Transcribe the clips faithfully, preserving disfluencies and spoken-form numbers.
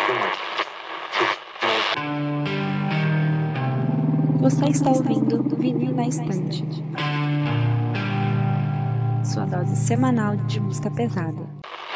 Você está ouvindo Vinil na Estante, sua dose semanal de música pesada.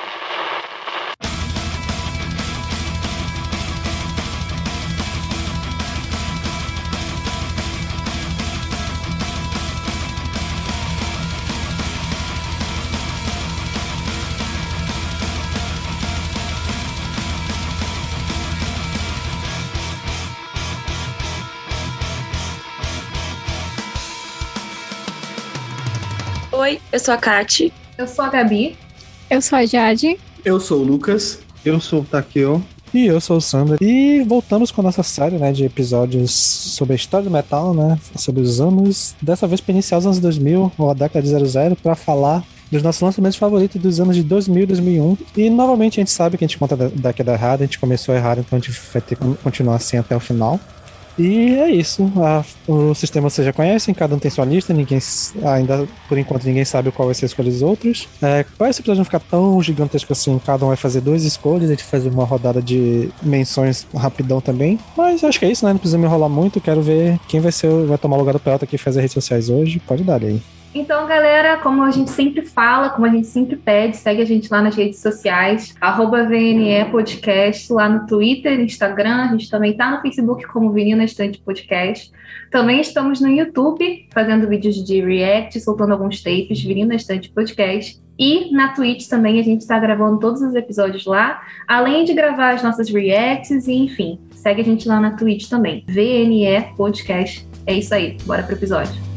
Oi, eu sou a Kati. Eu sou a Gabi. Eu sou a Jade. Eu sou o Lucas. Eu sou o Takeo. E eu sou o Sander. E voltamos com a nossa série, né, de episódios sobre a história do metal, né, sobre os anos, dessa vez para iniciar os anos dois mil, ou a década de zero zero, para falar dos nossos lançamentos favoritos dos anos de dois mil e dois mil e um. E novamente a gente sabe que a gente conta da década errada, a gente começou errado, então a gente vai ter que continuar assim até o final. E é isso, a, o sistema vocês já conhecem, cada um tem sua lista, ninguém ainda, por enquanto, ninguém sabe qual vai ser a escolha dos outros. É, para esse episódio não ficar tão gigantesco assim, cada um vai fazer duas escolhas, a gente faz uma rodada de menções rapidão também. Mas acho que é isso, né? Não precisa me enrolar muito, quero ver quem vai ser, vai tomar o lugar do Pelta que faz as redes sociais hoje. Pode dar aí. Então, galera, como a gente sempre fala, como a gente sempre pede, segue a gente lá nas redes sociais, arroba V N E Podcast, lá no Twitter, Instagram, a gente também tá no Facebook como Vinil na Estante Podcast. Também estamos no YouTube, fazendo vídeos de react, soltando alguns tapes, Vinil na Estante Podcast. E na Twitch também a gente tá gravando todos os episódios lá, além de gravar as nossas reacts e, enfim, segue a gente lá na Twitch também, V N E Podcast. É isso aí, bora pro episódio.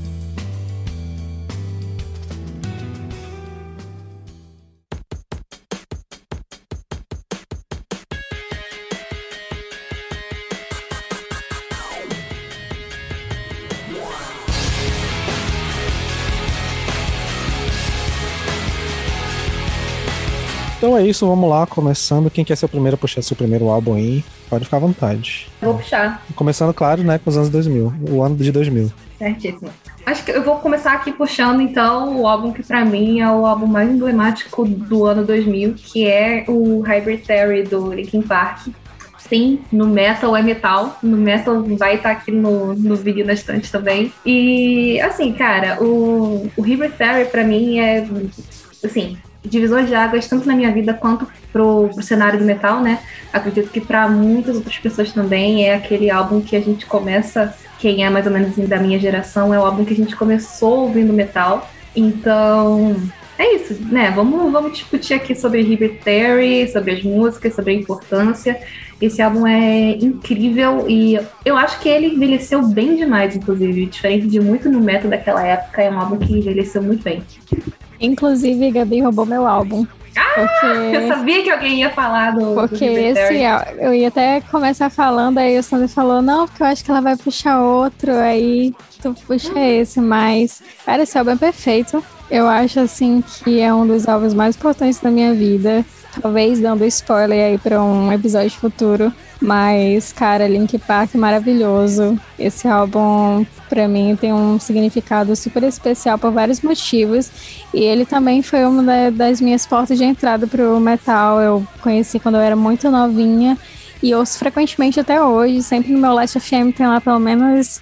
Então é isso, vamos lá, começando. Quem quer ser o primeiro a puxar seu primeiro álbum aí, pode ficar à vontade. Vou puxar. Começando, claro, né, com os anos dois mil, o ano de dois mil. Certíssimo. Acho que eu vou começar aqui puxando, então, o álbum que pra mim é o álbum mais emblemático do ano dois mil, que é o Hybrid Theory do Linkin Park. Sim, no metal é metal. No metal vai estar aqui no, no vídeo na estante também. E, assim, cara, o, o Hybrid Theory pra mim é, assim, divisor de águas tanto na minha vida quanto pro, pro cenário do metal, né? Acredito que para muitas outras pessoas também é aquele álbum que a gente começa, quem é mais ou menos da minha geração, é o álbum que a gente começou ouvindo metal. Então, é isso, né? Vamos, vamos discutir aqui sobre Hybrid Theory, sobre as músicas, sobre a importância. Esse álbum é incrível e eu acho que ele envelheceu bem demais, inclusive. Diferente de muito no metal daquela época, é um álbum que envelheceu muito bem. Inclusive, Gabi roubou meu álbum. Ah, porque... eu sabia que alguém ia falar do Porque do esse, eu ia até começar falando, aí o Sandro falou, não, porque eu acho que ela vai puxar outro, aí tu puxa esse, mas, cara, esse álbum é perfeito. Eu acho, assim, que é um dos álbuns mais importantes da minha vida. Talvez dando spoiler aí pra um episódio futuro. Mas, cara, Linkin Park maravilhoso. Esse álbum, pra mim, tem um significado super especial por vários motivos. E ele também foi uma das minhas portas de entrada pro metal. Eu conheci quando eu era muito novinha e ouço frequentemente até hoje. Sempre no meu Last F M tem lá pelo menos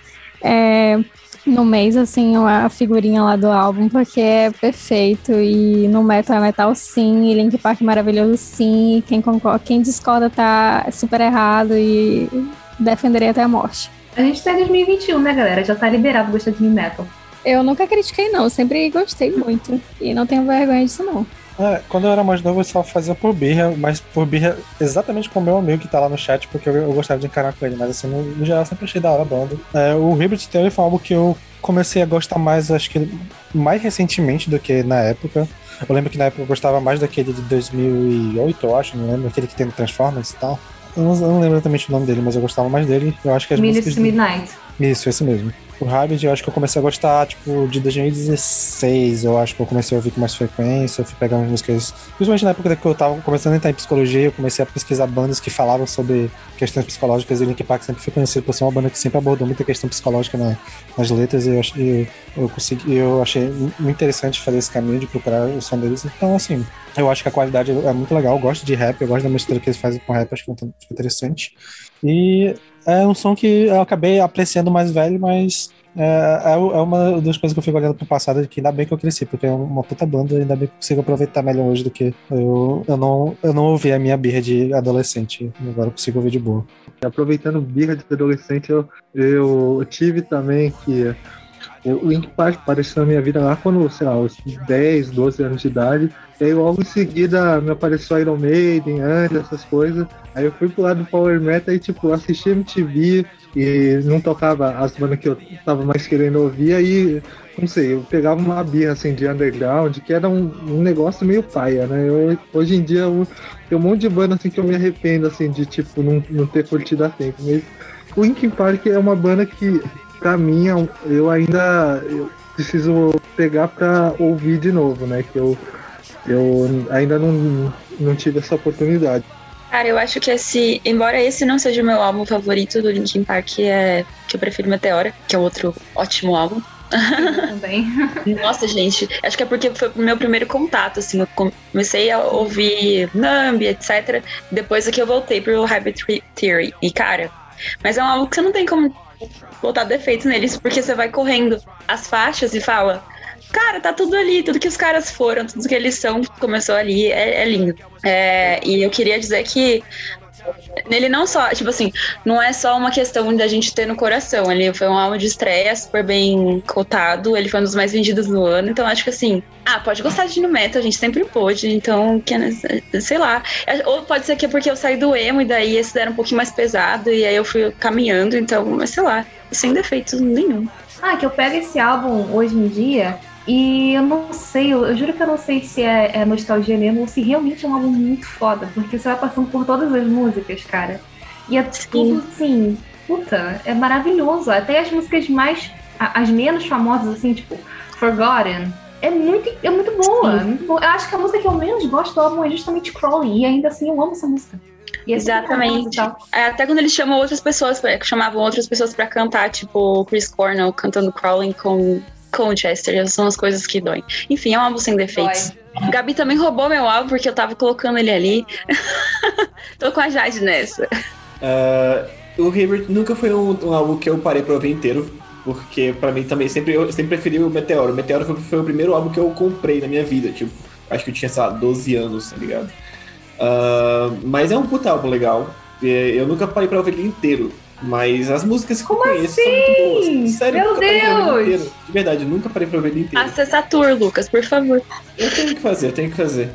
é, no mês, assim, a figurinha lá do álbum, porque é perfeito. E no metal é metal, sim. E Linkin Park é maravilhoso, sim. E quem, concorda, quem discorda tá super errado e defenderei até a morte. A gente tá em dois mil e vinte e um, né, galera? Já tá liberado gostar de metal. Eu nunca critiquei, não. Sempre gostei muito. E não tenho vergonha disso, não. É, quando eu era mais novo eu só fazia por birra, mas por birra exatamente com o meu amigo que tá lá no chat, porque eu, eu gostava de encarar com ele, mas assim, no, no geral eu sempre achei da hora a banda. É, o Hybrid Theory foi algo que eu comecei a gostar mais, acho que mais recentemente do que na época. Eu lembro que na época eu gostava mais daquele de dois mil e oito, eu acho, não lembro, aquele que tem no Transformers e tal. Eu não, eu não lembro exatamente o nome dele, mas eu gostava mais dele. Eu acho que as Minutes músicas... to Midnight. Isso, esse mesmo. o Hybrid, eu acho que eu comecei a gostar, tipo, de dois mil e dezesseis, eu acho que eu comecei a ouvir com mais frequência, eu fui pegar umas músicas, principalmente na época que eu tava começando a entrar em psicologia, eu comecei a pesquisar bandas que falavam sobre questões psicológicas, e o Linkin Park sempre foi conhecido por ser uma banda que sempre abordou muita questão psicológica na, nas letras, e eu, eu, eu, consegui, eu achei muito interessante fazer esse caminho de procurar o som deles, então, assim, eu acho que a qualidade é muito legal, eu gosto de rap, eu gosto da mistura que eles fazem com rap, acho que fica interessante, e é um som que eu acabei apreciando mais velho, mas é, é uma das coisas que eu fico olhando pro passado, que ainda bem que eu cresci, porque é uma puta banda, ainda bem que eu consigo aproveitar melhor hoje do que eu, eu, não, eu não ouvi a minha birra de adolescente, agora eu consigo ouvir de boa. Aproveitando birra de adolescente, eu, eu tive também que o Linkin Park apareceu na minha vida lá quando, sei lá, os dez, doze anos de idade. E aí logo em seguida me apareceu Iron Maiden, antes, essas coisas. Aí eu fui pro lado do Power Metal e, tipo, assisti M T V e não tocava as bandas que eu tava mais querendo ouvir. Aí, não sei, eu pegava uma birra, assim, de underground, que era um, um negócio meio paia, né? Eu, hoje em dia eu, tem um monte de banda, assim, que eu me arrependo, assim, de, tipo, não, não ter curtido a tempo. Mas o Linkin Park é uma banda que, pra mim, eu ainda eu preciso pegar pra ouvir de novo, né? Que eu, eu ainda não, não tive essa oportunidade. Cara, eu acho que esse, embora esse não seja o meu álbum favorito do Linkin Park, é que eu prefiro Meteora, que é outro ótimo álbum. Também. Nossa, gente, acho que é porque foi o meu primeiro contato, assim, eu comecei a ouvir Numb, etcétera. Depois é que eu voltei pro Hybrid Theory. E, cara, mas é um álbum que você não tem como botar defeitos neles, porque você vai correndo as faixas e fala, cara, tá tudo ali, tudo que os caras foram, tudo que eles são, começou ali, é, é lindo. É, e eu queria dizer que nele não só, tipo assim, não é só uma questão da gente ter no coração, ele foi um álbum de estreia super bem cotado, ele foi um dos mais vendidos do ano, então acho que assim, ah, pode gostar de nu metal, a gente sempre pôde, então, que, sei lá, ou pode ser que é porque eu saí do emo e daí esse era um pouquinho mais pesado e aí eu fui caminhando, então, mas sei lá, sem defeitos nenhum. Ah, que eu pego esse álbum hoje em dia e eu não sei, eu, eu juro que eu não sei se é, é nostalgia mesmo ou se realmente é um álbum muito foda, porque você vai passando por todas as músicas, cara, e é tudo assim, puta, é maravilhoso, até as músicas mais, as menos famosas, assim, tipo Forgotten, é muito, é muito boa, muito boa. Eu acho que a música que eu menos gosto do álbum é justamente Crawling, e ainda assim eu amo essa música. E exatamente. É, até quando eles chamam outras pessoas, pra, chamavam outras pessoas pra cantar, tipo Chris Cornell cantando Crawling com, com o Chester, são as coisas que doem. Enfim, é um álbum sem defeitos. Dói. Gabi também roubou meu álbum porque eu tava colocando ele ali. Tô com a Jade nessa. Uh, o Hybrid nunca foi um, um álbum que eu parei pra ouvir inteiro, porque pra mim também sempre, eu sempre preferi o Meteoro. O Meteoro foi, foi o primeiro álbum que eu comprei na minha vida, tipo, acho que eu tinha, sei lá, doze anos, tá ligado? Uh, mas é um puta álbum legal. Eu nunca parei pra ouvir ele inteiro, mas as músicas que Como eu conheço assim? são muito boas. Sério, Meu nunca parei pra ouvir ele Deus! inteiro. De verdade, nunca parei pra ouvir ele inteiro. Acessa a tour, Lucas, por favor. Eu tenho que fazer, eu tenho que fazer.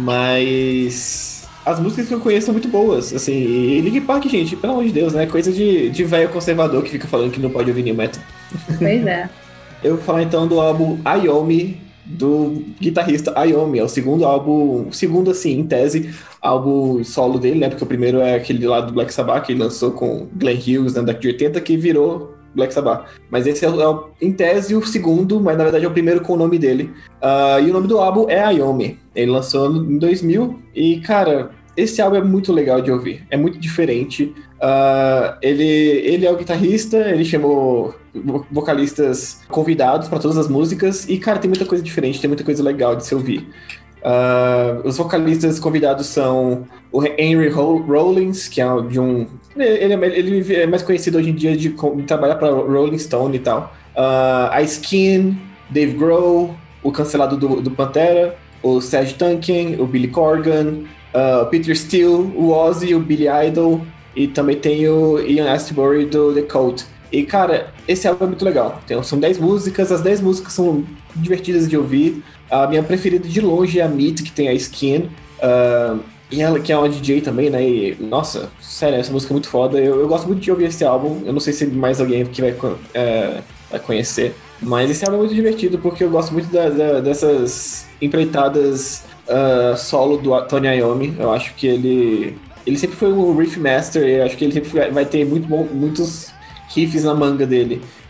Mas as músicas que eu conheço são muito boas. Assim, e Linkin Park, gente, pelo amor de Deus, né? Coisa de, de velho conservador que fica falando que não pode ouvir new metal. Pois é. Eu vou falar então do álbum Iommi, do guitarrista Iommi. É o segundo álbum, segundo assim, em tese, álbum solo dele, né? Porque o primeiro é aquele lá do Black Sabbath, que ele lançou com Glenn Hughes na década de oitenta, que virou Black Sabbath. Mas esse é, é em tese, o segundo, mas na verdade é o primeiro com o nome dele. Uh, e o nome do álbum é Iommi. Ele lançou em dois mil e, cara, esse álbum é muito legal de ouvir. É muito diferente. Uh, ele, ele é o guitarrista, ele chamou vocalistas convidados para todas as músicas e, cara, tem muita coisa diferente, tem muita coisa legal de se ouvir. Uh, os vocalistas convidados são o Henry Rollins, que é de um... Ele é, ele é mais conhecido hoje em dia de, de trabalhar para Rolling Stone e tal. Uh, a Skin, Dave Grohl, o cancelado do, do Pantera, o Serj Tankian, o Billy Corgan, uh, o Peter Steele, o Ozzy, o Billy Idol, e também tem o Ian Astbury do The Cult. E, cara, esse álbum é muito legal. Tem, são dez músicas, as dez músicas são divertidas de ouvir. A minha preferida de longe é a Meat, que tem a Skin. Uh, e ela que é uma D J também, né? E, nossa, sério, essa música é muito foda. Eu, eu gosto muito de ouvir esse álbum. Eu não sei se mais alguém que vai, é, vai conhecer. Mas esse álbum é muito divertido, porque eu gosto muito da, da, dessas empreitadas uh, solo do Tony Iommi. Eu acho que ele... Ele sempre foi um riff master. Eu acho que ele sempre vai ter muito bom, muitos riffs na manga dele.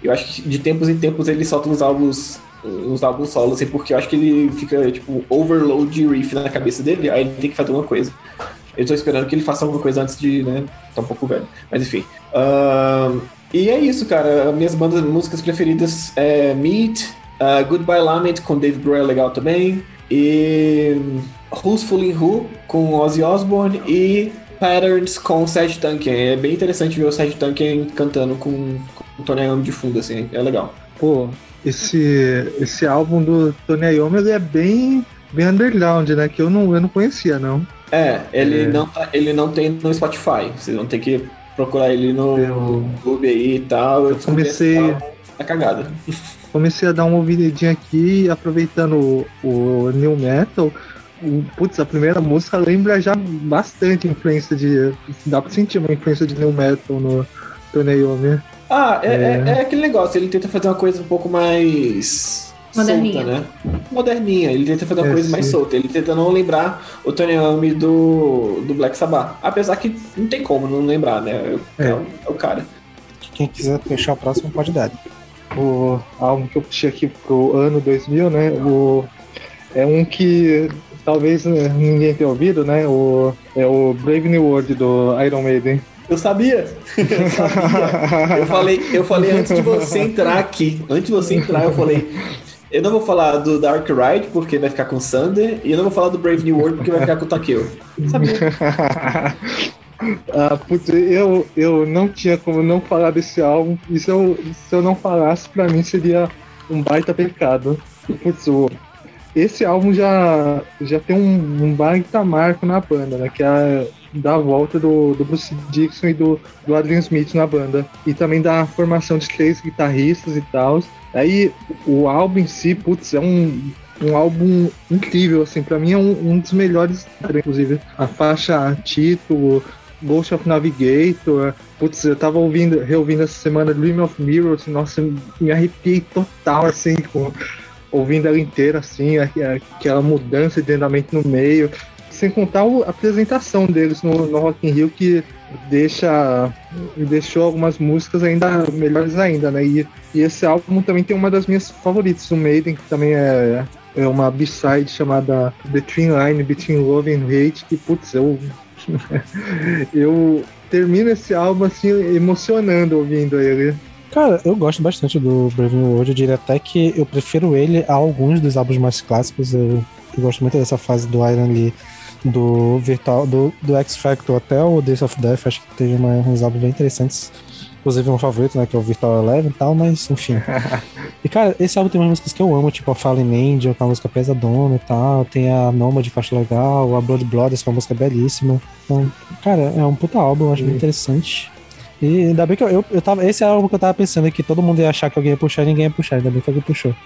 Eu acho que de tempos em tempos ele solta uns álbuns, uns álbuns solos, assim, porque eu acho que ele fica, tipo, overload de riff na cabeça dele, aí ele tem que fazer alguma coisa. Eu tô esperando que ele faça alguma coisa antes de, né, tá um pouco velho. Mas enfim. Uh, e é isso, cara. Minhas bandas, músicas preferidas é Meat, uh, Goodbye Lament com Dave Grohl é legal também, e Who's Fooling Who com Ozzy Osbourne e Patterns com Serj Tankian. É bem interessante ver o Serj Tankian cantando com, com o Tony Iommi de fundo, assim, é legal. Pô, esse, esse álbum do Tony Iommi, ele é bem, bem underground, né? Que eu não, eu não conhecia, não. É, ele, É. Não, ele não tem no Spotify. Vocês vão ter que procurar ele no Eu- YouTube aí e tal. Eu descobri comecei- esse álbum na cagada. Comecei a dar uma ouvidinha aqui, aproveitando o, o New Metal. O- Putz, a primeira música lembra já bastante influência de... Dá pra sentir uma influência de New Metal no Tony Iommi. Ah, é, É. é. é aquele negócio. Ele tenta fazer uma coisa um pouco mais... Moderninha. solta, né? Moderninha. Ele tenta fazer uma É, coisa mais sim. solta. Ele tenta não lembrar o Tony Iommi do, do Black Sabbath. Apesar que não tem como não lembrar, né? É, É. o, é o cara. Quem quiser fechar o próximo pode dar. O álbum que eu puxei aqui pro ano dois mil, né? O, é um que talvez né, ninguém tenha ouvido, né? O, é o Brave New World do Iron Maiden. Eu sabia! Eu sabia! Eu falei, eu falei antes de você entrar aqui. Antes de você entrar, eu falei. Eu não vou falar do Dark Ride, porque vai ficar com o Sander, e eu não vou falar do Brave New World, porque vai ficar com o Takeo. Sabia? Ah, putz, eu, eu não tinha como não falar desse álbum, e se eu, se eu não falasse, pra mim seria um baita pecado. Putz, o, esse álbum já, já tem um, um baita marco na banda, né? Que é a, da volta do, do Bruce Dickinson e do, do Adrian Smith na banda. E também da formação de três guitarristas e tal. Aí o álbum em si, putz, é um, um álbum incrível, assim, pra mim é um, um dos melhores, inclusive. A faixa título, Ghost of Navigator, putz, eu tava ouvindo, reouvindo essa semana Dream of Mirrors, nossa, eu me arrepiei total, assim, com, ouvindo ela inteira, assim, a- a- aquela mudança de andamento no meio, sem contar o- a apresentação deles no, no Rock in Rio, que deixa, deixou algumas músicas ainda melhores ainda, né, e, e esse álbum também tem uma das minhas favoritas, o Maiden, que também é, é uma B-side chamada The Twin Line Between Love and Hate, que, putz, eu eu termino esse álbum assim, emocionando ouvindo ele. Cara, eu gosto bastante do Brave New World. Eu diria até que eu prefiro ele a alguns dos álbuns mais clássicos. Eu, eu gosto muito dessa fase do Iron Lee, do Virtual, do, do X Factor até o Days of Death. Acho que teve uma, uns álbuns bem interessantes. Inclusive um favorito, né, que é o Virtual Eleven e tal, mas enfim. E cara, esse álbum tem umas músicas que eu amo, tipo a Fallen Angel, que é uma música pesadona e tal. Tem a Nomad, que eu acho legal, a Blood Blood, que é uma música belíssima. Então, cara, é um puta álbum, eu acho bem interessante. E ainda bem que eu, eu, eu tava. Esse é o álbum que eu tava pensando que todo mundo ia achar que alguém ia puxar e ninguém ia puxar. Ainda bem que alguém puxou.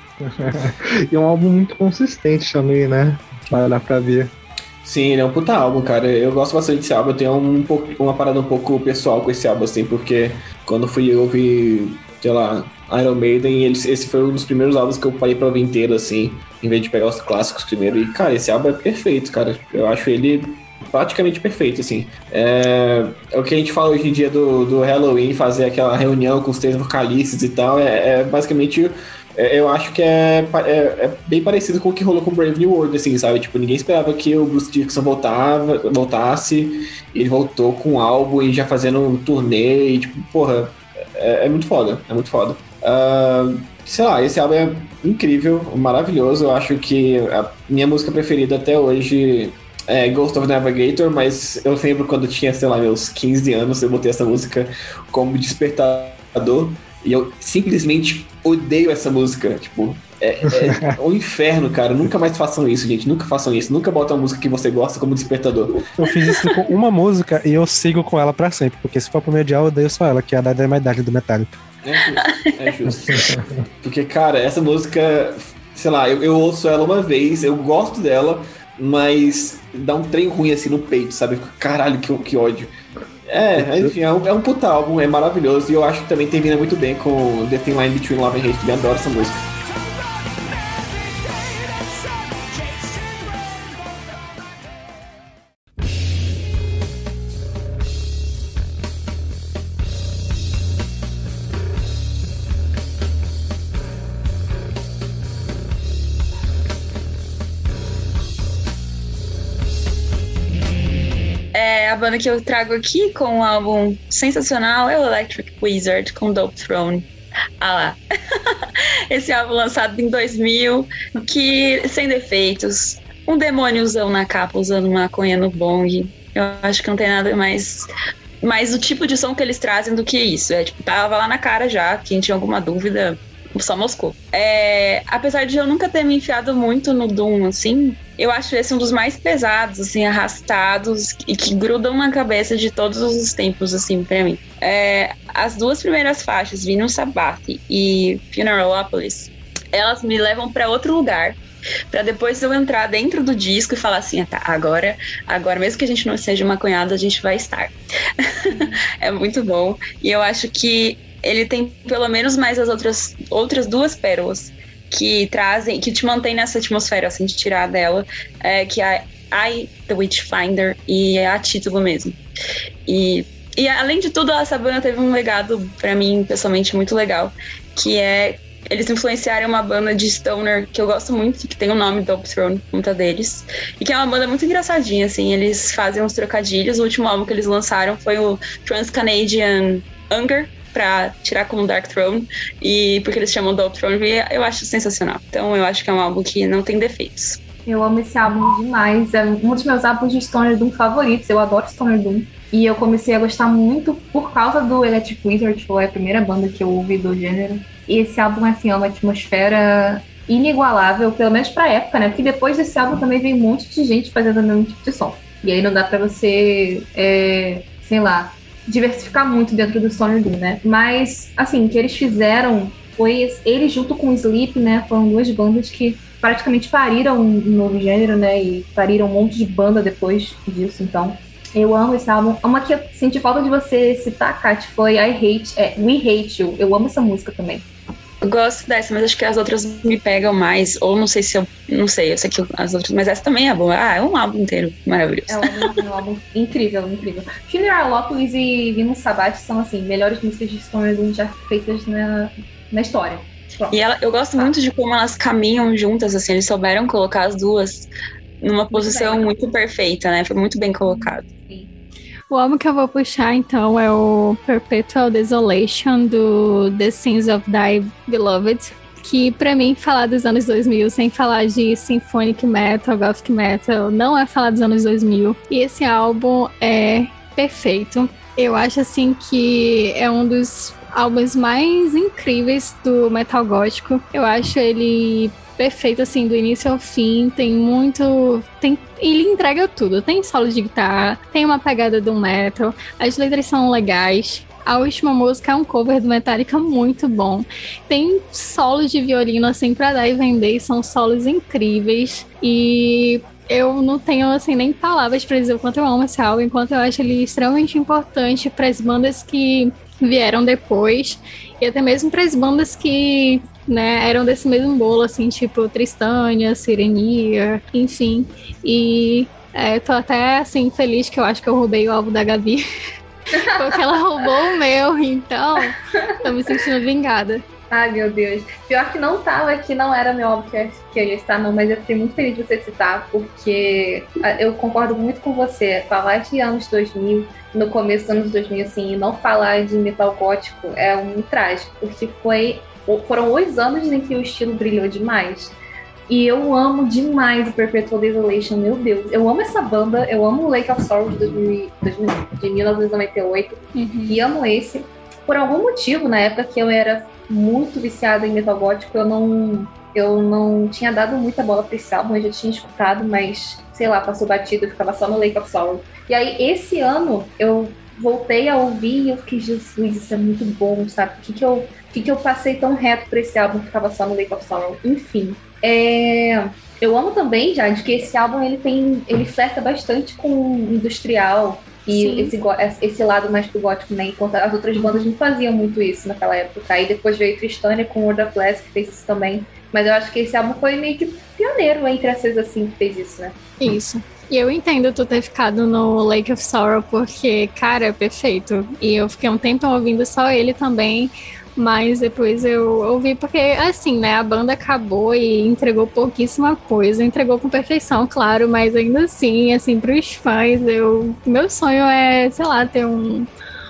E é um álbum muito consistente também, né? Para dar pra ver. Sim, ele é um puta álbum, cara. Eu gosto bastante desse álbum. Eu tenho um pouco, uma parada um pouco pessoal com esse álbum, assim, porque quando fui ouvir, sei lá, Iron Maiden, eles, esse foi um dos primeiros álbuns que eu parei pra ouvir inteiro, assim, em vez de pegar os clássicos primeiro. E, cara, esse álbum é perfeito, cara. Eu acho ele praticamente perfeito, assim. É, é o que a gente fala hoje em dia do, do Halloween, fazer aquela reunião com os três vocalistas e tal. É, é basicamente... Eu acho que é, é, é bem parecido com o que rolou com Brave New World, assim, sabe? Tipo, ninguém esperava que o Bruce Dickinson voltava, voltasse, e ele voltou com um álbum e já fazendo um turnê, e tipo, porra, é, é muito foda, é muito foda. Uh, sei lá, esse álbum é incrível, maravilhoso, eu acho que a minha música preferida até hoje é Ghost of Navigator, mas eu lembro quando eu tinha, sei lá, meus quinze anos, eu botei essa música como despertador, e eu simplesmente odeio essa música, tipo, é, é um inferno, cara, nunca mais façam isso, gente, nunca façam isso, nunca botem uma música que você gosta como despertador. Eu fiz isso com uma música e eu sigo com ela pra sempre, porque se for pro meu dia eu odeio só ela, que é a da My Darling do Metallica. É justo, é justo. Porque, cara, essa música, sei lá, eu, eu ouço ela uma vez, eu gosto dela, mas dá um trem ruim assim no peito, sabe? Caralho, que, que ódio. É, enfim, é um, é um puta álbum, é maravilhoso, e eu acho que também termina muito bem com The Thin Line Between Love and Hate, que eu adoro essa música. É, a banda que eu trago aqui com um álbum sensacional é o Electric Wizard com Dope Throne. Ah lá. Esse álbum lançado em dois mil, que sem defeitos, um demôniozão na capa usando maconha no bong. Eu acho que não tem nada mais, mais o tipo de som que eles trazem do que isso. É tipo, tava lá na cara já, quem tinha alguma dúvida, só moscou. É, apesar de eu nunca ter me enfiado muito no Doom, assim, eu acho esse um dos mais pesados, assim, arrastados e que grudam na cabeça de todos os tempos, assim, pra mim. É, as duas primeiras faixas, Venus Sabbath e Funeralopolis, elas me levam pra outro lugar, pra depois eu entrar dentro do disco e falar assim, ah, tá, agora, agora mesmo que a gente não seja maconhado, a gente vai estar. É muito bom. E eu acho que ele tem pelo menos mais as outras, outras duas pérolas que trazem, que te mantém nessa atmosfera, assim, de tirar dela, é, que é I, The Witchfinder e a título mesmo. E, e além de tudo, essa banda teve um legado pra mim, pessoalmente, muito legal, que é eles influenciaram uma banda de stoner que eu gosto muito, que tem o nome Dope Throne, muita deles, e que é uma banda muito engraçadinha, assim, eles fazem uns trocadilhos. O último álbum que eles lançaram foi o Trans-Canadian Hunger, pra tirar como Dark Throne, e porque eles chamam Dope Throne, e eu acho sensacional. Então eu acho que é um álbum que não tem defeitos. Eu amo esse álbum demais, é um dos meus álbuns de Stoner Doom favoritos, eu adoro Stoner Doom. E eu comecei a gostar muito por causa do Electric Wizard, que foi a primeira banda que eu ouvi do gênero. E esse álbum, assim, é uma atmosfera inigualável, pelo menos pra época, né? Porque depois desse álbum também veio um monte de gente fazendo o mesmo tipo de som. E aí não dá pra você, é, sei lá, diversificar muito dentro do Stoner Doom, né? Mas, assim, o que eles fizeram foi... Eles, junto com o Sleep, né? Foram duas bandas que praticamente pariram um novo gênero, né? E pariram um monte de banda depois disso, então... Eu amo esse álbum. Uma que eu senti falta de você citar, Kat, foi I Hate... É, We Hate You. Eu amo essa música também. Eu gosto dessa, mas acho que as outras me pegam mais. Ou não sei se eu... Não sei, eu sei que as outras... Mas essa também é boa. Ah, é um álbum inteiro maravilhoso. É um álbum, é um álbum incrível, incrível. Funeralopolis e Venus Sabbath são, assim, melhores músicas de Stoner Doom já feitas na, na história. Pronto. E ela, eu gosto tá. muito de como elas caminham juntas, assim. Eles souberam colocar as duas numa muito posição bem. muito perfeita, né? Foi muito bem colocado. Sim. O álbum que eu vou puxar, então, é o Perpetual Desolation, do The Sins of Thy Beloved, que, pra mim, falar dos anos dois mil sem falar de symphonic metal, gothic metal, não é falar dos anos dois mil. E esse álbum é perfeito. Eu acho, assim, que é um dos álbuns mais incríveis do metal gótico. Eu acho ele... perfeito, assim, do início ao fim, tem muito... Tem, ele entrega tudo, tem solo de guitarra, tem uma pegada do metal, as letras são legais, a última música é um cover do Metallica muito bom, tem solos de violino, assim, pra dar e vender, são solos incríveis, e eu não tenho, assim, nem palavras pra dizer o quanto eu amo esse álbum, enquanto eu acho ele extremamente importante pras bandas que vieram depois, e até mesmo pras bandas que... né, eram desse mesmo bolo, assim, tipo Tristânia, Sirenia, enfim. E é, tô até, assim, feliz que eu acho que eu roubei o álbum da Gabi. Porque ela roubou o meu, então tô me sentindo vingada. Ai, meu Deus. Pior que não tava aqui, não era meu álbum que eu ia estar, não, mas eu fiquei muito feliz de você citar, porque eu concordo muito com você. Falar de anos dois mil, no começo dos anos dois mil, assim, e não falar de metal gótico é um trágico, porque foi... Foram os anos em que o estilo brilhou demais. E eu amo demais o Perpetual Desolation, meu Deus. Eu amo essa banda, eu amo o Lake of Sorrow de, mil novecentos e noventa e oito. Uhum. E amo esse. Por algum motivo, na época que eu era muito viciada em metal gótico, eu não, eu não tinha dado muita bola pra esse álbum. Eu já tinha escutado, mas, sei lá, passou batido, eu ficava só no Lake of Sorrow. E aí, esse ano, eu voltei a ouvir e eu fiquei, Jesus, isso é muito bom, sabe? O que que eu... Por que, que eu passei tão reto por esse álbum que ficava só no Lake of Sorrow? Enfim. É... Eu amo também, Jade, que esse álbum ele tem. Ele flerta bastante com o industrial e esse, esse lado mais pro gótico, né? Enquanto as outras bandas não faziam muito isso naquela época. Aí depois veio Tristânia com World of Glass, que fez isso também. Mas eu acho que esse álbum foi meio que pioneiro entre essas assim que fez isso, né? Isso. E eu entendo tu ter ficado no Lake of Sorrow, porque, cara, é perfeito. E eu fiquei um tempo ouvindo só ele também. Mas depois eu ouvi porque, assim, né, a banda acabou e entregou pouquíssima coisa. Entregou com perfeição, claro, mas ainda assim, assim, pros fãs, eu... Meu sonho é, sei lá, ter um,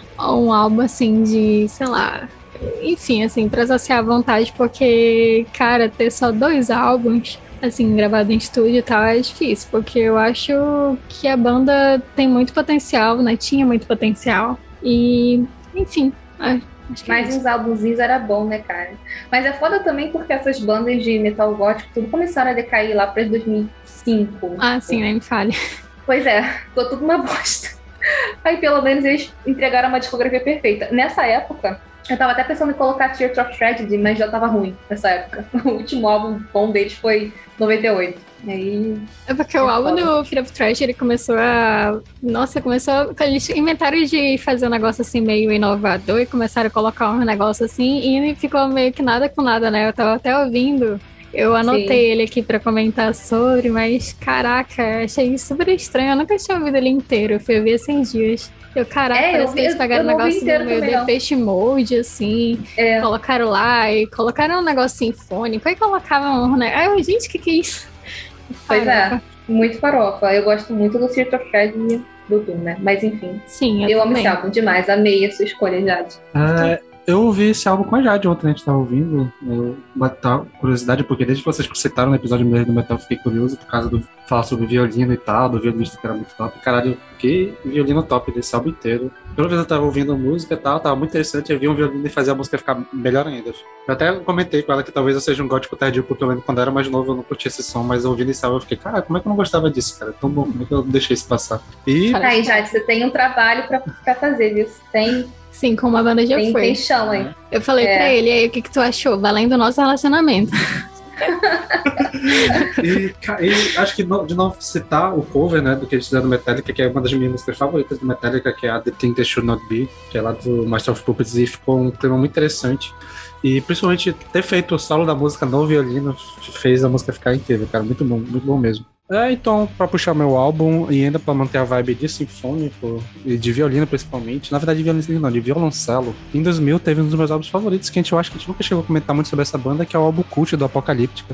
um álbum, assim, de, sei lá... Enfim, assim, pra saciar a vontade, porque, cara, ter só dois álbuns, assim, gravado em estúdio e tal, é difícil, porque eu acho que a banda tem muito potencial, né? Tinha muito potencial. E, enfim, acho que Mas é uns álbumzinhos era bom, né, cara? Mas é foda também porque essas bandas de metal gótico tudo começaram a decair lá pra dois mil e cinco. Ah, sim, nem me fale. Pois é, ficou tudo uma bosta. Aí pelo menos eles entregaram uma discografia perfeita. Nessa época, eu tava até pensando em colocar Tears of Tragedy, mas já tava ruim nessa época. O último álbum bom deles foi noventa e oito. E aí... É porque o álbum do Fear of Trash, ele começou a... Nossa, começou... Eles inventaram de fazer um negócio assim meio inovador e começaram a colocar um negócio assim e ficou meio que nada com nada, né? Eu tava até ouvindo... Eu anotei Sim. ele aqui pra comentar sobre, mas caraca, achei super estranho. Eu nunca tinha ouvido ele inteiro. Eu fui ouvir esses dias. Eu, caraca, é, parece eu, que eles pegaram um negócio do meu Depeche Mode, assim. É. Colocaram lá e colocaram um negócio sinfônico. Aí colocavam, né? Ai, gente, o que que é isso? Pois farofa. É, muito farofa. Eu gosto muito do Tears of Tragedy do Doom, né? Mas enfim. Sim, eu, eu amo esse álbum demais. Amei a sua escolha, Jade. É, eu ouvi esse álbum com a Jade ontem, a gente tava ouvindo. Eu bateu curiosidade, porque desde que vocês citaram no episódio mesmo do Metal, eu fiquei curioso por causa do falar sobre violino e tal, do violinista que era muito top. Caralho, que violino top desse álbum inteiro. Toda vez eu tava ouvindo a música e tal, tava muito interessante, eu vi um violino e fazia a música ficar melhor ainda. Eu até comentei com ela que talvez eu seja um gótico tardio, porque eu lembro quando eu era mais novo eu não curtia esse som, mas ouvindo esse álbum eu fiquei, cara, como é que eu não gostava disso, cara? Tão bom, como é que eu deixei isso passar? E... Aí, Jade, você tem um trabalho pra, pra fazer, viu? Você tem... Sim, com uma banda já tem, foi. Tem chão aí. Eu falei é. pra ele, aí o que que tu achou? Valendo o nosso relacionamento. e, e acho que de novo citar o cover, né, do que eles fizeram do Metallica, que é uma das minhas músicas favoritas do Metallica, que é a The Thing That Should Not Be, que é lá do Master of Puppets, e ficou um clima muito interessante. E principalmente ter feito o solo da música no violino fez a música ficar incrível, cara, muito bom, muito bom mesmo. É, então, pra puxar meu álbum e ainda pra manter a vibe de sinfônico e de violino principalmente, na verdade de violino não, de violoncelo, em dois mil teve um dos meus álbuns favoritos, que a gente, eu acho que a gente nunca chegou a comentar muito sobre essa banda, que é o álbum Cult do Apocalíptica,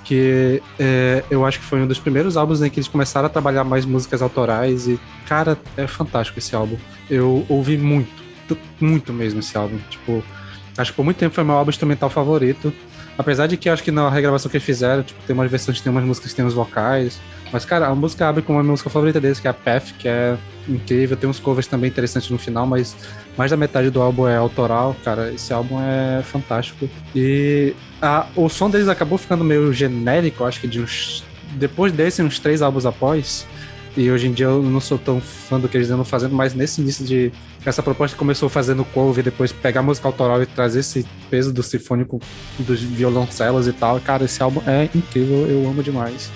que é, eu acho que foi um dos primeiros álbuns em que eles começaram a trabalhar mais músicas autorais e, cara, é fantástico esse álbum. Eu ouvi muito, muito mesmo esse álbum, tipo, acho que por muito tempo foi meu álbum instrumental favorito. Apesar de que eu acho que na regravação que eles fizeram, tipo, tem umas versões, tem umas músicas que tem os vocais. Mas, cara, a música abre com uma música favorita deles, que é a Path, que é incrível. Tem uns covers também interessantes no final, mas mais da metade do álbum é autoral. Cara, esse álbum é fantástico. E a, o som deles acabou ficando meio genérico, acho que de uns... Depois desse, uns três álbuns após. E hoje em dia eu não sou tão fã do que eles andam fazendo, mas nesse início de... Essa proposta começou fazendo cover, depois pegar música autoral e trazer esse peso do sinfônico, dos violoncelos e tal. Cara, esse álbum é incrível, eu amo demais.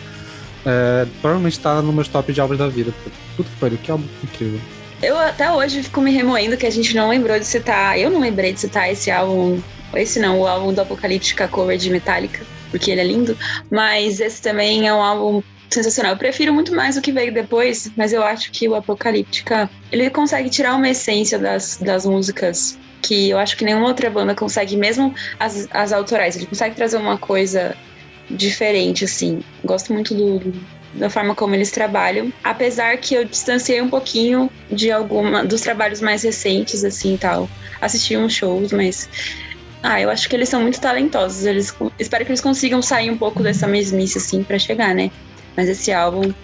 É, provavelmente tá no meu top de álbuns da vida. Puta que pariu, que álbum incrível. Eu até hoje fico me remoendo que a gente não lembrou de citar... Eu não lembrei de citar esse álbum... Esse não, o álbum do Apocalíptica cover de Metallica, porque ele é lindo. Mas esse também é um álbum sensacional. Eu prefiro muito mais o que veio depois, mas eu acho que o Apocalíptica, ele consegue tirar uma essência das, das músicas que eu acho que nenhuma outra banda consegue, mesmo as, as autorais. Ele consegue trazer uma coisa diferente, assim. Gosto muito do, da forma como eles trabalham, apesar que eu distanciei um pouquinho de alguma dos trabalhos mais recentes, assim, tal. Assisti uns shows, mas... Ah, eu acho que eles são muito talentosos. Eles, espero que eles consigam sair um pouco dessa mesmice, assim, pra chegar, né? Mas esse álbum...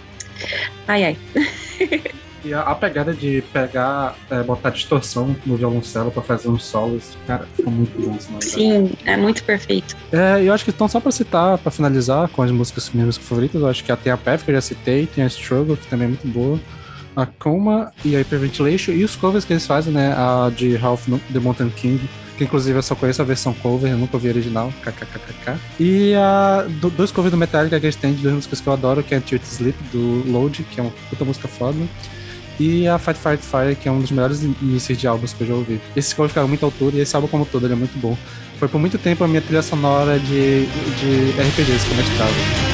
Ai, ai. E a, a pegada de pegar, é, botar distorção no violoncelo pra fazer uns solos, cara, ficou muito bom esse nome. Sim, é muito perfeito. É, eu acho que então, só pra citar, pra finalizar com as músicas, minhas músicas favoritas, eu acho que tem a Path, que eu já citei, tem a Struggle, que também é muito boa, a Coma e a Hyperventilation, e os covers que eles fazem, né, a de Ralph the Mountain King, que inclusive eu só conheço a versão cover, eu nunca ouvi a original, kkkk. E a, do, dois covers do Metallica que eles têm de duas músicas que eu adoro, que é Until It Sleep, do Load, que é uma puta música foda, e a Fight Fight Fire, que é um dos melhores inícios de álbuns que eu já ouvi. Esses covers ficaram muito à altura e esse álbum como todo, ele é muito bom. Foi por muito tempo a minha trilha sonora de, de R P Gs que eu mestrava.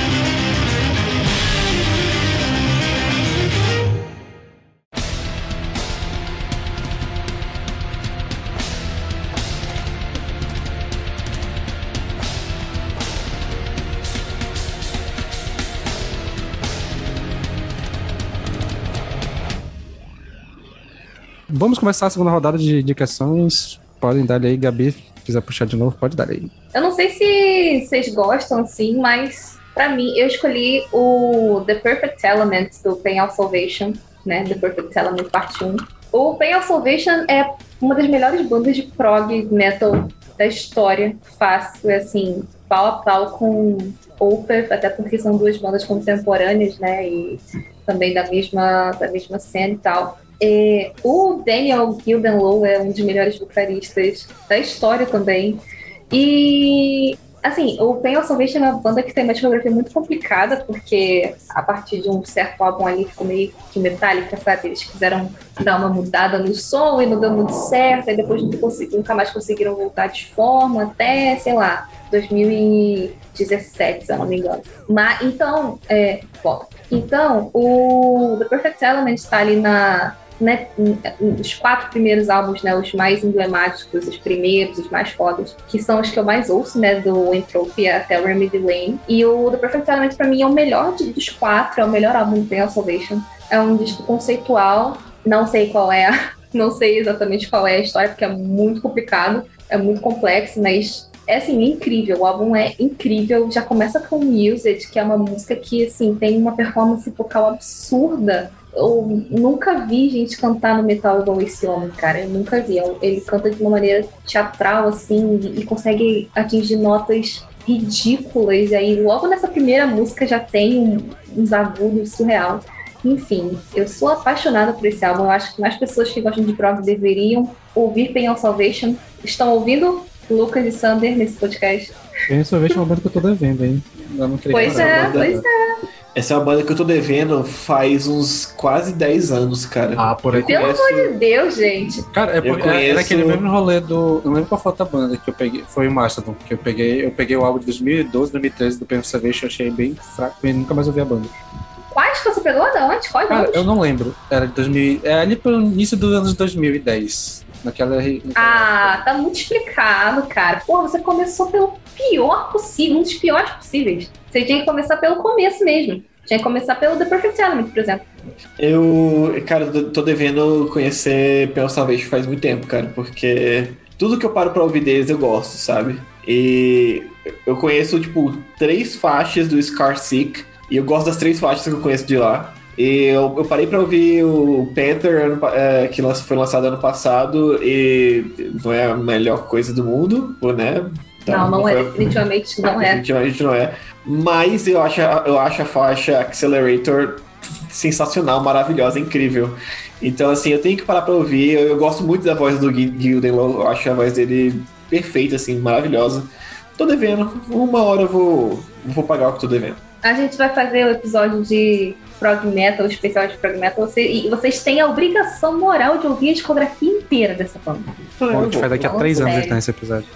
Vamos começar a segunda rodada de indicações. Podem dar aí, Gabi. Se quiser puxar de novo, pode dar aí. Eu não sei se vocês gostam, assim, mas pra mim, eu escolhi o The Perfect Element do Pain of Salvation, né? The Perfect Element parte um. O Pain of Salvation é uma das melhores bandas de prog metal da história. Fácil, assim, pau a pau com Opeth, até porque são duas bandas contemporâneas, né? E também da mesma, da mesma cena e tal. É, o Daniel Gildenlow é um dos melhores vocalistas da história também. E, assim, o Pain of Salvation é uma banda que tem uma discografia muito complicada, porque a partir de um certo álbum ali ficou meio que Metallica, sabe? Eles quiseram dar uma mudada no som e não deu muito certo, aí depois não consegui, nunca mais conseguiram voltar de forma até, sei lá, dois mil e dezessete, se eu não me engano. Mas, então, é, bom, então, o The Perfect Element está ali na... Né, os quatro primeiros álbuns, né, os mais emblemáticos, os primeiros, os mais fodas, que são os que eu mais ouço, né, do Entropia até o Remedy Lane. E o The Perfect Element, pra mim, é o melhor de, dos quatro, é o melhor álbum do Pain of Salvation. É um disco conceitual, não sei qual é, não sei exatamente qual é a história, porque é muito complicado, é muito complexo, mas é, assim, incrível. O álbum é incrível, já começa com Used, que é uma música que, assim, tem uma performance vocal absurda. Eu nunca vi gente cantar no metal igual esse homem, cara. Eu nunca vi. Ele canta de uma maneira teatral, assim, e consegue atingir notas ridículas. E aí, logo nessa primeira música, já tem um, uns agudos surreal. Enfim, eu sou apaixonada por esse álbum. Eu acho que mais pessoas que gostam de prog deveriam ouvir Pain of Salvation. Estão ouvindo Lucas e Sander nesse podcast? Pain of Salvation é uma banda que eu tô devendo, hein? Eu não pois é, pois é. Essa é uma banda que eu tô devendo faz uns quase dez anos, cara. Ah, por aí. Pelo conheço... amor de Deus, gente. Cara, é porque conheço... era aquele mesmo rolê do... Eu não lembro qual foi a outra banda que eu peguei. Foi o Mastodon, que eu peguei. Eu peguei o álbum de dois mil e doze, dois mil e treze do Pain of Salvation, achei bem fraco e nunca mais ouvi a banda. Quais que você pegou? Da onde? Quais Cara, bandas? eu não lembro. Era de dois mil... É ali pelo início dos anos dois mil e dez. Naquela... naquela ah, tá muito explicado, cara. Pô, você começou pelo pior possível, um dos piores possíveis. Você tinha que começar pelo começo mesmo. Tinha que começar pelo The Perfect Element, por exemplo. Eu, cara, tô devendo conhecer Pain of Salvation faz muito tempo, cara, porque tudo que eu paro pra ouvir deles eu gosto, sabe? E eu conheço, tipo, três faixas do Scar Sick, e eu gosto das três faixas que eu conheço de lá. E eu, eu parei pra ouvir o Panther, ano, é, que foi lançado ano passado, e não é a melhor coisa do mundo, né? Então, não, não, não é, definitivamente não é. Definitivamente não é. Mas eu acho, eu acho a faixa Accelerator sensacional, maravilhosa, incrível. Então, assim, eu tenho que parar pra ouvir. Eu, eu gosto muito da voz do Gildenlow, eu acho a voz dele perfeita, assim, maravilhosa. Tô devendo. Uma hora eu vou, vou pagar o que tô devendo. A gente vai fazer o episódio de prog metal, o especial de prog metal, você, e vocês têm a obrigação moral de ouvir a discografia inteira dessa banda. Pô, a gente vai daqui a três anos editar esse episódio.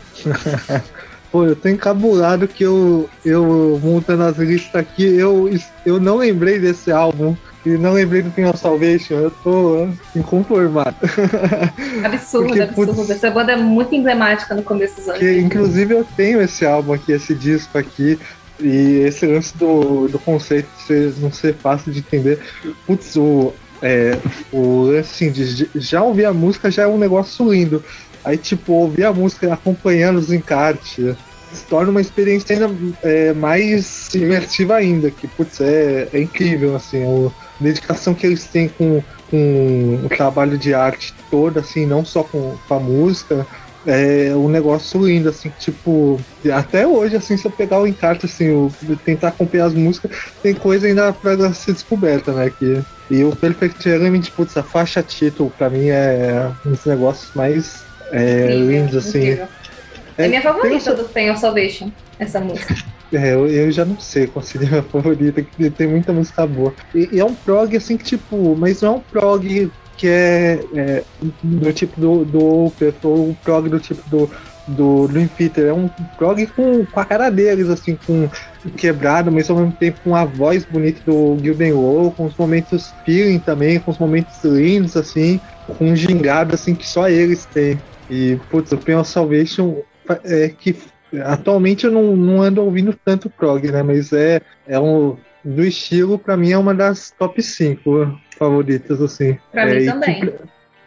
Pô, eu tô encabulado que eu, eu montando as listas aqui, eu, eu não lembrei desse álbum e não lembrei do Pain of Salvation, eu tô inconformado. Absurdo, Porque, absurdo. putz, essa banda é muito emblemática no começo dos anos. Que, inclusive eu tenho esse álbum aqui, esse disco aqui, e esse lance do, do conceito de ser, não ser fácil de entender. Putz, o, é, o lance assim, de já ouvir a música já é um negócio lindo. Aí, tipo, ouvir a música acompanhando os encartes se torna uma experiência ainda é, mais imersiva ainda, que, putz, é, é incrível, assim, a dedicação que eles têm com, com o trabalho de arte todo, assim, não só com, com a música, é um negócio lindo, assim, tipo, até hoje, assim, se eu pegar o encarte, assim, eu tentar acompanhar as músicas, tem coisa ainda pra ser descoberta, né, que... E o Perfect Element, putz, a faixa título, pra mim, é um dos negócios mais... É, incrível, lindos, assim. Incrível. É, é minha favorita do Pain of Salvation, essa música. É, eu, eu já não sei qual seria a minha favorita, que tem muita música boa. E, e é um prog, assim, que tipo, mas não é um prog que é, é do tipo do, do Opeth, ou um prog do tipo do, do Dream Theater. É um prog com, com a cara deles, assim, com quebrado, mas ao mesmo tempo com a voz bonita do Gildenlow, com os momentos feeling também, com os momentos lindos, assim, com um gingado, assim, que só eles têm. E, putz, o Pain of Salvation é que atualmente eu não, não ando ouvindo tanto prog, né? Mas é, é um, do estilo, pra mim, é uma das top cinco favoritas, assim. Pra é, mim e também. Que,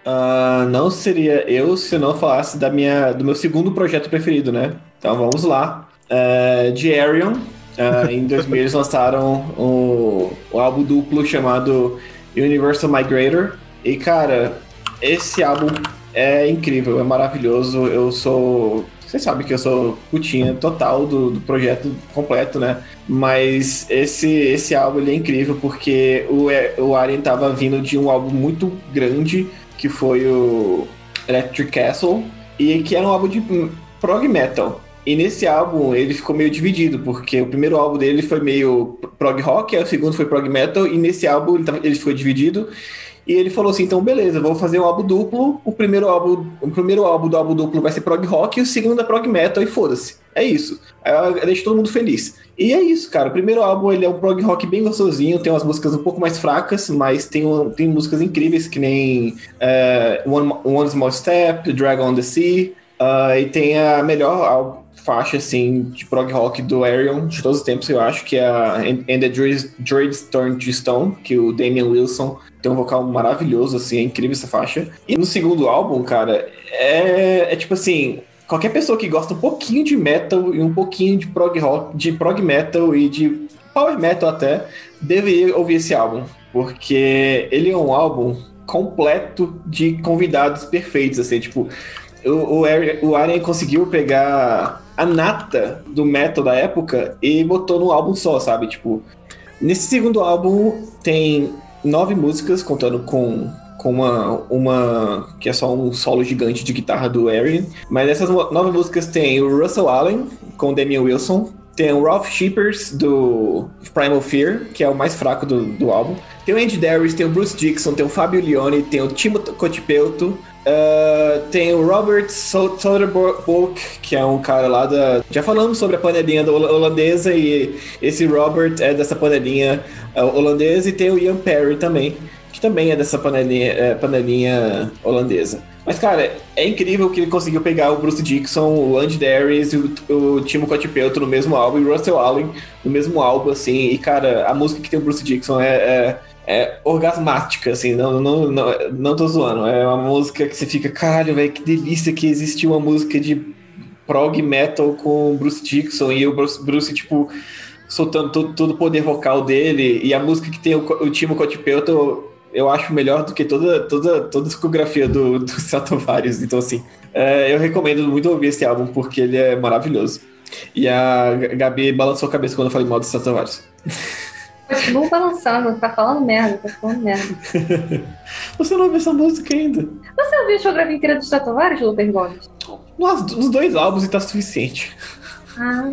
Uh, não seria eu se eu não falasse da minha, do meu segundo projeto preferido, né? Então vamos lá. Uh, de Ayreon, uh, em dois mil eles lançaram o, o álbum duplo chamado Universal Migrator. E cara, esse álbum é incrível, é maravilhoso. Eu sou... Vocês sabem que eu sou putinha total do, do projeto completo, né? Mas esse, esse álbum ele é incrível porque o, o Ayreon tava vindo de um álbum muito grande, que foi o Electric Castle, e que era um álbum de prog metal. E nesse álbum ele ficou meio dividido, porque o primeiro álbum dele foi meio prog rock, aí o segundo foi prog metal, e nesse álbum ele, tava, ele ficou dividido. E ele falou assim, então beleza, vou fazer um álbum duplo, o primeiro álbum, o primeiro álbum do álbum duplo vai ser prog rock, e o segundo é prog metal, e foda-se. É isso. Aí eu deixo todo mundo feliz. E é isso, cara. O primeiro álbum ele é um prog rock bem gostosinho, tem umas músicas um pouco mais fracas, mas tem, um, tem músicas incríveis, que nem uh, One, One Small Step, Dragon on the Sea, uh, e tem a melhor faixa, assim, de prog rock do Ayreon de todos os tempos, eu acho, que é a And, And the Druids, Druids Turn to Stone, que o Damian Wilson tem um vocal maravilhoso, assim, é incrível essa faixa. E no segundo álbum, cara, é, é tipo assim... Qualquer pessoa que gosta um pouquinho de metal e um pouquinho de prog rock, de prog metal e de power metal até, deveria ouvir esse álbum, porque ele é um álbum completo de convidados perfeitos, assim, tipo, o, o, o Ayreon conseguiu pegar a nata do metal da época e botou num álbum só, sabe, tipo, nesse segundo álbum tem nove músicas, contando com com uma, uma que é só um solo gigante de guitarra do Ayreon. Mas essas nove músicas tem o Russell Allen, com o Damian Wilson, tem o Ralph Shippers, do Primal Fear, que é o mais fraco do, do álbum, tem o Andy Darius, tem o Bruce Dickinson, tem o Fabio Lione, tem o Timo Cotipelto, uh, tem o Robert Soderborg, que é um cara lá da... Já falamos sobre a panelinha holandesa, e esse Robert é dessa panelinha uh, holandesa, e tem o Ian Perry também, que também é dessa panelinha, é, panelinha holandesa. Mas, cara, é incrível que ele conseguiu pegar o Bruce Dickinson, o Andy Darius e o, o Timo Cotipelto no mesmo álbum, e o Russell Allen no mesmo álbum, assim. E, cara, a música que tem o Bruce Dickinson é, é, é orgasmática, assim, não, não, não, não tô zoando. É uma música que você fica, caralho, velho, que delícia que existiu uma música de prog metal com o Bruce Dickinson, e o Bruce, Bruce tipo... soltando todo, todo o poder vocal dele, e a música que tem o, o Timo Cotipelto, eu acho melhor do que toda, toda, toda a discografia do, do Stratovarius. Então, assim, é, eu recomendo muito ouvir esse álbum, porque ele é maravilhoso. E a Gabi balançou a cabeça quando eu falei mal do Stratovarius. Continua balançando, tá falando merda, tá falando merda. Você não ouviu essa música ainda? Você ouviu a discografia inteira do Stratovarius, Lucas Gomes? Nos, nos dois álbuns e tá suficiente. Ah,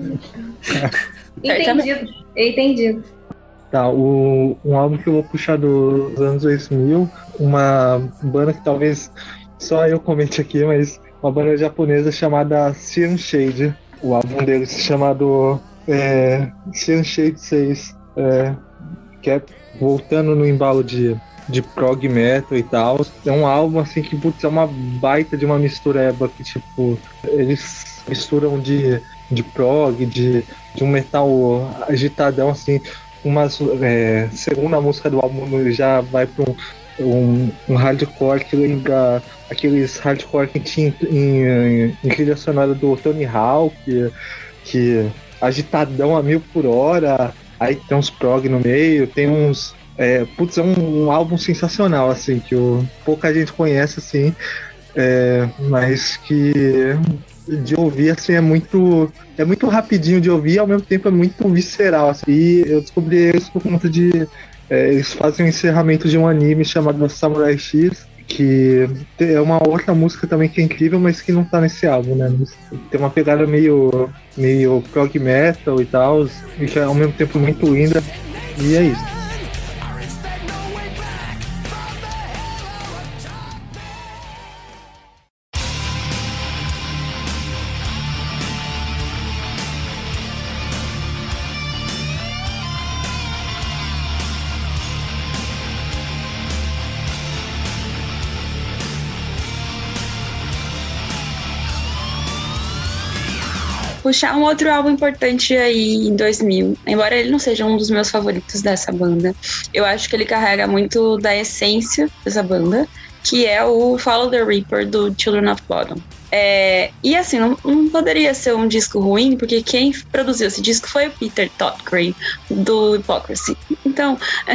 entendido, entendido. Tá, o, um álbum que eu vou puxar dos anos dois mil, uma banda que talvez só eu comente aqui, mas uma banda japonesa chamada Sian Shade. O álbum deles chamado é, Sian Shade seis, é, que é voltando no embalo de, de prog metal e tal. É um álbum assim que, putz, é uma baita de uma mistureba, que tipo, eles misturam de, de prog, de, de um metal agitadão assim. Uma é, segunda música do álbum já vai para um, um, um hardcore que lembra aqueles hardcore que tinha em, em, em trilha sonora do Tony Hawk, que, que agitadão a mil por hora, aí tem uns prog no meio, tem uns... É, putz, é um, um álbum sensacional, assim, que o, pouca gente conhece, assim, é, mas que... de ouvir, assim, é muito é muito rapidinho de ouvir, ao mesmo tempo é muito visceral, assim. E eu descobri isso por conta de é, eles fazem o um encerramento de um anime chamado Samurai X, que é uma outra música também que é incrível, mas que não tá nesse álbum, né? Tem uma pegada meio meio prog metal e tal, e que é ao mesmo tempo muito linda, e é isso. Puxar um outro álbum importante aí em dois mil, embora ele não seja um dos meus favoritos dessa banda, eu acho que ele carrega muito da essência dessa banda, que é o Follow the Reaper do Children of Bodom. É, e assim, não, não poderia ser um disco ruim, porque quem produziu esse disco foi o Peter Todd Gray, do Hypocrisy. Então,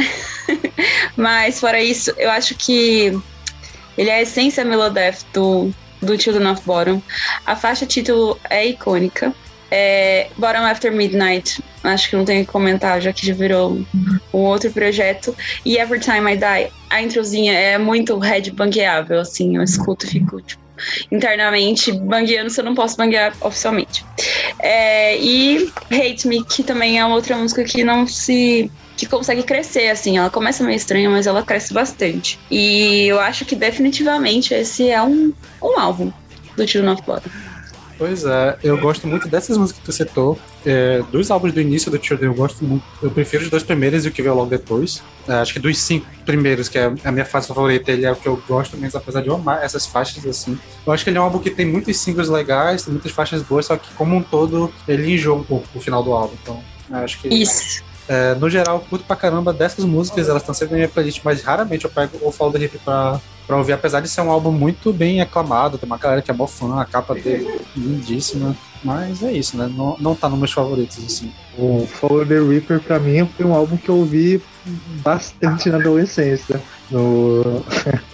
mas fora isso, eu acho que ele é a essência melodeath do, do Children of Bodom. A faixa título é icônica. É, Bottom After Midnight, acho que não tem o que comentar, já que já virou um outro projeto. E Every Time I Die, a introzinha é muito headbangueável, assim, eu escuto e fico, tipo, internamente bangueando se eu não posso banguear oficialmente. É, e Hate Me, que também é uma outra música que não se... que consegue crescer, assim, ela começa meio estranha, mas ela cresce bastante. E eu acho que definitivamente esse é um, um álbum do Children of Bodom. Pois é, eu gosto muito dessas músicas que tu citou. É, dos álbuns do início do Children eu gosto muito. Eu prefiro os dois primeiros e o que veio logo depois. É, acho que dos cinco primeiros, que é a minha faixa favorita, ele é o que eu gosto menos, apesar de eu amar essas faixas, assim. Eu acho que ele é um álbum que tem muitos singles legais, tem muitas faixas boas, só que como um todo, ele enjoa um pouco o final do álbum. Então, acho que... Isso. É, no geral, eu curto pra caramba dessas músicas, elas estão sempre na minha playlist, mas raramente eu pego o Follow the Reaper pra, pra ouvir, apesar de ser um álbum muito bem aclamado, tem uma galera que é mó fã, a capa dele é lindíssima, mas é isso, né? Não, não tá nos meus favoritos, assim. O Follow the Reaper, pra mim, foi um álbum que eu ouvi bastante na adolescência. No...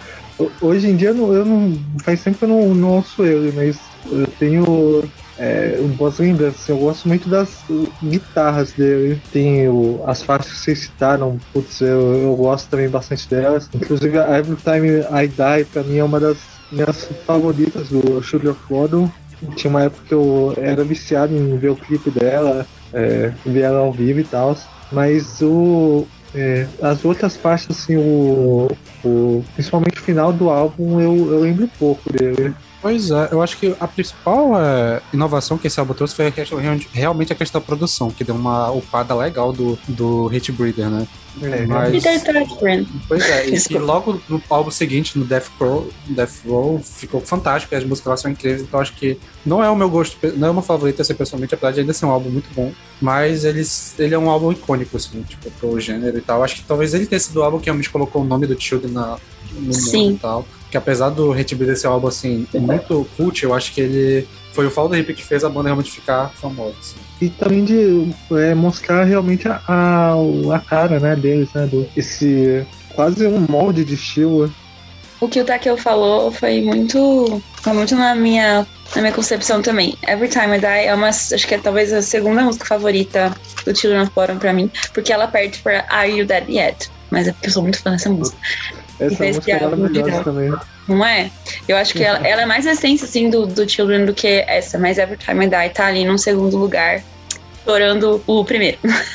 Hoje em dia, eu não, eu não, faz tempo que eu não, não ouço ele, mas eu tenho... É, boas lembranças, eu gosto muito das guitarras dele. Tem o, as faixas que vocês citaram, putz, eu, eu gosto também bastante delas. Inclusive a Every Time I Die, pra mim, é uma das minhas favoritas do Children of Bodom. Tinha uma época que eu era viciado em ver o clipe dela, é, ver ela ao vivo e tal. Mas o, é, as outras faixas, assim, o, o, principalmente o final do álbum, eu, eu lembro pouco dele. Pois é, eu acho que a principal é, inovação que esse álbum trouxe foi a questão, realmente a questão da produção, que deu uma upada legal do, do Hatebreeder, né? É, Mas, Peter pois é, e, e logo no álbum seguinte, no Death Row, Death Row, ficou fantástico, as músicas lá são incríveis, então acho que não é o meu gosto, não é o meu favorito, assim, pessoalmente, apesar de ainda ser um álbum muito bom, mas eles, ele é um álbum icônico, assim, tipo, pro gênero e tal. Acho que talvez ele tenha sido o álbum que realmente colocou o nome do Children na, no Sim. mundo e tal. Que apesar do Hatebreeder ser um álbum, assim, muito cult, eu acho que ele foi o Follow the Reaper que fez a banda realmente ficar famosa, assim. E também de é, mostrar realmente a, a, a cara, né, deles, né, do, esse quase um molde de estilo. O que o Takeo falou foi muito, foi muito na minha, na minha concepção também. Every Time I Die é uma, acho que é talvez a segunda música favorita do Children of Bodom pra mim, porque ela perde pra Are You Dead Yet? Mas é porque eu sou muito fã dessa música. Essa música é maravilhosa também. Não é? Eu acho que ela, ela é mais a essência, assim, do, do Children do que essa, mas Every Time I Die tá ali num segundo lugar, chorando o primeiro.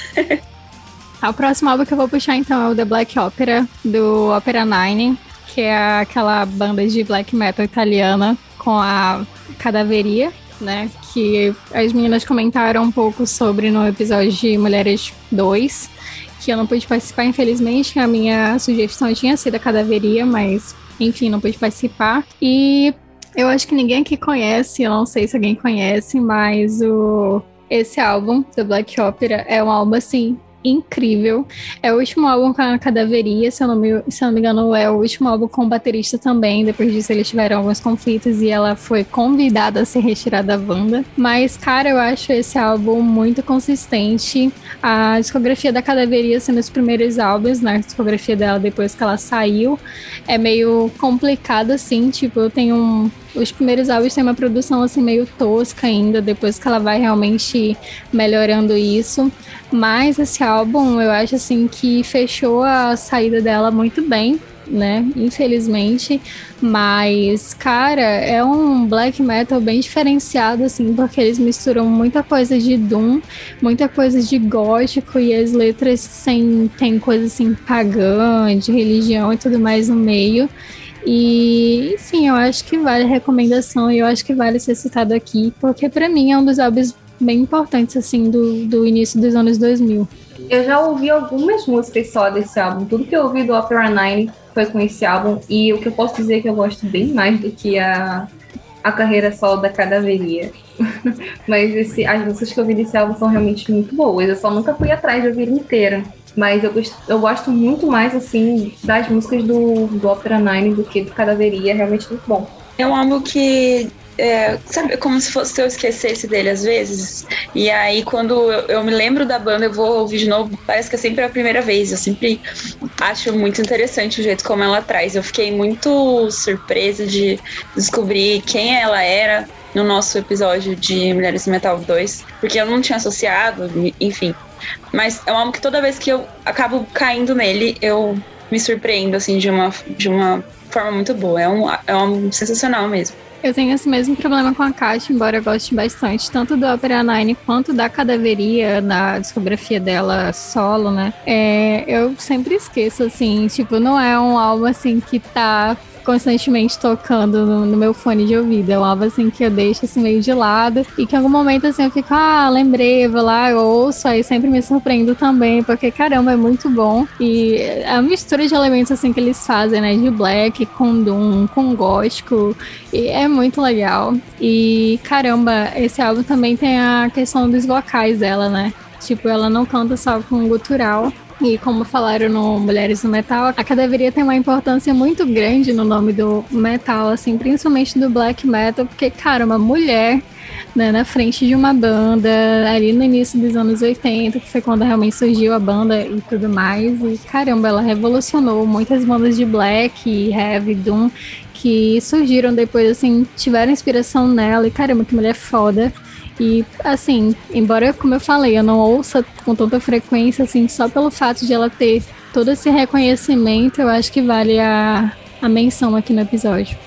O próximo álbum que eu vou puxar, então, é o The Black Opera, do Opera Nine, que é aquela banda de black metal italiana com a Cadaveria, né? Que as meninas comentaram um pouco sobre no episódio de Mulheres dois, que eu não pude participar, infelizmente. A minha sugestão tinha sido a Cadaveria, mas, enfim, não pude participar. E eu acho que ninguém aqui conhece, eu não sei se alguém conhece, mas o... esse álbum, The Black Opera, é um álbum, assim, incrível. É o último álbum com a Cadaveria, se eu, não me, se eu não me engano, é o último álbum com o baterista também. Depois disso eles tiveram alguns conflitos e ela foi convidada a ser retirada da banda. Mas, cara, eu acho esse álbum muito consistente. A discografia da Cadaveria sendo os primeiros álbuns, na discografia dela depois que ela saiu, é meio complicado, assim, tipo, eu tenho um... Os primeiros álbuns têm uma produção assim meio tosca ainda, depois que ela vai realmente melhorando isso. Mas esse álbum, eu acho assim que fechou a saída dela muito bem, né? Infelizmente. Mas, cara, é um black metal bem diferenciado, assim, porque eles misturam muita coisa de doom, muita coisa de gótico, e as letras sem, tem coisa assim pagã, de religião e tudo mais no meio. E, enfim, eu acho que vale a recomendação e eu acho que vale ser citado aqui, porque pra mim é um dos álbuns bem importantes, assim, do, do início dos anos dois mil. Eu já ouvi algumas músicas só desse álbum. Tudo que eu ouvi do Opera Nine foi com esse álbum, e o que eu posso dizer é que eu gosto bem mais do que a, a carreira solo da Cadaveria. Mas esse, as músicas que eu ouvi desse álbum são realmente muito boas. Eu só nunca fui atrás de ouvir inteira. Mas eu gosto, eu gosto muito mais, assim, das músicas do, do Opera Nine do que do Cadaveria. É realmente muito bom. É um álbum que... É, sabe, como se fosse se eu esquecesse dele às vezes. E aí, quando eu, eu me lembro da banda, eu vou ouvir de novo. Parece que é sempre a primeira vez. Eu sempre acho muito interessante o jeito como ela traz. Eu fiquei muito surpresa de descobrir quem ela era no nosso episódio de Mulheres do Metal dois, porque eu não tinha associado, enfim. Mas é um álbum que toda vez que eu acabo caindo nele, eu me surpreendo assim, de uma, de uma forma muito boa. É um, é um álbum sensacional mesmo. Eu tenho esse mesmo problema com a Kátia, embora eu goste bastante tanto do Opera Nine quanto da Cadaveria, na discografia dela solo, né? É, eu sempre esqueço, assim, tipo, não é um álbum, assim, que tá constantemente tocando no, no meu fone de ouvido. É um álbum, assim, que eu deixo, assim, meio de lado e que em algum momento, assim, eu fico, ah, lembrei, vou lá, eu ouço, aí sempre me surpreendo também, porque, caramba, é muito bom. E a mistura de elementos, assim, que eles fazem, né, de black, com doom, com gótico, e é muito legal. E, caramba, esse álbum também tem a questão dos vocais dela, né? Tipo, ela não canta só com gutural. E como falaram no Mulheres do Metal, a Cadaveria tem uma importância muito grande no nome do metal, assim, principalmente do black metal, porque, cara, uma mulher, né, na frente de uma banda, ali no início dos anos oitenta, que foi quando realmente surgiu a banda e tudo mais, e caramba, ela revolucionou muitas bandas de black, heavy, doom, que surgiram depois, assim, tiveram inspiração nela, e caramba, que mulher foda. E, assim, embora, como eu falei, eu não ouça com tanta frequência, assim, só pelo fato de ela ter todo esse reconhecimento, eu acho que vale a, a menção aqui no episódio.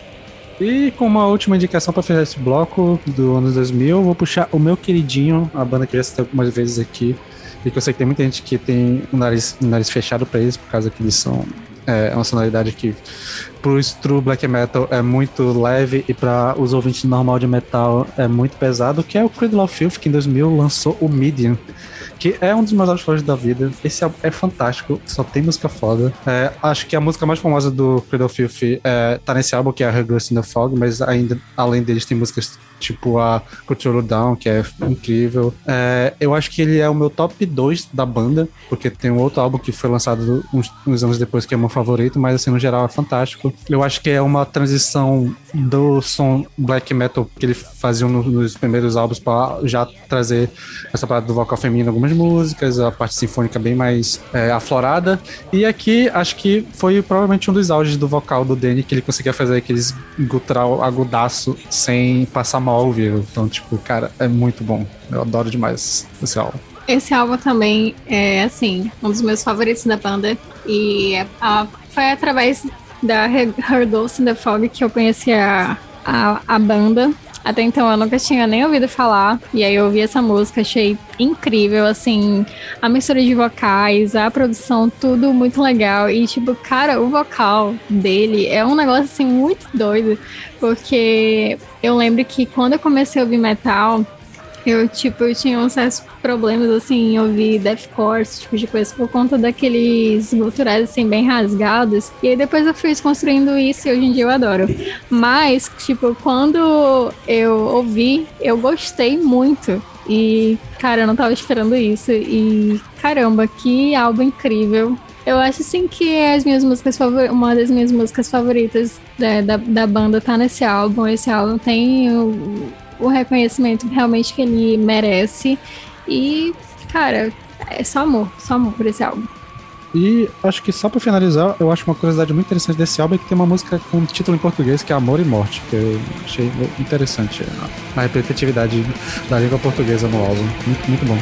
E com uma última indicação para fechar esse bloco do anos dois mil, eu vou puxar o meu queridinho, a banda que eu já citei algumas vezes aqui, e que eu sei que tem muita gente que tem o nariz, o nariz fechado para eles, por causa que eles são... É uma sonoridade que pro true black metal é muito leve e para os ouvintes normal de metal é muito pesado, que é o Cradle of Filth, que em dois mil lançou o Medium, que é um dos meus álbuns favoritos da vida. Esse álbum é fantástico, só tem música foda. É, acho que a música mais famosa do Cradle of Filth é, tá nesse álbum, que é a Her Ghost in the Fog, mas ainda, além deles, tem músicas tipo a Control Down, que é incrível. É, eu acho que ele é o meu top dois da banda, porque tem um outro álbum que foi lançado uns, uns anos depois, que é meu favorito, mas assim, no geral é fantástico. Eu acho que é uma transição do som black metal que eles faziam no, nos primeiros álbuns para já trazer essa parada do vocal feminino em algumas músicas, a parte sinfônica bem mais é, aflorada. E aqui, acho que foi provavelmente um dos auges do vocal do Danny, que ele conseguia fazer aqueles gutural agudaço sem passar mal ao vivo. Então, tipo, cara, é muito bom. Eu adoro demais esse álbum. Esse álbum também é, assim, um dos meus favoritos da banda. E a, foi através da Her Ghost in the Fog que eu conheci a, a, a banda. Até então eu nunca tinha nem ouvido falar. E aí eu ouvi essa música, achei incrível, assim, a mistura de vocais, a produção, tudo muito legal. E tipo, cara, o vocal dele é um negócio assim muito doido. Porque eu lembro que quando eu comecei a ouvir metal, eu, tipo, eu tinha uns certos problemas, assim, em ouvir deathcore, esse tipo de coisa, por conta daqueles guturais, assim, bem rasgados. E aí depois eu fui desconstruindo isso e hoje em dia eu adoro. Mas, tipo, quando eu ouvi, eu gostei muito. E, cara, eu não tava esperando isso. E, caramba, que álbum incrível. Eu acho, assim, que as minhas músicas favor... uma das minhas músicas favoritas da, da, da banda tá nesse álbum. Esse álbum tem o, o reconhecimento realmente que ele merece. E, cara, é só amor, só amor por esse álbum. E acho que só pra finalizar, eu acho uma curiosidade muito interessante desse álbum é que tem uma música com título em português, que é Amor e Morte, que eu achei interessante a repetitividade da língua portuguesa no álbum. Muito, muito bom.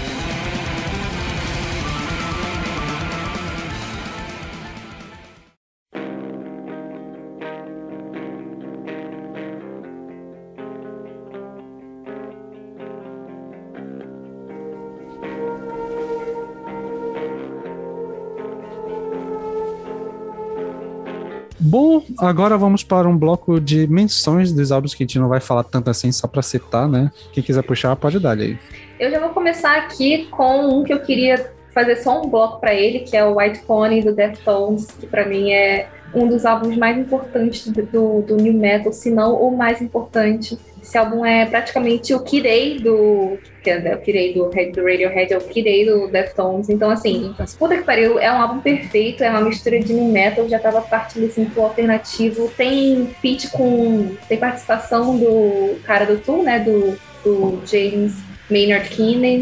Bom, agora vamos para um bloco de menções dos álbuns que a gente não vai falar tanto assim, só pra citar, né? Quem quiser puxar, pode dar aí. Eu já vou começar aqui com um que eu queria fazer só um bloco pra ele, que é o White Pony do Deftones, que pra mim é um dos álbuns mais importantes do, do, do New Metal, se não o mais importante. Esse álbum é praticamente o Kid A do... Que é o Kid A do, do Radiohead, é o Kid A do Deftones. Então, assim, puta que pariu, é um álbum perfeito, é uma mistura de New Metal, já tava partindo assim pro alternativo. Tem feat com... Tem participação do cara do Tool, né? Do, do James Maynard Keenan.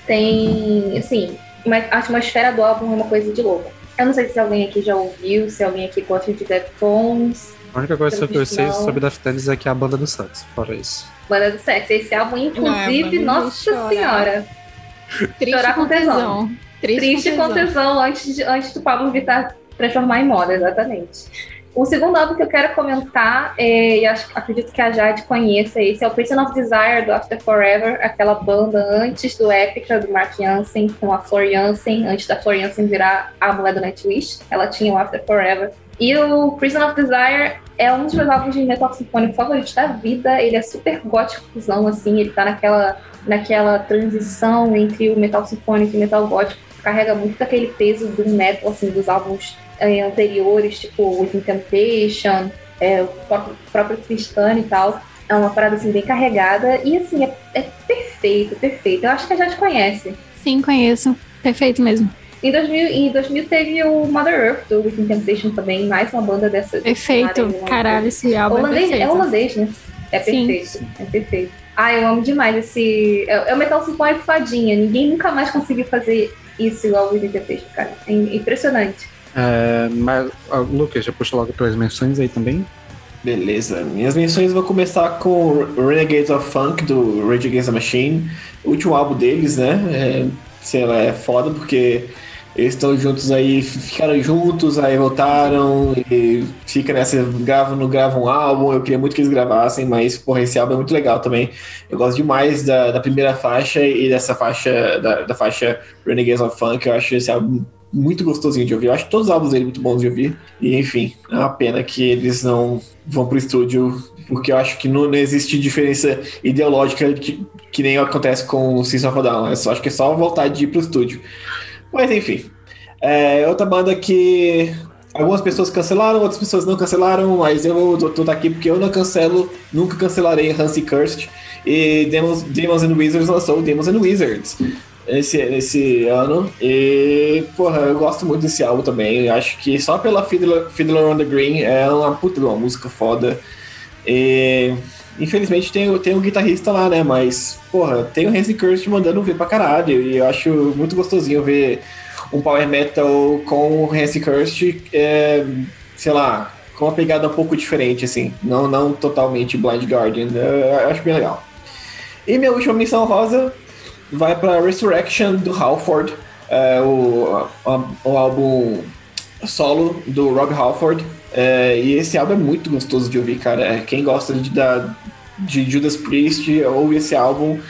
Tem, assim, a atmosfera do álbum é uma coisa de louco. Eu não sei se alguém aqui já ouviu, se alguém aqui gosta de Deftones. A única coisa que eu sei sobre Deftones é que é a banda do sexo, fora isso. Banda do sexo. Esse álbum, inclusive, Não, nossa senhora. Triste Chorar com tesão. Triste, Triste com tesão antes, de, antes do Pablo Vittar transformar em moda, exatamente. O segundo álbum que eu quero comentar, é, e acho, acredito que a Jade conheça esse, é o Prison of Desire, do After Forever, aquela banda antes do Epica, do Mark Jansen, com a Flor Jansen, antes da Flor Jansen virar a mulher do Nightwish, ela tinha o After Forever. E o Prison of Desire é um dos meus álbuns de metal sinfônico favoritos da vida, ele é super gótico-fusão, assim, ele tá naquela, naquela transição entre o metal sinfônico e o metal gótico, carrega muito daquele peso do metal, assim, dos álbuns é, anteriores, tipo Within Temptation, é, o próprio, próprio Tristana e tal. É uma parada assim bem carregada e assim, é, é perfeito, perfeito. Eu acho que a gente conhece. Sim, conheço. Perfeito mesmo. Em dois mil, em dois mil teve o Mother Earth do Within Temptation também, mais uma banda dessa. Perfeito, caralho, esse álbum holandês, é perfeito. É holandês, né? É perfeito, Sim. é perfeito. Ah, eu amo demais esse... É, é o metal sinfônico fadinha, ninguém nunca mais conseguiu fazer isso igual o Within Temptation, cara. É impressionante. É, mas, uh, Lucas, já puxa logo pelas menções aí também? Beleza, minhas menções vão começar com Renegades of Funk, do Rage Against the Machine, o último álbum deles, né? É, sei lá, é foda porque eles estão juntos aí, ficaram juntos, aí voltaram e fica nessa, gravam, gravam um álbum. Eu queria muito que eles gravassem, mas porra, esse álbum é muito legal também. Eu gosto demais da, da primeira faixa e dessa faixa, da, da faixa Renegades of Funk. Eu acho esse álbum muito gostosinho de ouvir. Eu acho todos os álbuns dele muito bons de ouvir. E enfim, é uma pena que eles não vão pro estúdio, porque eu acho que não, não existe diferença ideológica que, que nem acontece com o System of a Down. Eu só acho que é só vontade de ir pro estúdio. Mas enfim, é outra banda que algumas pessoas cancelaram, outras pessoas não cancelaram, mas eu tô aqui porque eu não cancelo, nunca cancelarei Hansi Cursed. E Demons, Demons and Wizards lançou Demons and Wizards esse, esse ano. E, porra, eu gosto muito desse álbum também. Eu acho que só pela Fiddler, Fiddler on the Green é uma puta de uma música foda. E infelizmente tem, tem um guitarrista lá, né? Mas, porra, tem o Hansi Cursed mandando ver pra caralho. E eu acho muito gostosinho ver um power metal com o Hansi Cursed, é, sei lá, com uma pegada um pouco diferente, assim. Não, não totalmente Blind Guardian. Eu acho bem legal. E minha última menção rosa vai pra Resurrection, do Halford. É, o, o, o álbum solo do Rob Halford. É, e esse álbum é muito gostoso de ouvir, cara. Quem gosta de, da, de Judas Priest, ouve esse álbum.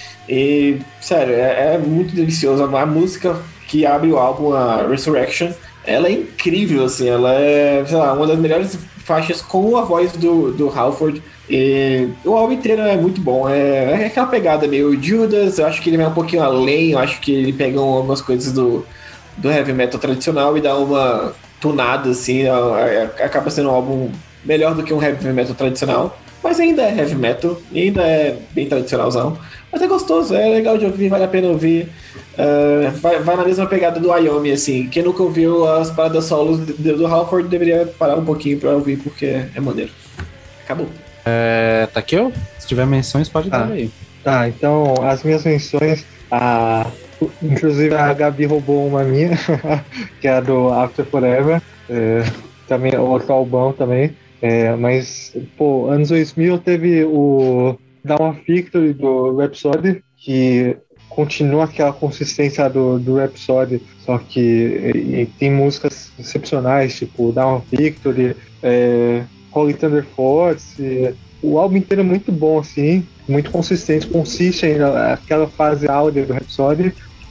E, sério, é, é muito delicioso. A música que abre o álbum, a Resurrection, ela é incrível, assim. Ela é, sei lá, uma das melhores faixas com a voz do, do Halford. E o álbum inteiro é muito bom. É, é aquela pegada meio Judas. Eu acho que ele vai um pouquinho além. Eu acho que ele pega algumas coisas do, do heavy metal tradicional e dá uma tunada, assim. Acaba sendo um álbum melhor do que um heavy metal tradicional, mas ainda é heavy metal e ainda é bem tradicionalzão. Mas é gostoso, é legal de ouvir, vale a pena ouvir. Uh, vai, vai na mesma pegada do Iommi, assim. Quem nunca ouviu as paradas solos do, do Halford deveria parar um pouquinho pra ouvir, porque é maneiro. Acabou. É, tá aqui, ó. Se tiver menções, pode dar ah, aí. Tá, então as minhas menções, a, inclusive a Gabi roubou uma minha, que é a do After Forever. É, também outro album também. É, mas, pô, anos dois mil teve o Down of Victory do Rhapsody, que continua aquela consistência do, do Rhapsody, só que e, e tem músicas excepcionais, tipo Down of Victory, é, Holy Thunder Force. O álbum inteiro é muito bom, assim, muito consistente, consiste ainda aquela fase áurea do Rhapsody.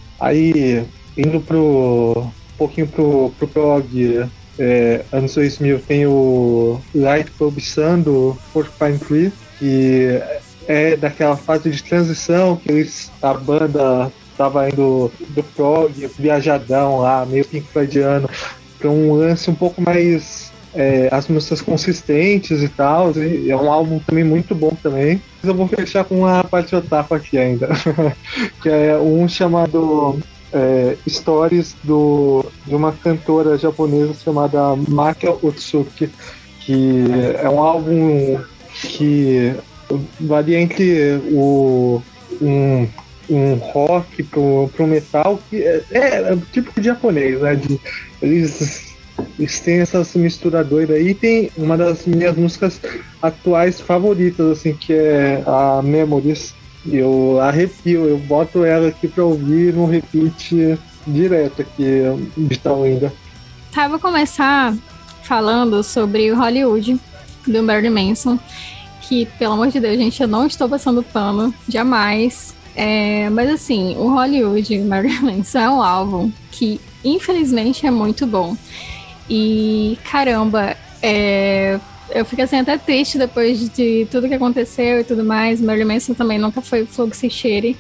Aí, indo pro um pouquinho pro, pro prog, é, anos dois mil, tem o Light Prohibition do Porcupine Tree, que é daquela fase de transição que eles, a banda tava indo do prog, viajadão lá, meio Pink Floydiano, para um lance um pouco mais é, as músicas consistentes e tal. E é um álbum também muito bom também. Mas eu vou fechar com uma parte otaku aqui ainda. Que é um chamado é, Stories do, de uma cantora japonesa chamada Maki Otsuki. Que é um álbum que varia entre o, um, um rock pro, pro metal, que é, é, é típico de japonês, né? De, eles, eles têm essas misturadoras aí. E tem uma das minhas músicas atuais favoritas, assim, que é a Memories. Eu arrepio, eu boto ela aqui pra ouvir no repeat direto aqui de tal ainda. Tá, eu vou começar falando sobre o Hollywood do Marilyn Manson, que, pelo amor de Deus, gente, eu não estou passando pano, jamais. É, mas assim, o Hollywood do Marilyn Manson é um álbum que, infelizmente, é muito bom. E, caramba, é, eu fico assim até triste depois de tudo que aconteceu e tudo mais. Marilyn Manson também nunca foi fluxo e cheire.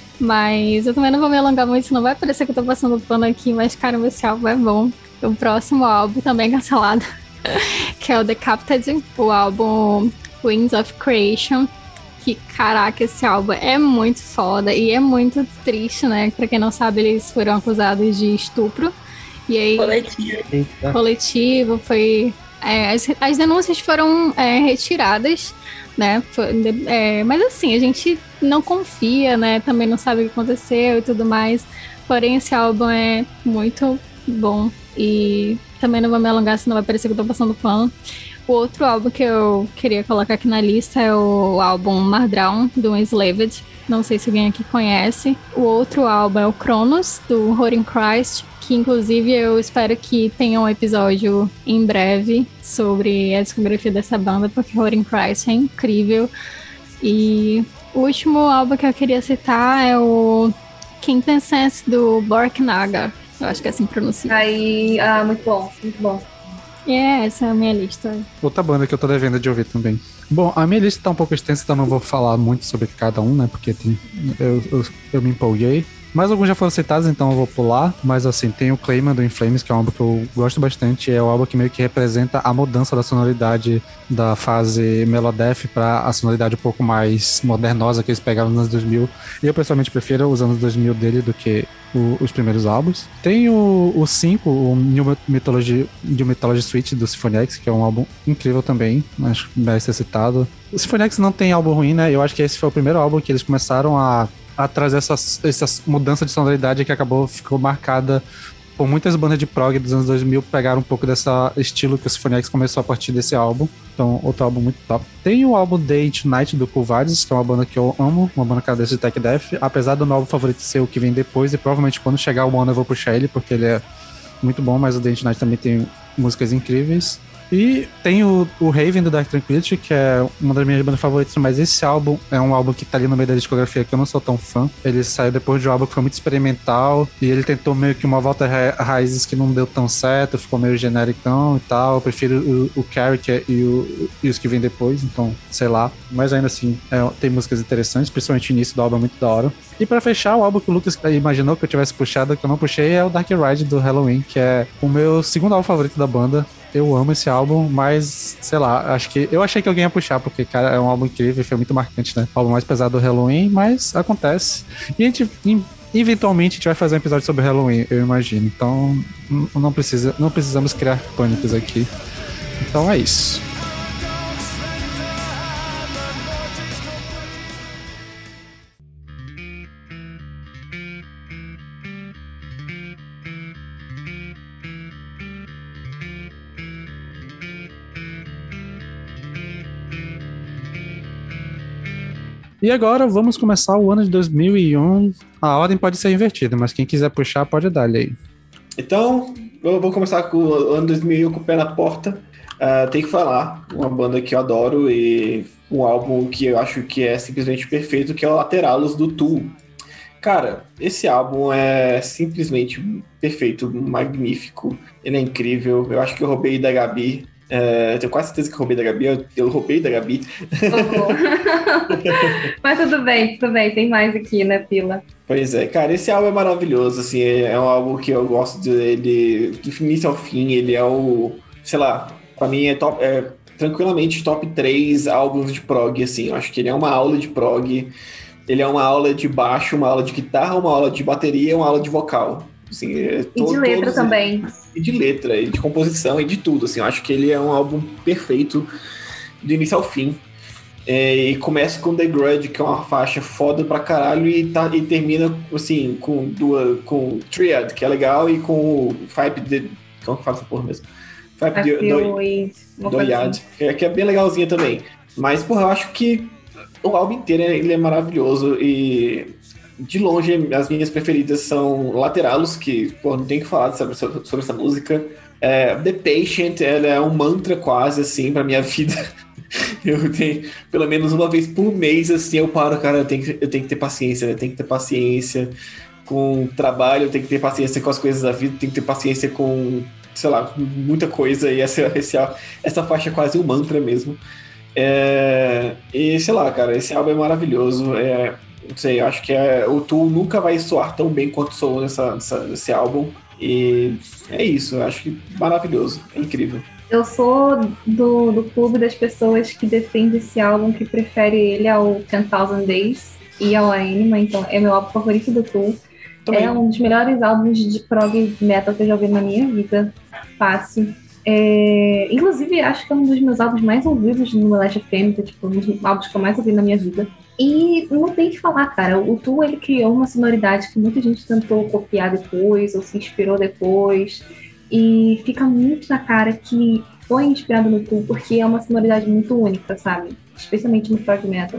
Mas eu também não vou me alongar muito, não vai parecer que eu tô passando pano aqui, mas caramba, esse álbum é bom. O próximo álbum também cancelado, que é o Decapitated, o álbum Wings of Creation. Que, caraca, esse álbum é muito foda e é muito triste, né? Pra quem não sabe, eles foram acusados de estupro. E aí, Coletivo. coletivo, foi... É, as, as denúncias foram é, retiradas, né? Foi, é, mas assim, a gente não confia, né? Também não sabe o que aconteceu e tudo mais. Porém, esse álbum é muito bom. E também não vou me alongar, senão vai parecer que eu tô passando pano. O outro álbum que eu queria colocar aqui na lista é o álbum Mardown, do Enslaved. Não sei se alguém aqui conhece. O outro álbum é o Cronos, do Roaring Christ, que inclusive eu espero que tenha um episódio em breve sobre a discografia dessa banda, porque Roaring Christ é incrível. E o último álbum que eu queria citar é o Quintessence, do Borknaga. Eu acho que é assim que pronuncia. Aí, ah, muito bom, muito bom. E é essa é a minha lista. Outra banda que eu tô devendo de ouvir também. Bom, a minha lista tá um pouco extensa, então não vou falar muito sobre cada um, né? Porque tem, eu, eu, eu me empolguei. Mas alguns já foram citados, então eu vou pular. Mas assim, tem o Clayman do In Flames, que é um álbum que eu gosto bastante. É o álbum que meio que representa a mudança da sonoridade da fase Melodeath pra a sonoridade um pouco mais modernosa que eles pegaram nos anos dois mil. E eu pessoalmente prefiro os anos dois mil dele do que o, os primeiros álbuns. Tem o cinco, o New Mythology, New Mythology Suite do Symphony X, que é um álbum incrível também. Acho que merece ser citado. O Symphony X não tem álbum ruim, né? Eu acho que esse foi o primeiro álbum que eles começaram a a trazer essa, essa mudança de sonoridade que acabou, ficou marcada por muitas bandas de prog dos anos dois mil, pegaram um pouco desse estilo que o Symphony X começou a partir desse álbum. Então, outro álbum muito top. Tem o álbum Day Tonight do Cool Vibes, que é uma banda que eu amo, uma banda canadense de tech death, apesar do meu álbum favorito ser o que vem depois, e provavelmente quando chegar o ano eu vou puxar ele, porque ele é muito bom, mas o Day Tonight também tem músicas incríveis. E tem o, o Raven do Dark Tranquillity, que é uma das minhas bandas favoritas, mas esse álbum é um álbum que tá ali no meio da discografia que eu não sou tão fã. Ele saiu depois de um álbum que foi muito experimental, e ele tentou meio que uma volta a raízes que não deu tão certo, ficou meio genericão e tal. Eu prefiro o, o Character e, o, e os que vêm depois, então, sei lá. Mas ainda assim, é, tem músicas interessantes, principalmente o início do álbum é muito da hora. E pra fechar, o álbum que o Lucas imaginou que eu tivesse puxado, que eu não puxei, é o Dark Ride do Halloween, que é o meu segundo álbum favorito da banda. Eu amo esse álbum, mas, sei lá, acho que... Eu achei que alguém ia puxar, porque, cara, é um álbum incrível, foi muito marcante, né? O álbum mais pesado do Halloween, mas acontece. E a gente, eventualmente, a gente vai fazer um episódio sobre Halloween, eu imagino. Então, não, precisa, não precisamos criar pânicos aqui. Então é isso. E agora vamos começar o ano de dois mil e um. A ordem pode ser invertida, mas quem quiser puxar pode dar aí. Então, eu vou começar com o ano dois mil e um com o pé na porta. Uh, tem que falar, uma banda que eu adoro e um álbum que eu acho que é simplesmente perfeito, que é o Lateralos do Tool. Cara, esse álbum é simplesmente perfeito, magnífico, ele é incrível. Eu acho que eu roubei da Gabi. É, tenho quase certeza que eu roubei da Gabi, eu, eu roubei da Gabi. Mas tudo bem, tudo bem, tem mais aqui na fila. Pois é, cara, esse álbum é maravilhoso, assim, é um álbum que eu gosto dele do início ao fim, ele é o, sei lá, Pra mim é, top, é tranquilamente top três álbuns de prog, assim. Eu acho que ele é uma aula de prog, ele é uma aula de baixo, uma aula de guitarra, uma aula de bateria, uma aula de vocal. Assim, é E to- de letra todos- também. E de letra, e de composição, e de tudo, assim. Eu acho que ele é um álbum perfeito do início ao fim. É, e começa com The Grudge, que é uma faixa foda pra caralho, e, tá, e termina, assim, com duas, com Triad, que é legal, e com o Five de... Como que fala essa porra mesmo? Five I de, feel do, it, uma do coisa Yad, assim. que, é, que é bem legalzinha também. Mas, porra, eu acho que o álbum inteiro ele é maravilhoso, e de longe as minhas preferidas são Lateralos, que, pô, não tem o que falar sobre, essa- sobre essa música. É, The Patient, ela é um mantra quase, assim, pra minha vida. Eu tenho, pelo menos uma vez por mês, assim, eu paro, cara, eu tenho, que- eu tenho que ter paciência, né? Eu tenho que ter paciência com o trabalho, eu tenho que ter paciência com as coisas da vida, eu tenho que ter paciência com, sei lá, muita coisa, e essa, esse, essa faixa é quase um mantra mesmo. É, e, sei lá, cara, esse álbum é maravilhoso, é, não sei, eu acho que é, o Tool nunca vai soar tão bem quanto soou nessa, nessa, nesse álbum, e é isso, eu acho que maravilhoso, é incrível. Eu sou do, do clube das pessoas que defende esse álbum, que prefere ele ao ten thousand Days e ao Anima, então é meu álbum favorito do Tool. Também. É um dos melhores álbuns de prog metal que eu já ouvi na minha vida, fácil. É, inclusive, acho que é um dos meus álbuns mais ouvidos no Last F M, tipo, um dos álbuns que eu mais ouvi na minha vida. E não tem o que falar, cara. O Tool, ele criou uma sonoridade que muita gente tentou copiar depois, ou se inspirou depois. E fica muito na cara que foi inspirado no Tool, porque é uma sonoridade muito única, sabe? Especialmente no prog metal.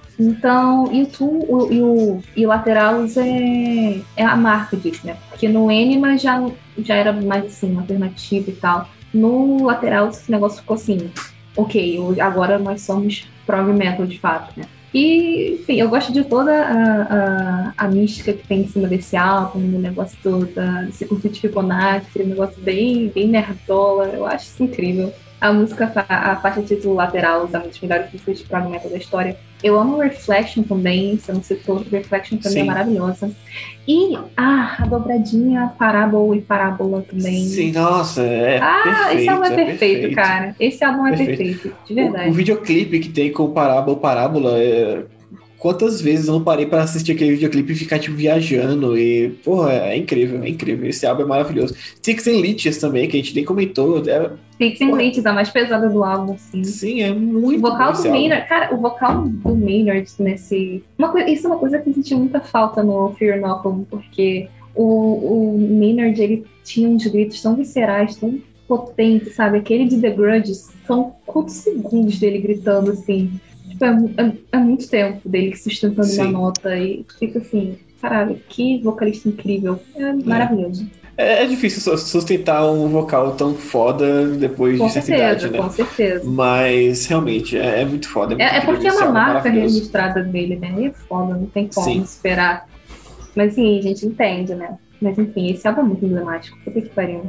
Então, e o Tool o, e o e o Lateralos é, é a marca disso, né? Porque no Anima já, já era mais assim, alternativo e tal. No Lateralos esse negócio ficou assim, ok, agora nós somos prog metal de fato, né? E, enfim, eu gosto de toda a, a, a mística que tem em cima desse álbum, o negócio do, da circunstância de Fibonacci, um negócio bem, bem nerdola, eu acho isso incrível. A música, a, a faixa título lateral, é uma das melhores músicas de prog metal da história. Eu amo Reflection também, se eu não sei se for, Reflection também Sim. é maravilhosa. E ah, a dobradinha Parábola e Parábola também. Sim, nossa, é ah, perfeito. esse álbum é, é perfeito, cara. Esse álbum é Perfeito. perfeito, de verdade. O, o videoclipe que tem com o Parábola, Parábola é... Quantas vezes eu não parei pra assistir aquele videoclipe e ficar, tipo, viajando e... Porra, é incrível, é incrível. Esse álbum é maravilhoso. Six and Leeches também, que a gente nem comentou. É... Six and Leeches, a mais pesada do álbum, sim. Sim, é muito O vocal bom esse do álbum. Maynard, cara, o vocal do Maynard nesse... Uma coisa, isso é uma coisa que eu senti muita falta no Fear Inoculum, porque o, o Maynard, ele tinha uns gritos tão viscerais, tão potentes, sabe? Aquele de The Grudge, são quantos segundos dele gritando, assim... Tipo, é, é, é muito tempo dele sustentando Sim. uma nota e fica assim... Caralho, que vocalista incrível. É maravilhoso. É, é difícil su- sustentar um vocal tão foda depois Com de certa certeza, idade, né? com certeza. Mas, realmente, é, é muito foda. É, muito É, é incrível, porque é esse uma álbum marca maravilhoso. registrada dele, né? E é foda, não tem como Sim. esperar. Mas sim, a gente entende, né? Mas enfim, esse álbum é muito emblemático. Puta que pariu.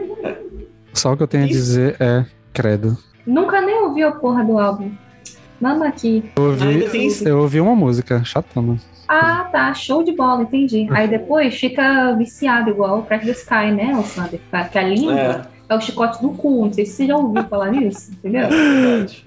Só o que eu tenho a dizer é credo. Nunca nem ouvi a porra do álbum. Mama aqui. Eu ouvi, Ainda tem isso. eu ouvi uma música, chatona. Ah, tá. Show de bola, entendi. Aí depois fica viciado, igual o Crack the Sky, né, o Sander? Que a língua é. é o chicote do cu. Não sei se você já ouviu falar nisso, entendeu? É verdade.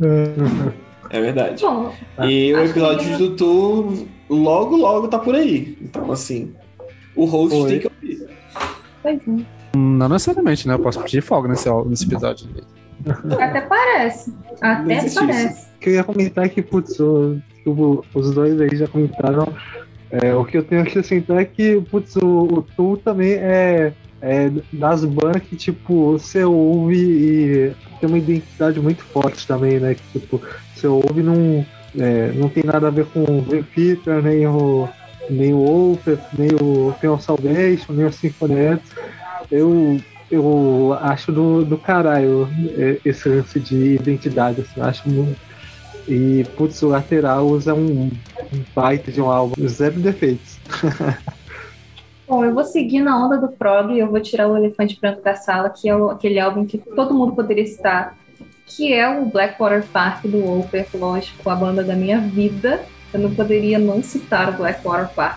É verdade. Bom, E o acho episódio que- do Tu logo, logo tá por aí. Então, assim, o host Oi. tem que ouvir. pois é. Não necessariamente, né? Eu posso pedir folga nesse, nesse episódio. Até parece. Até Não existe parece. O que eu ia comentar é que, putz, o- o- os dois aí já comentaram. É, o que eu tenho que acrescentar é que, putz, o, o Tu também é, é das bandas que, tipo, você ouve e tem uma identidade muito forte também, né? Que, tipo, você ouve e não, é, não tem nada a ver com o Dream Theater, nem o, nem o Opeth, nem o Final Salvation, nem o Symphony X. Eu, eu acho do, do caralho é, esse lance de identidade, assim, eu acho muito. E, putz, o Lateral usa um, um baita de um álbum, zero defeitos. Bom, eu vou seguir na onda do prog e eu vou tirar o Elefante Branco da sala, que é o- aquele álbum que todo mundo poderia citar, que é o Blackwater Park do Opeth, lógico, a banda da minha vida. Eu não poderia não citar o Blackwater Park.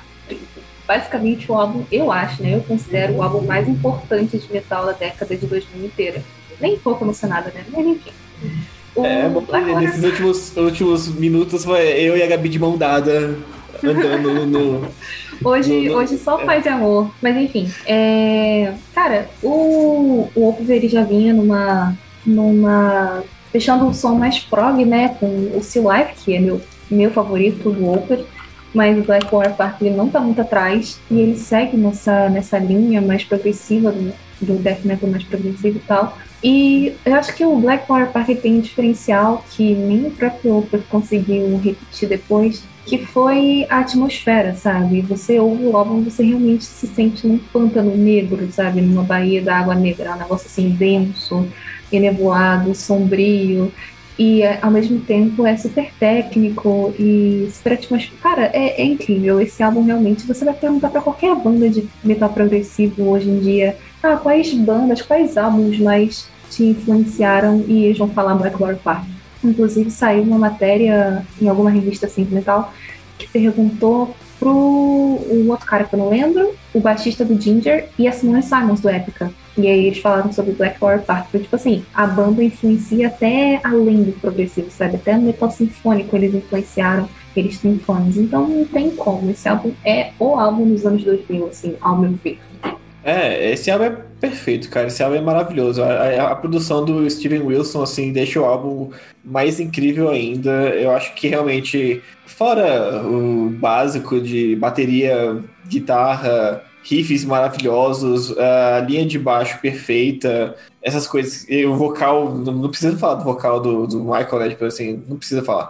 Basicamente o álbum, eu acho, né? Eu considero o álbum mais importante de metal da década de dois mil inteira. nem pouco emocionada, né? Mas enfim. O É, bom, nesses últimos, últimos minutos foi eu e a Gabi de mão dada andando no. Hoje, no, no hoje só é. paz e amor. Mas enfim, é... cara, o, o Opus ele já vinha numa. numa. deixando o som mais prog, né? Com o Sea Life, que é meu, meu favorito do Opus. Mas o Blackwater Park ele não tá muito atrás. E ele segue nessa, nessa linha mais progressiva do, do death metal mais progressivo e tal. E eu acho que o Blackwater Park tem um diferencial que nem o próprio Opeth conseguiu repetir depois, que foi a atmosfera, sabe? Você ouve o álbum, você realmente se sente num pântano negro, sabe? Numa baía da água negra, um negócio assim denso, enevoado, sombrio. E ao mesmo tempo é super técnico e super atmosférico. Cara, é, é incrível. Esse álbum realmente, você vai perguntar pra qualquer banda de metal progressivo hoje em dia, ah, quais bandas, quais álbuns mais te influenciaram, e eles vão falar Blackwater Park. Inclusive saiu uma matéria em alguma revista assim de metal que perguntou pro o outro cara que eu não lembro, o baixista do Ginger e a Simone Simons do Epica. E aí eles falaram sobre Blackwater Park. Então, tipo assim, a banda influencia até além do progressivo, sabe? Até no metal sinfônico eles influenciaram, eles têm fãs. Então não tem como. Esse álbum é o álbum dos anos dois mil, assim, ao meu ver. É, esse álbum é perfeito, cara. Esse álbum é maravilhoso. A, a, a produção do Steven Wilson, assim, deixa o álbum mais incrível ainda. Eu acho que realmente, fora o básico de bateria, guitarra, riffs maravilhosos, a linha de baixo perfeita, essas coisas. E o vocal, não, não precisa falar do vocal do, do Michael, né? Tipo assim, não precisa falar.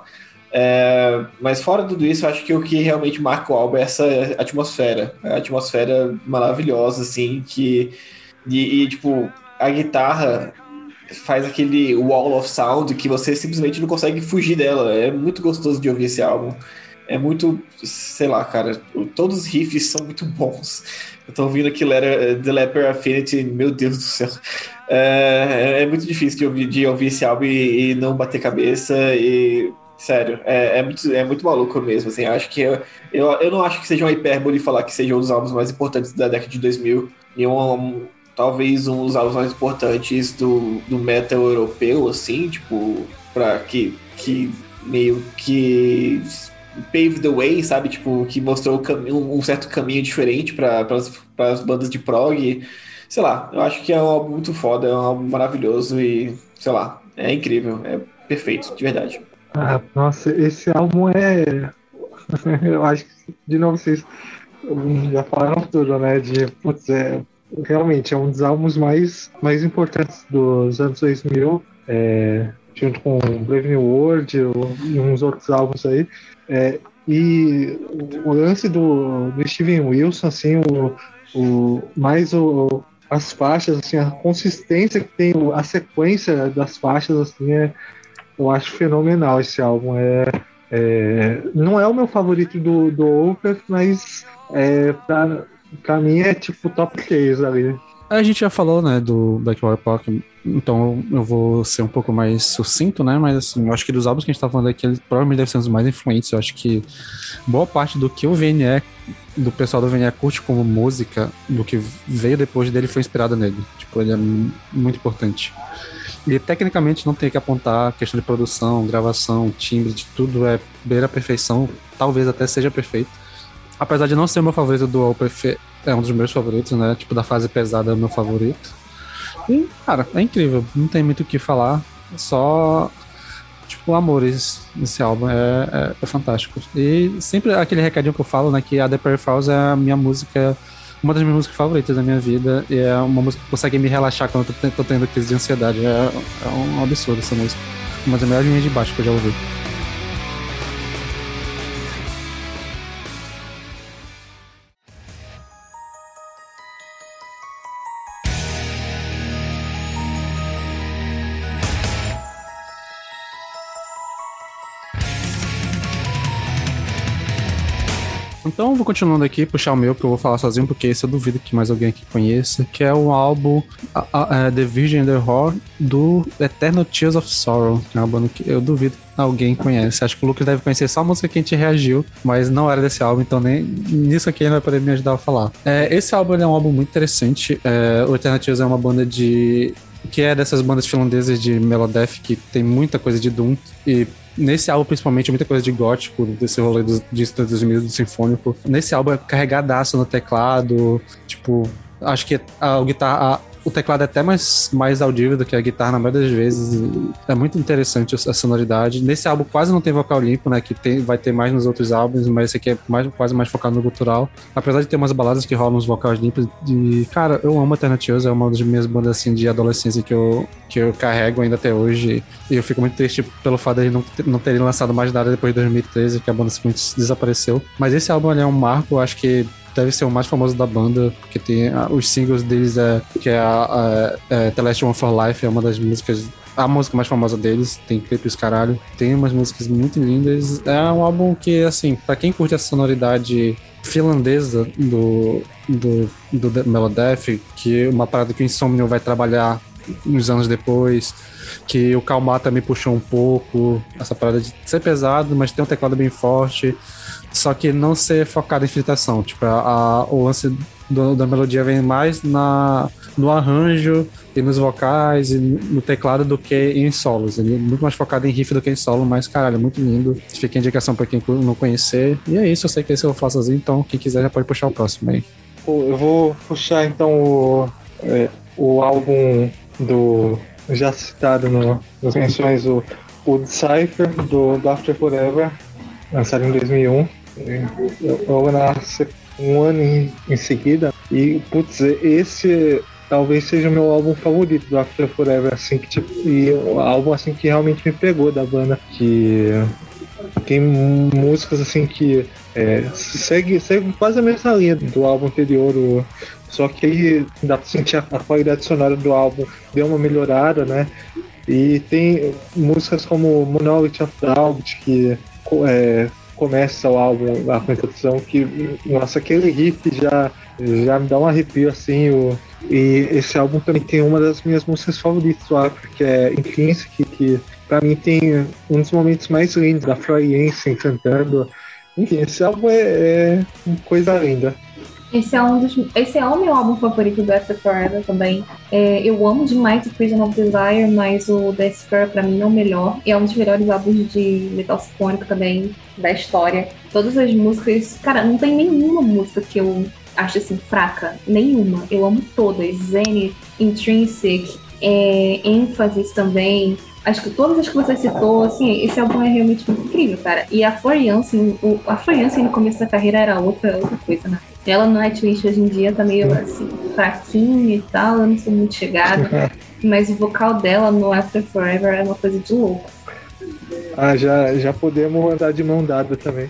É, mas fora tudo isso, eu acho que o que realmente marca o álbum é essa atmosfera. A atmosfera maravilhosa, assim, que... E, e, tipo, a guitarra faz aquele wall of sound que você simplesmente não consegue fugir dela. É muito gostoso de ouvir esse álbum. É muito... Sei lá, cara. Todos os riffs são muito bons. Eu tô ouvindo aqui The Leper Affinity, meu Deus do céu. É, é muito difícil de ouvir, de ouvir esse álbum e, e não bater cabeça e... Sério, é, é, muito, é muito maluco mesmo, assim, acho que eu, eu, eu não acho que seja uma hipérbole falar que seja um dos álbuns mais importantes da década de dois mil e um, um, talvez um dos álbuns mais importantes do, do metal europeu, assim, tipo, pra que, que meio que pave the way, sabe, tipo, que mostrou um, um certo caminho diferente para as bandas de prog, sei lá, eu acho que é um álbum muito foda, é um álbum maravilhoso e, sei lá, é incrível, é perfeito, de verdade. Ah, nossa, esse álbum é. Eu acho que, de novo, vocês já falaram tudo, né? De, putz, é, realmente é um dos álbuns mais, mais importantes dos anos dois mil, é, junto com Brave New World e uns outros álbuns aí. É, e o lance do, do Steven Wilson, assim, o, o, mais o, as faixas, assim, a consistência que tem, a sequência das faixas, assim, é. Eu acho fenomenal esse álbum. É, é, não é o meu favorito do, do Opeth, mas é, pra, pra mim é tipo top três ali. A gente já falou, né, do Blackwater Park, então eu vou ser um pouco mais sucinto, né, mas assim, eu acho que dos álbuns que a gente tá falando aqui, ele provavelmente deve ser um dos mais influentes. Eu acho que boa parte do que o V N E, do pessoal do V N E curte como música, do que veio depois dele foi inspirado nele. Tipo, ele é muito importante. E tecnicamente não tem que apontar a questão de produção, gravação, timbre, de tudo é beira a perfeição, talvez até seja perfeito. Apesar de não ser o meu favorito do Opeth, é um dos meus favoritos, né? Tipo, da fase pesada é o meu favorito. E, cara, é incrível, não tem muito o que falar, só, tipo, amores nesse álbum, é, é, é fantástico. E sempre aquele recadinho que eu falo, né, que a The Peripherals é a minha música, uma das minhas músicas favoritas da minha vida, e é uma música que consegue me relaxar quando eu tô, tô tendo crise de ansiedade. É, é um absurdo essa música. Uma das melhores linhas de baixo que eu já ouvi. Então vou continuando aqui, puxar o meu, que eu vou falar sozinho, porque esse eu duvido que mais alguém aqui conheça, que é o álbum a, a, a The Virgin and the Whore, do Eternal Tears of Sorrow, que é uma banda que eu duvido que alguém conhece. Acho que o Lucas deve conhecer só a música que a gente reagiu, mas não era desse álbum, então nem nisso aqui ele vai poder me ajudar a falar. É, esse álbum é um álbum muito interessante. É, o Eternal Tears é uma banda de que é dessas bandas finlandesas de Melodeath, que tem muita coisa de Doom, e nesse álbum, principalmente, muita coisa de gótico, desse rolê dos dois mil do sinfônico. Nesse álbum é carregadaço no teclado, tipo, acho que a, a guitarra... A, o teclado é até mais, mais audível do que a guitarra na maioria das vezes. É muito interessante a sonoridade. Nesse álbum quase não tem vocal limpo, né? Que tem, vai ter mais nos outros álbuns, mas esse aqui é mais, quase mais focado no gutural. Apesar de ter umas baladas que rolam uns vocais limpos. E, cara, eu amo Alternatives, é uma das minhas bandas assim, de adolescência que eu, que eu carrego ainda até hoje. E eu fico muito triste pelo fato de não, ter, não terem lançado mais nada depois de dois mil e treze, que a banda simplesmente desapareceu. Mas esse álbum ali é um marco, eu acho que deve ser o mais famoso da banda, porque tem a, os singles deles, é, que é a, a, a The Last One for Life, é uma das músicas, a música mais famosa deles, tem clipe os caralho, tem umas músicas muito lindas. É um álbum que, assim, pra quem curte a sonoridade finlandesa do, do, do Melodeath, que é uma parada que o Insomnium vai trabalhar uns anos depois, que o Kalmar também puxou um pouco, essa parada de ser pesado, mas ter um teclado bem forte, só que não ser focado em fritação. Tipo, a, a, o lance do, da melodia vem mais na, no arranjo e nos vocais e no teclado do que em solos. Ele é muito mais focado em riff do que em solo, mas, caralho, é muito lindo. Fica a indicação pra quem não conhecer. E é isso, eu sei que esse eu faço sozinho, então quem quiser já pode puxar o próximo aí. Eu vou puxar, então, o, é, o álbum do... já citado no, nas menções, o, o Decipher, do, do After Forever, lançado em dois mil e um. Eu nasci um ano em, em seguida. E, putz, esse talvez seja o meu álbum favorito do After Forever, assim, que, tipo, e o álbum assim, que realmente me pegou da banda. Que tem músicas assim que é, segue, segue quase a mesma linha do álbum anterior, o, só que aí dá pra sentir a, a qualidade sonora do álbum deu uma melhorada, né? E tem músicas como Monolith of Doubt, que é, começa o álbum, a introdução, que, nossa, aquele riff já, já me dá um arrepio, assim, o, e esse álbum também tem uma das minhas músicas favoritas do álbum, que é Intrinsic, que pra mim tem um dos momentos mais lindos, da Flora Jensen cantando. Enfim, esse álbum é, é uma coisa linda. Esse é, um dos, esse é o meu álbum favorito do After Forever também. É, eu amo demais o Prison of Desire, mas o Decipher pra mim é o melhor. E é um dos melhores álbuns de metal sinfônico também da história. Todas as músicas... Cara, não tem nenhuma música que eu acho assim fraca. Nenhuma. Eu amo todas. Zenith, Intrinsic, é, Emphasis também. Acho que todas as que você citou, assim, esse álbum é realmente muito incrível, cara. E a Flora Jensen, a Flora Jensen no começo da carreira era outra, outra coisa, né? Ela no Nightwish hoje em dia tá meio assim, fraquinha e tal, eu não sou muito chegada. Mas o vocal dela no After Forever é uma coisa de louco. Ah, já, já podemos andar de mão dada também.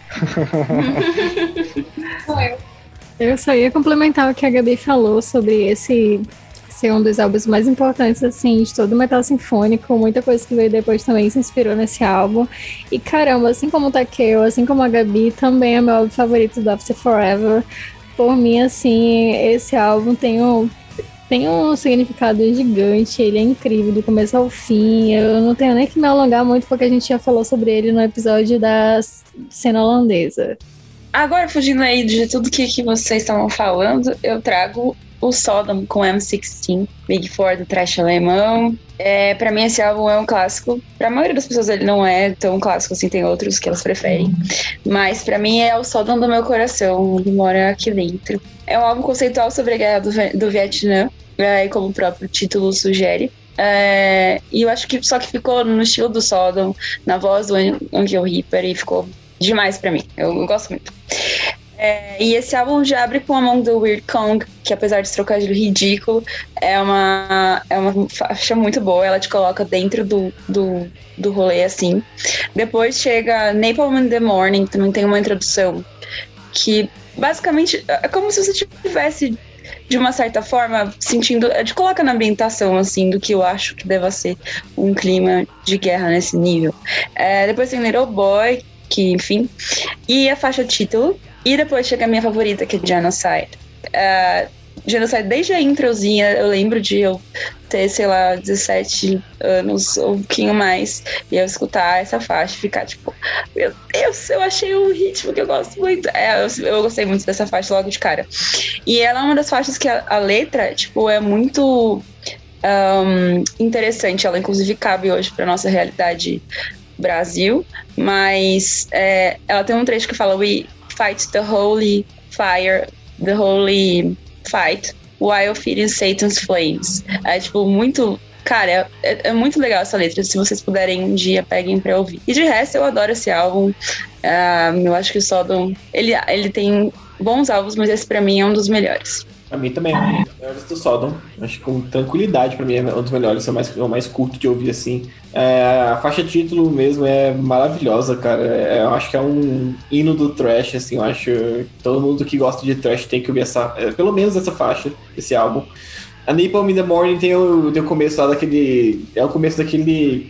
Eu só ia complementar o que a Gabi falou sobre esse ser um dos álbuns mais importantes, assim, de todo o metal sinfônico. Muita coisa que veio depois também se inspirou nesse álbum. E caramba, assim como o Takeo, assim como a Gabi, também é meu álbum favorito do After Forever. Por mim, assim, esse álbum tem um, tem um significado gigante, ele é incrível do começo ao fim. Eu não tenho nem que me alongar muito, porque a gente já falou sobre ele no episódio da cena holandesa. Agora, fugindo aí de tudo que, que vocês estavam falando, eu trago o Sodom com M dezesseis, Big Four do thrash alemão. É, pra mim esse álbum é um clássico. Pra maioria das pessoas ele não é tão clássico assim, tem outros que elas preferem. Mas pra mim é o Sodom do meu coração, ele mora aqui dentro. É um álbum conceitual sobre a guerra do, do Vietnã, é, como o próprio título sugere. É, e eu acho que só que ficou no estilo do Sodom, na voz do Angel Reaper, e ficou demais pra mim. Eu, eu gosto muito. É, e esse álbum já abre com Among the Weird Kong, que apesar de trocadilho ridículo, é uma, é uma faixa muito boa, ela te coloca dentro do, do, do rolê, assim. Depois chega Napalm in the Morning, também tem uma introdução que basicamente é como se você estivesse, de uma certa forma, sentindo, te coloca na ambientação, assim, do que eu acho que deva ser um clima de guerra nesse nível. É, depois tem Little Boy, que enfim, e a faixa título. E depois chega a minha favorita, que é Genocide. Uh, Genocide, desde a introzinha, eu lembro de eu ter, sei lá, dezessete anos ou um pouquinho mais, e eu escutar essa faixa e ficar tipo, meu Deus, eu achei um ritmo que eu gosto muito. É, eu, eu gostei muito dessa faixa logo de cara. E ela é uma das faixas que a, a letra, tipo, é muito... um, interessante. Ela, inclusive, cabe hoje para nossa realidade Brasil, mas é, ela tem um trecho que fala: We fight the holy fire, the holy fight, while feeding Satan's flames. É, tipo, muito... Cara, é, é muito legal essa letra. Se vocês puderem um dia, peguem pra ouvir. E de resto, eu adoro esse álbum. Uh, eu acho que o Sodom... Ele, ele tem bons álbuns, mas esse pra mim é um dos melhores. Pra mim também é um dos melhores do Sodom. Acho que com tranquilidade pra mim é um dos melhores. É o mais, é o mais curto de ouvir, assim. É, a faixa título mesmo é maravilhosa, cara. É, eu acho que é um hino do thrash, assim. Eu acho que todo mundo que gosta de thrash tem que ouvir essa... É, pelo menos essa faixa, esse álbum. A Napalm in the Morning tem o, tem o começo lá daquele... É o começo daquele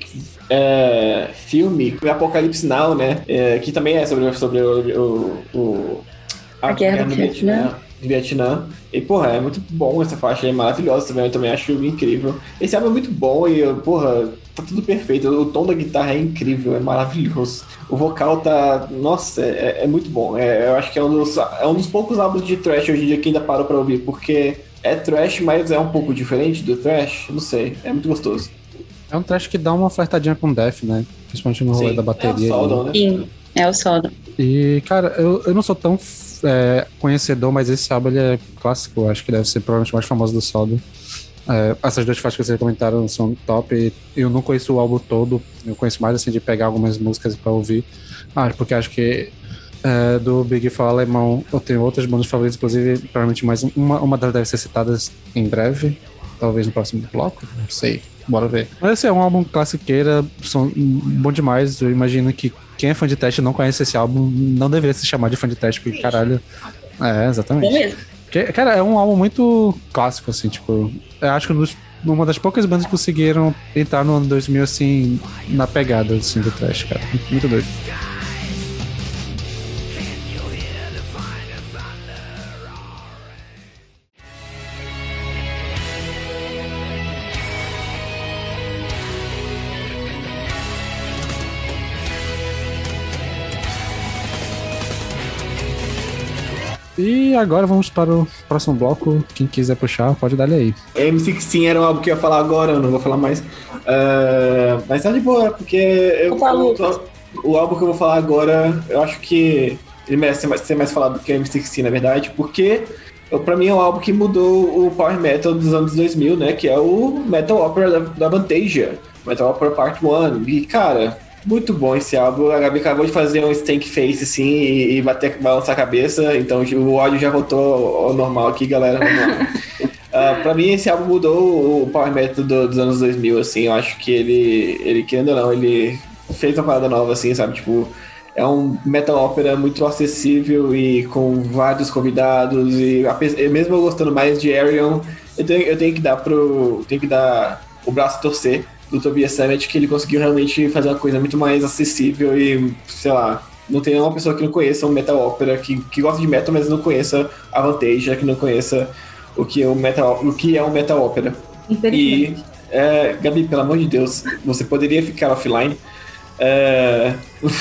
é, filme, Apocalipse Now, né? É, que também é sobre, sobre o... o, o a, a guerra do Vietnã. Vietnã. E, porra, é muito bom essa faixa, é maravilhosa também, eu também acho incrível. Esse álbum é muito bom e, porra, tá tudo perfeito. O tom da guitarra é incrível, é maravilhoso. O vocal tá... Nossa, é, é muito bom. É, eu acho que é um, dos, é um dos poucos álbuns de thrash hoje em dia que ainda parou pra ouvir, porque... É thrash, mas é um pouco diferente do thrash. Não sei, é muito gostoso. É um thrash que dá uma flertadinha com death, né? Principalmente no rolê Sim, da bateria. É o Sodom, né? Sim, é o Sodom. E, cara, eu, eu não sou tão é, conhecedor, mas esse álbum ele é clássico. Eu acho que deve ser provavelmente o mais famoso do Sodom. É, essas duas faixas que vocês comentaram são top. E eu não conheço o álbum todo. Eu conheço mais assim de pegar algumas músicas pra ouvir. Ah, porque acho que É, do Big Four alemão, eu tenho outras bandas favoritas, inclusive, provavelmente mais uma, uma delas deve ser citada em breve, talvez no próximo bloco, não sei, bora ver. Mas esse é um álbum classiqueira, são bom demais, eu imagino que quem é fã de teste e não conhece esse álbum, não deveria se chamar de fã de teste, porque caralho, é, exatamente. Bom mesmo. Porque, cara, é um álbum muito clássico, assim, tipo, eu acho que um dos, uma das poucas bandas que conseguiram entrar no ano dois mil, assim, na pegada, assim, do trash, cara, muito, muito doido. E agora vamos para o próximo bloco. Quem quiser puxar, pode dar ele aí. M dezesseis era algo que eu ia falar agora, eu não vou falar mais. Uh, mas tá de boa, porque eu, eu, o álbum que eu vou falar agora, eu acho que ele merece ser mais, ser mais falado do que o M dezesseis, na verdade, porque pra mim é um álbum que mudou o power metal dos anos dois mil, né? Que é o Metal Opera da, da Avantasia, Metal Opera Part um. E, cara, muito bom esse álbum. A Gabi acabou de fazer um stank face, assim, e, e bater, balançar a cabeça. Então o áudio já voltou ao, ao normal aqui, galera. Vamos lá. uh, pra mim, esse álbum mudou o power metal do, dos anos dois mil, assim. Eu acho que ele, ele querendo ou não, ele fez uma parada nova, assim, sabe? Tipo, é um metal opera muito acessível e com vários convidados. E mesmo eu gostando mais de Ayreon, eu tenho, eu tenho que dar pro... Tenho que dar o braço a torcer do Tobias Sammet, que ele conseguiu realmente fazer uma coisa muito mais acessível e, sei lá, não tem uma pessoa que não conheça um metal opera, que, que gosta de metal, mas não conheça a Avantasia, que não conheça o que é o metal, o que é um metal opera. E, é, Gabi, pelo amor de Deus, você poderia ficar offline. É...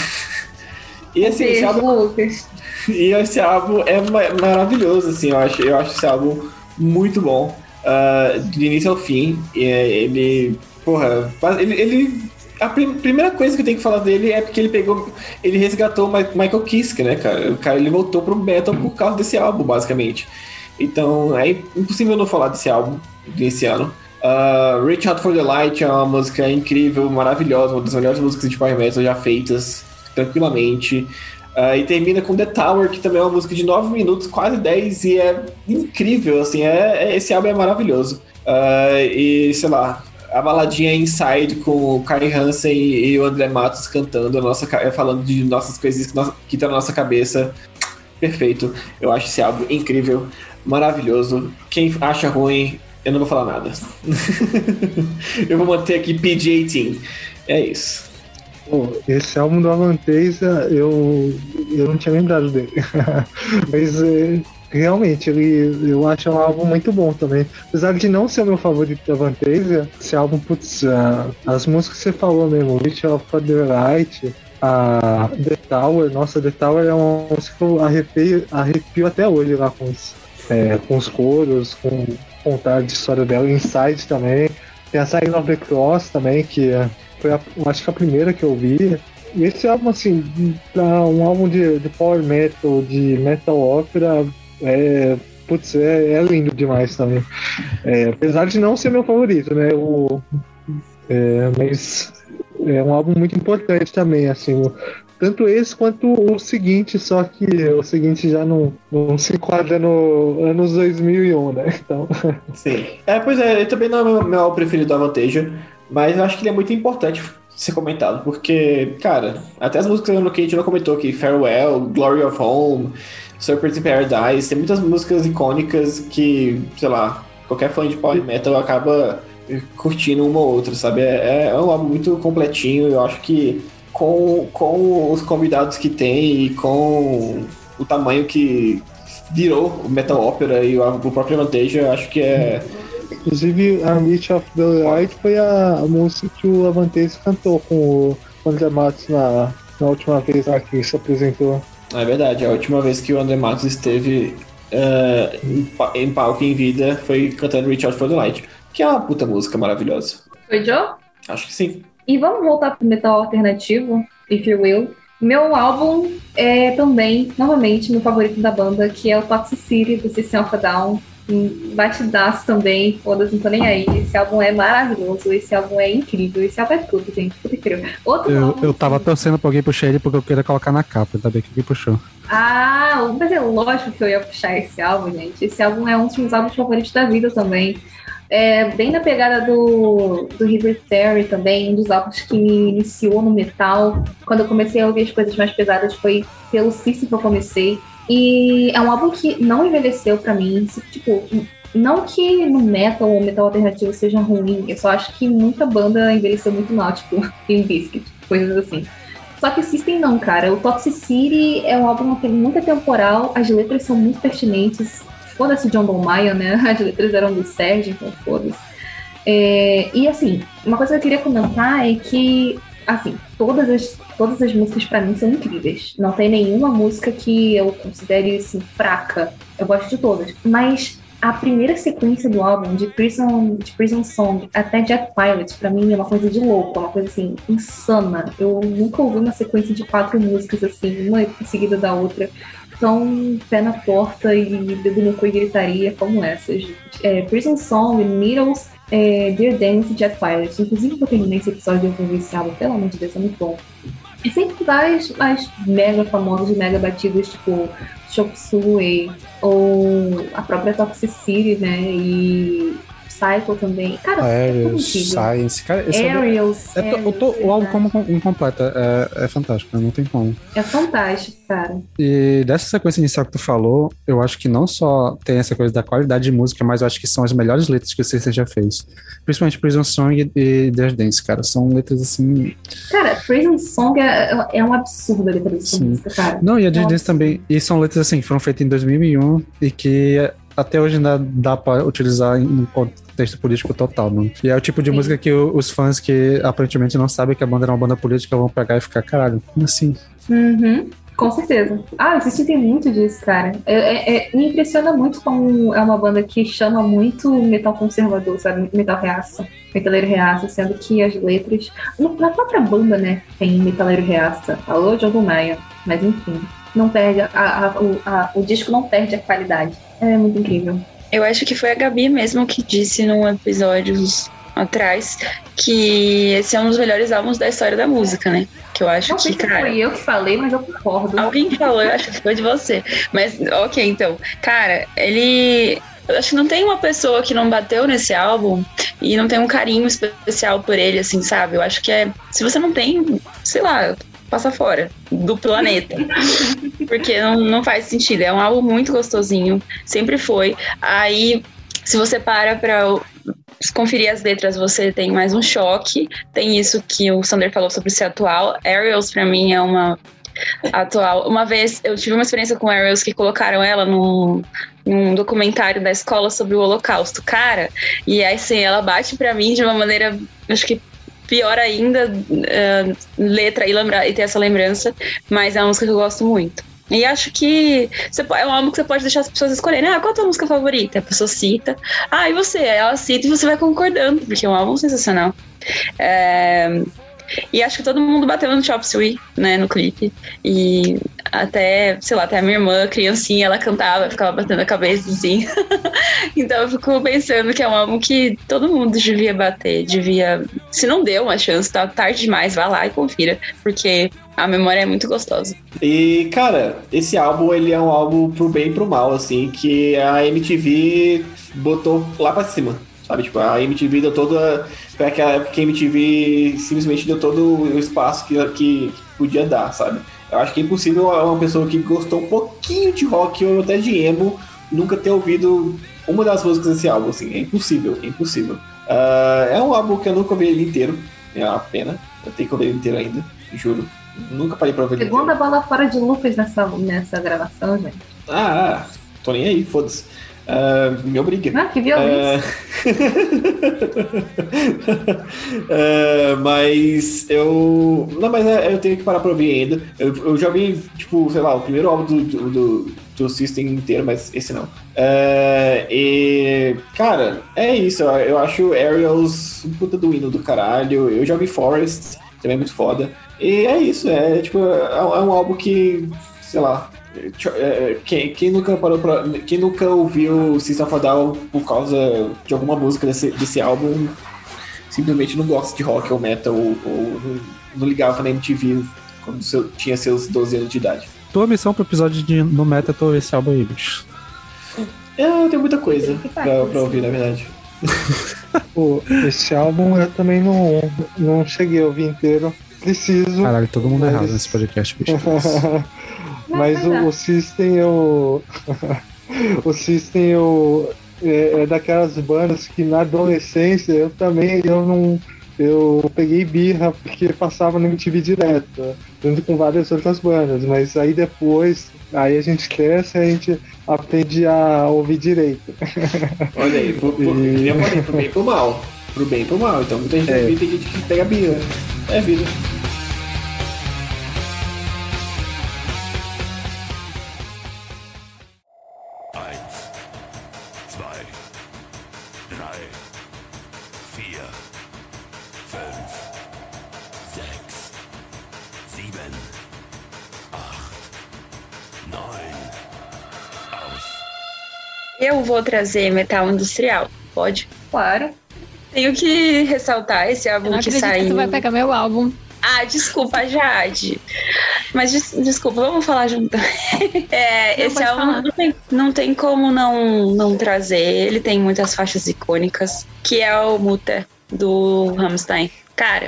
e assim, esse álbum, e esse álbum é maravilhoso, assim, eu acho, eu acho esse álbum muito bom, uh, de início ao fim. E ele Porra, ele, ele a prim, primeira coisa que eu tenho que falar dele é porque ele pegou, ele resgatou o Michael Kiske, né, cara? O cara, ele voltou pro metal por causa desse álbum, basicamente. Então, é impossível não falar desse álbum, desse ano. Uh, Reach Out for the Light é uma música incrível, maravilhosa, uma das melhores músicas de power metal já feitas, tranquilamente. Uh, e termina com The Tower, que também é uma música de nove minutos, quase dez, e é incrível, assim, é, é, esse álbum é maravilhoso. Uh, e, sei lá, a baladinha Inside com o Kai Hansen e, e o André Matos cantando, a nossa, falando de nossas coisas que, nós, que tá na nossa cabeça. Perfeito. Eu acho esse álbum incrível, maravilhoso. Quem acha ruim, eu não vou falar nada. Eu vou manter aqui P G dezoito. É isso. Pô, esse álbum do Avantasia, eu, eu não tinha lembrado dele. Mas... É... Realmente, ele, eu acho um álbum muito bom também. Apesar de não ser o meu favorito da Avantasia, esse álbum, putz, uh, as músicas que você falou mesmo, Reach Out for the Light, a The Tower, nossa, The Tower é uma música que eu arrepio, arrepio até hoje lá com os, é, com os coros, com contar de história dela, Inside também. Tem a Sign of the Cross também, que foi a, eu acho que a primeira que eu vi. E esse álbum, assim, pra um álbum de, de power metal, de metal opera, é, putz, é, é lindo demais também. É, apesar de não ser meu favorito, né? O, é, mas é um álbum muito importante também, assim. Tanto esse quanto o seguinte, só que o seguinte já não, não se enquadra no anos dois mil e um, né? Então... Sim. É, pois é, ele também não é meu, meu preferido da Avantasia, mas eu acho que ele é muito importante ser comentado, porque, cara, até as músicas que a gente não comentou aqui, Farewell, Glory of Home, Serpents in Paradise, tem muitas músicas icônicas que, sei lá, qualquer fã de power metal acaba curtindo uma ou outra, sabe? É, é um álbum muito completinho, eu acho que com, com os convidados que tem e com o tamanho que virou o Metal Opera e o, o próprio Avantasia, eu acho que é... Inclusive, a Reach of the Light foi a, a música que o Avantasia cantou com o André Matos na, na última vez lá que se apresentou. É verdade, a última vez que o André Matos esteve uh, em, em palco em vida foi cantando Reach Out for the Light, que é uma puta música maravilhosa. Foi, Joe? Acho que sim. E vamos voltar pro metal alternativo, If You Will. Meu álbum é também, novamente, meu favorito da banda, que é o Toxicity, do System of a Down. Batidaço também, foda-se, não tô nem aí. Esse álbum é maravilhoso, esse álbum é incrível, esse álbum é tudo, gente, tudo incrível. Outro eu, álbum, eu tava torcendo pra alguém puxar ele porque eu queria colocar na capa, ainda bem que alguém puxou. Ah, mas é lógico que eu ia puxar esse álbum, gente. Esse álbum é um dos meus álbuns favoritos da vida também. É bem na pegada do, do River Terry também, um dos álbuns que me iniciou no metal. Quando eu comecei a ouvir as coisas mais pesadas foi pelo System que eu comecei. E é um álbum que não envelheceu pra mim, tipo, não que no metal ou metal alternativo seja ruim, eu só acho que muita banda envelheceu muito mal, tipo, Limp Bizkit, coisas assim. Só que o System não, cara, o Toxicity é um álbum que é muito atemporal, as letras são muito pertinentes, foda-se John Bon Maia, né, as letras eram do Sérgio, então foda-se. É, e assim, uma coisa que eu queria comentar é que, assim, todas as, todas as músicas pra mim são incríveis. Não tem nenhuma música que eu considere, assim, fraca. Eu gosto de todas. Mas a primeira sequência do álbum, de Prison, de Prison Song até Jet Pilot, pra mim é uma coisa de louco, é uma coisa, assim, insana. Eu nunca ouvi uma sequência de quatro músicas, assim, uma em seguida da outra, tão pé na porta e dedo no cu e gritaria como essas. É, Prison Song, Needles, É, Dear Dance e Jet Pilot. Inclusive, eu terminei esse episódio de ouvir esse álbum, pelo amor de Deus, é muito bom. E sempre dá as, as mega famosas e mega batidas, tipo Chop Suey ou a própria Toxicity, né? E Psycho também. Cara, Aerials, é Science. Cara, esse Aerials. é, é, Aerials, eu tô, o álbum como incompleto é, é fantástico, não tem como. É fantástico, cara. E dessa sequência inicial que tu falou, eu acho que não só tem essa coisa da qualidade de música, mas eu acho que são as melhores letras que o System já fez. Principalmente Prison Song e Dear Dance, cara. São letras assim... Cara, Prison Song é, é um absurdo a letra dessa música, cara. Não, e a Dear é um Dance também. E são letras assim, que foram feitas em dois mil e um e que até hoje ainda dá pra utilizar em contexto político total, mano. E é o tipo de Sim. música que o, os fãs que aparentemente não sabem que a banda é uma banda política vão pegar e ficar, caralho, como assim? Uhum. Com certeza. Ah, o System tem muito disso, cara. É, é, é, me impressiona muito como é uma banda que chama muito metal conservador, sabe? Metal reaça, metaleiro reaça, sendo que as letras... Na própria banda, né, tem metaleiro reaça. Alô, John Bon Maia. Mas enfim, não perde a, a, a, a, o disco não perde a qualidade. É muito incrível. Eu acho que foi a Gabi mesmo que disse num episódio atrás que esse é um dos melhores álbuns da história da música, né? Que eu acho não que, sei se cara... foi eu que falei, mas eu concordo. Alguém falou, eu acho que foi de você. Mas, ok, então. Cara, ele... Eu acho que não tem uma pessoa que não bateu nesse álbum e não tem um carinho especial por ele, assim, sabe? Eu acho que é... Se você não tem, sei lá... passa fora do planeta. Porque não, não faz sentido. É um álbum muito gostosinho. Sempre foi. Aí, se você para pra conferir as letras, você tem mais um choque. Tem isso que o Sander falou sobre ser atual. Aerials, pra mim, é uma atual. Uma vez, eu tive uma experiência com Aerials que colocaram ela num, num documentário da escola sobre o Holocausto. Cara, e aí, assim, ela bate pra mim de uma maneira, acho que pior ainda, uh, letra e, lembra, e ter essa lembrança, mas é uma música que eu gosto muito. E acho que você, é um álbum que você pode deixar as pessoas escolherem. Ah, qual é a tua música favorita? A pessoa cita. Ah, e você? Aí ela cita e você vai concordando, porque é um álbum sensacional. É... E acho que todo mundo bateu no Chop Suey, né, no clipe. E até, sei lá, até a minha irmã, criancinha, ela cantava, ficava batendo a cabeça, assim. Então eu fico pensando que é um álbum que todo mundo devia bater, devia... Se não deu uma chance, tá tarde demais, vá lá e confira, porque a memória é muito gostosa. E, cara, esse álbum, ele é um álbum pro bem e pro mal, assim, que a M T V botou lá pra cima. Sabe, tipo, a M T V deu toda... Foi aquela época que a M T V simplesmente deu todo o espaço que, que podia dar, sabe? Eu acho que é impossível uma pessoa que gostou um pouquinho de rock ou até de emo nunca ter ouvido uma das músicas desse álbum, assim. É impossível, é impossível. Uh, é um álbum que eu nunca ouvi ele inteiro. É uma pena. Eu tenho que ouvir ele inteiro ainda, juro. Nunca parei pra ouvir ele inteiro. Segunda bola fora de Lucas nessa, nessa gravação, gente. Ah, tô nem aí, foda-se. Uh, me obriga. Ah, que violência. Uh... uh, mas eu. Não, mas eu tenho que parar pra ouvir ainda. Eu, eu já vi, tipo, sei lá, o primeiro álbum do, do, do, do System inteiro, mas esse não. Uh, e. Cara, é isso. Eu, eu acho Aerials um puta do hino do caralho. Eu já vi Forest, também é muito foda. E é isso. É tipo, é, é um álbum que, sei lá. Quem, quem, nunca parou pra, quem nunca ouviu System of a Down por causa de alguma música desse, desse álbum simplesmente não gosta de rock ou metal ou, ou não, não ligava na M T V quando seu, tinha seus doze anos de idade. Tua missão pro episódio de No Metal é tu esse álbum aí, bicho. Eu tenho muita coisa pra, pra ouvir, na verdade. Pô, esse álbum eu também não, não cheguei a ouvir inteiro. Preciso. Caralho, todo mundo mas... errado nesse podcast, bicho. Mas o, o System, eu. o System, eu. É, é daquelas bandas que na adolescência eu também eu não. Eu peguei birra porque passava no M T V direto, junto com várias outras bandas, mas aí depois, aí a gente cresce e a gente aprende a ouvir direito. Olha aí, pro, pro, e... eu falei, pro bem e pro mal. Pro bem e pro mal, então muita gente é. Tem gente que pega birra. É vida. Eu vou trazer metal industrial, pode? Claro. Tenho que ressaltar esse álbum não que acredito saiu. Que tu vai pegar meu álbum. Ah, desculpa, Jade. Mas des- desculpa, vamos falar junto. É, não, esse álbum não tem, não tem como não, não trazer. Ele tem muitas faixas icônicas, que é o Mutter do Rammstein. Cara,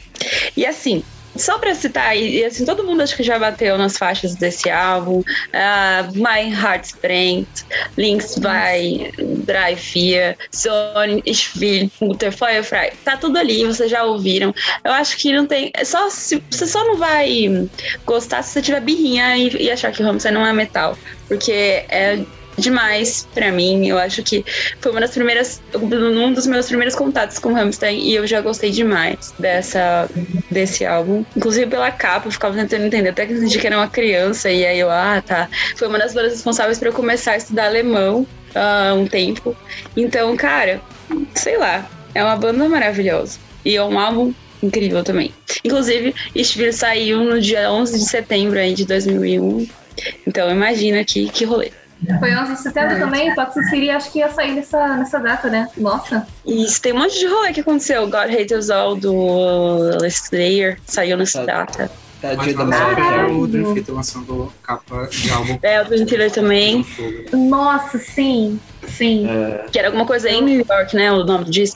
e assim, só pra citar, e assim, todo mundo acho que já bateu nas faixas desse álbum. Uh, My Heart's Brand, Links by Drive, Sonne, Schwil, Mutter, Feuerfrei. Tá tudo ali, vocês já ouviram. Eu acho que não tem. É só, se, você só não vai gostar se você tiver birrinha e, e achar que o Rammstein não é metal. Porque é demais pra mim. Eu acho que foi uma das primeiras, um dos meus primeiros contatos com o Rammstein e eu já gostei demais dessa, desse álbum. Inclusive pela capa, eu ficava tentando entender, até que eu senti que era uma criança e aí eu, ah, tá. Foi uma das bandas responsáveis pra eu começar a estudar alemão há uh, um tempo. Então, cara, sei lá, é uma banda maravilhosa. E é um álbum incrível também. Inclusive, Schwil saiu no dia onze de setembro aí de dois mil e um. Então, imagina que, que rolê. Foi onze de setembro também, Toxic City acho que ia sair nessa, nessa data, né? Nossa. Isso, tem um monte de rolê que aconteceu. God Hate Us All do Slayer saiu nessa tá, data. Tá dia da é o Dream Theater lançando capa de álbum. É, o Dream Theater também. Nossa, sim, sim. É. Que era alguma coisa em New York, né? O nome disso.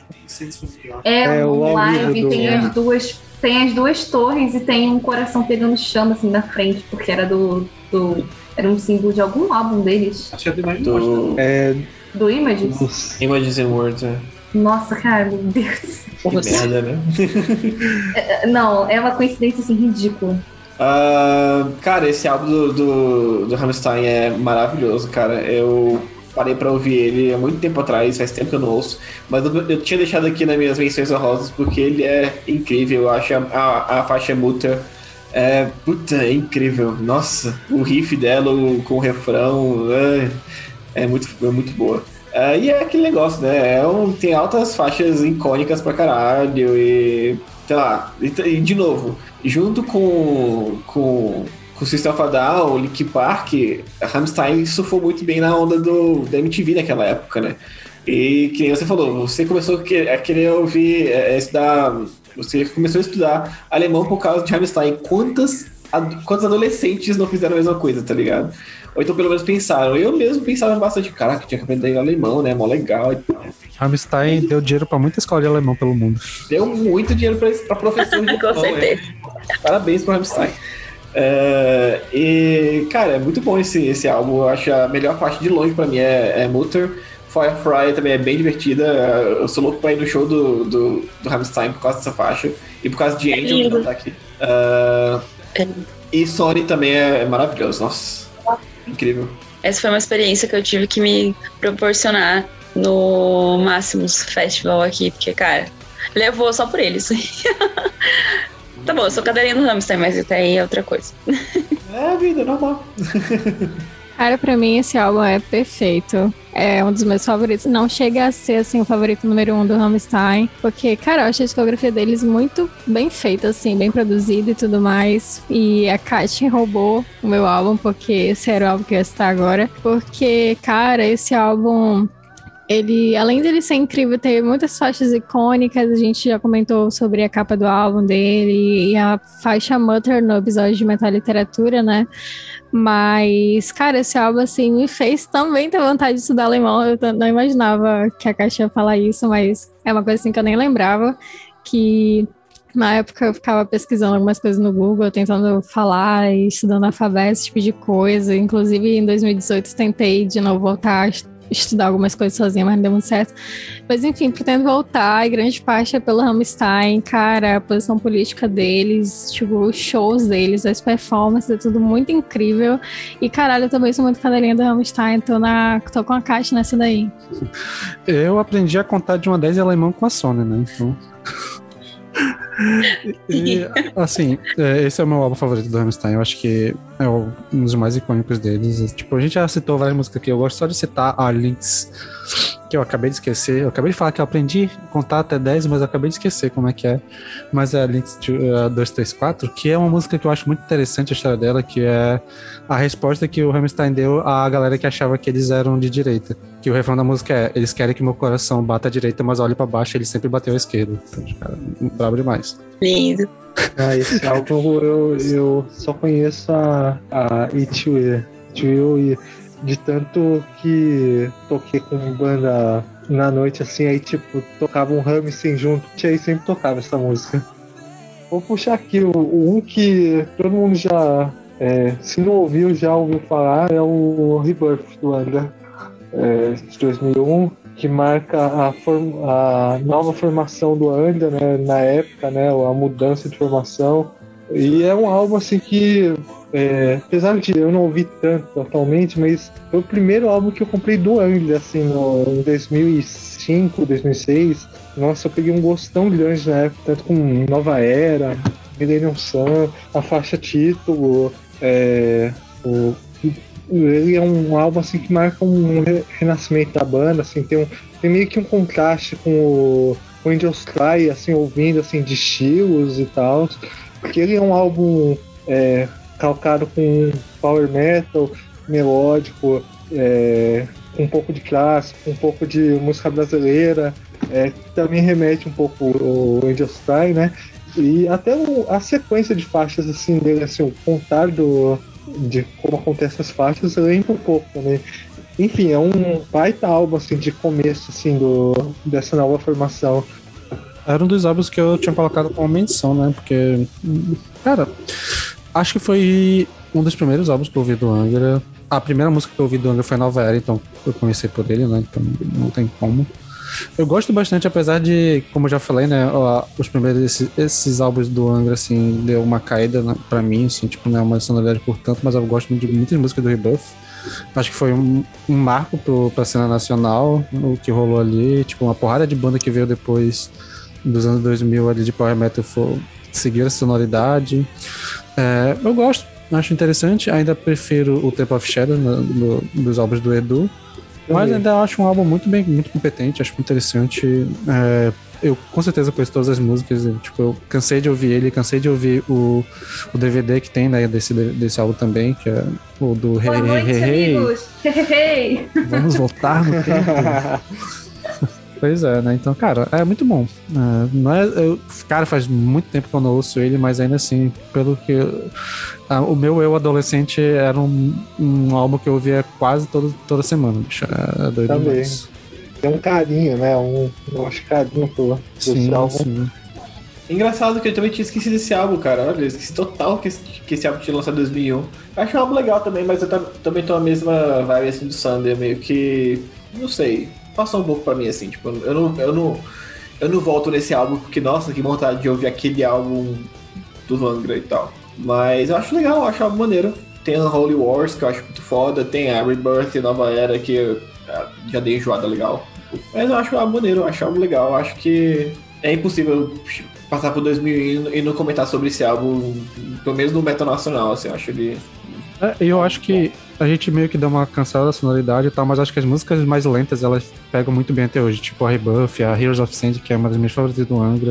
É, é um live, do... tem as duas. Tem as duas torres e tem um coração pegando chama assim na frente, porque era do. do era um símbolo de algum álbum deles. Acho que é do Imagine Do, é... do Images? Images and Words, é. Nossa, cara, meu Deus. Que merda, né? Não, é uma coincidência assim ridícula. Uh, cara, esse álbum do, do, do Rammstein é maravilhoso, cara. Eu parei pra ouvir ele há muito tempo atrás, faz tempo que eu não ouço, mas eu, eu tinha deixado aqui nas minhas menções honrosas porque ele é incrível. Eu acho a, a, a faixa Mutter É, puta, é incrível. Nossa, o riff dela o- com o refrão é, é muito, é muito boa. É, e é aquele negócio, né? É um, tem altas faixas icônicas pra caralho e, sei lá, e, e de novo, junto com, com, com o System of a Down, o Linkin Park, a Rammstein surfou muito bem na onda do, da M T V naquela época, né? E que nem você falou, você começou a que- a querer ouvir, é, estudar, você começou a estudar alemão por causa de Rammstein. Quantas, ad- quantos adolescentes não fizeram a mesma coisa, tá ligado? Ou então pelo menos pensaram. Eu mesmo pensava bastante, caraca, tinha que aprender alemão, né? Mó legal e tal. Rammstein deu dinheiro pra muita escola de alemão pelo mundo. Deu muito dinheiro pra, pra professor de Com alemão, certeza. né? Parabéns pro Rammstein. É, e, cara, é muito bom esse, esse álbum. Eu acho a melhor parte de longe pra mim é, é Mutter. Firefly também é bem divertida. Eu sou louco pra ir no show do, do, do Rammstein por causa dessa faixa. E por causa de Angel, que não tá aqui. Uh, e Sony também é, é maravilhoso. Nossa, incrível. Essa foi uma experiência que eu tive que me proporcionar no Máximos Festival aqui, porque, cara, levou só por eles. Tá bom, eu sou cadeirinha do Hamster, mas até aí é outra coisa. É a vida, normal. Cara, pra mim esse álbum é perfeito. É um dos meus favoritos. Não chega a ser, assim, o favorito número um do Rammstein. Porque, cara, eu acho a discografia deles muito bem feita, assim, bem produzida e tudo mais. E a Katrin roubou o meu álbum, porque esse era o álbum que eu ia citar agora. Porque, cara, esse álbum... Ele, além dele ser incrível, tem muitas faixas icônicas. A gente já comentou sobre a capa do álbum dele e a faixa Mutter no episódio de Metal Literatura, né? Mas, cara, esse álbum, assim, me fez também ter vontade de estudar alemão. Eu t- não imaginava que a Caixa ia falar isso, mas é uma coisa, assim, que eu nem lembrava. Que na época eu ficava pesquisando algumas coisas no Google, tentando falar e estudando alfabeto, esse tipo de coisa. Inclusive, em dois mil e dezoito, tentei de novo voltar a est- estudar algumas coisas sozinha, mas não deu muito certo. Mas enfim, pretendo voltar, e grande parte é pelo Rammstein, cara, a posição política deles, tipo, os shows deles, as performances, é tudo muito incrível. E caralho, eu também sou muito cadelinha do Rammstein, tô, na, tô com a caixa nessa daí. Eu aprendi a contar de uma dez em alemão com a Sony, né? Então... E, assim, é, esse é o meu álbum favorito do Rammstein. Eu acho que é o- um dos mais icônicos deles. Tipo, a gente já citou várias músicas aqui. Eu gosto só de citar a Links, que eu acabei de esquecer. Eu acabei de falar que eu aprendi a contar até dez, mas eu acabei de esquecer como é que é. Mas é a Links dois três quatro, que é uma música que eu acho muito interessante a história dela, que é a resposta que o Rammstein deu à galera que achava que eles eram de direita. Que o refrão da música é: eles querem que meu coração bata à direita, mas olhe pra baixo, ele sempre bateu à esquerda. Então, cara, brabo demais. Lindo. Ah, esse álbum eu, eu só conheço a, a It Will, It Will, e de tanto que toquei com banda na noite, assim, aí tipo, tocava um Rammstein junto, e aí sempre tocava essa música. Vou puxar aqui o, o um que todo mundo já, é, se não ouviu, já ouviu falar, é o Rebirth do Angra, é, de dois mil e um, que marca a, form, a nova formação do Angra, né, na época, né, a mudança de formação. E é um álbum assim que, é, apesar de eu não ouvir tanto atualmente, mas foi o primeiro álbum que eu comprei do Angra, assim, no, em dois mil e cinco, dois mil e seis. Nossa, eu peguei um gosto tão grande na época, tanto com Nova Era, Millennium Sun, a faixa título, é, o ele é um álbum assim que marca um renascimento da banda, assim, tem, um, tem meio que um contraste com o, o Angels Cry, assim, ouvindo assim, de estilos e tal, porque ele é um álbum é, calcado com power metal, melódico, é, com um pouco de clássico, um pouco de música brasileira, é, que também remete um pouco ao Angels Cry, né? E até o, a sequência de faixas assim dele, assim, o contar do de como acontecem as faixas, lembra um pouco também. Enfim, é um baita álbum assim, de começo assim, do, dessa nova formação. Era um dos álbuns que eu tinha colocado como menção, né? Porque, cara, acho que foi um dos primeiros álbuns que eu ouvi do Angra. A primeira música que eu ouvi do Angra foi Nova Era, então eu comecei por ele, né? Então não tem como. Eu gosto bastante, apesar de, como eu já falei, né, ó, os primeiros, esses, esses álbuns do Angra, assim, deu uma caída na, pra mim, assim, tipo, não é uma sonoridade por tanto, mas eu gosto de muitas músicas do Rebirth. Acho que foi um, um marco pro, pra cena nacional, o que rolou ali, tipo, uma porrada de banda que veio depois dos anos dois mil ali de Power Metal for, seguiu essa sonoridade. É, eu gosto, acho interessante. Ainda prefiro o Temple of Shadow no, no, dos álbuns do Edu. Mas ainda acho um álbum muito bem, muito competente, acho muito interessante. É, eu com certeza conheço todas as músicas. Tipo, eu cansei de ouvir ele, cansei de ouvir o, o D V D que tem, né, desse, desse álbum também, que é o do Hey, Boa noite, hey, amigos! hey. Vamos voltar no tempo. Pois é, né? Então, cara, é muito bom. É, não é, eu, cara, faz muito tempo que eu não ouço ele, mas ainda assim, pelo que. A, o meu eu adolescente era um, um álbum que eu ouvia quase todo, toda semana, bicho. É doido Também. demais. Tem um carinho, né? Um, um acho carinho por Sim, álbum. sim. Engraçado que eu também tinha esquecido desse álbum, cara. Olha, eu esqueci total que esse, que esse álbum tinha lançado em dois mil e um. Acho um álbum legal também, mas eu tam, também tô a mesma vibe assim do Sunday, meio que. Não sei. Passou um pouco pra mim, assim, tipo, eu não, eu não, eu não volto nesse álbum porque, nossa, que vontade de ouvir aquele álbum do Angra e tal. Mas eu acho legal, eu acho álbum maneiro. Tem a Holy Wars, que eu acho muito foda, tem a Rebirth e Nova Era, que eu já dei enjoada legal. Mas eu acho álbum maneiro, eu acho álbum legal, eu acho que é impossível passar por dois mil e não comentar sobre esse álbum, pelo menos no metal nacional, assim, eu acho ele... É, eu acho que a gente meio que dá uma cansada da sonoridade e tal, mas acho que as músicas mais lentas, elas pegam muito bem até hoje. Tipo a Rebuff, a Heroes of Sand, que é uma das minhas favoritas do Angra.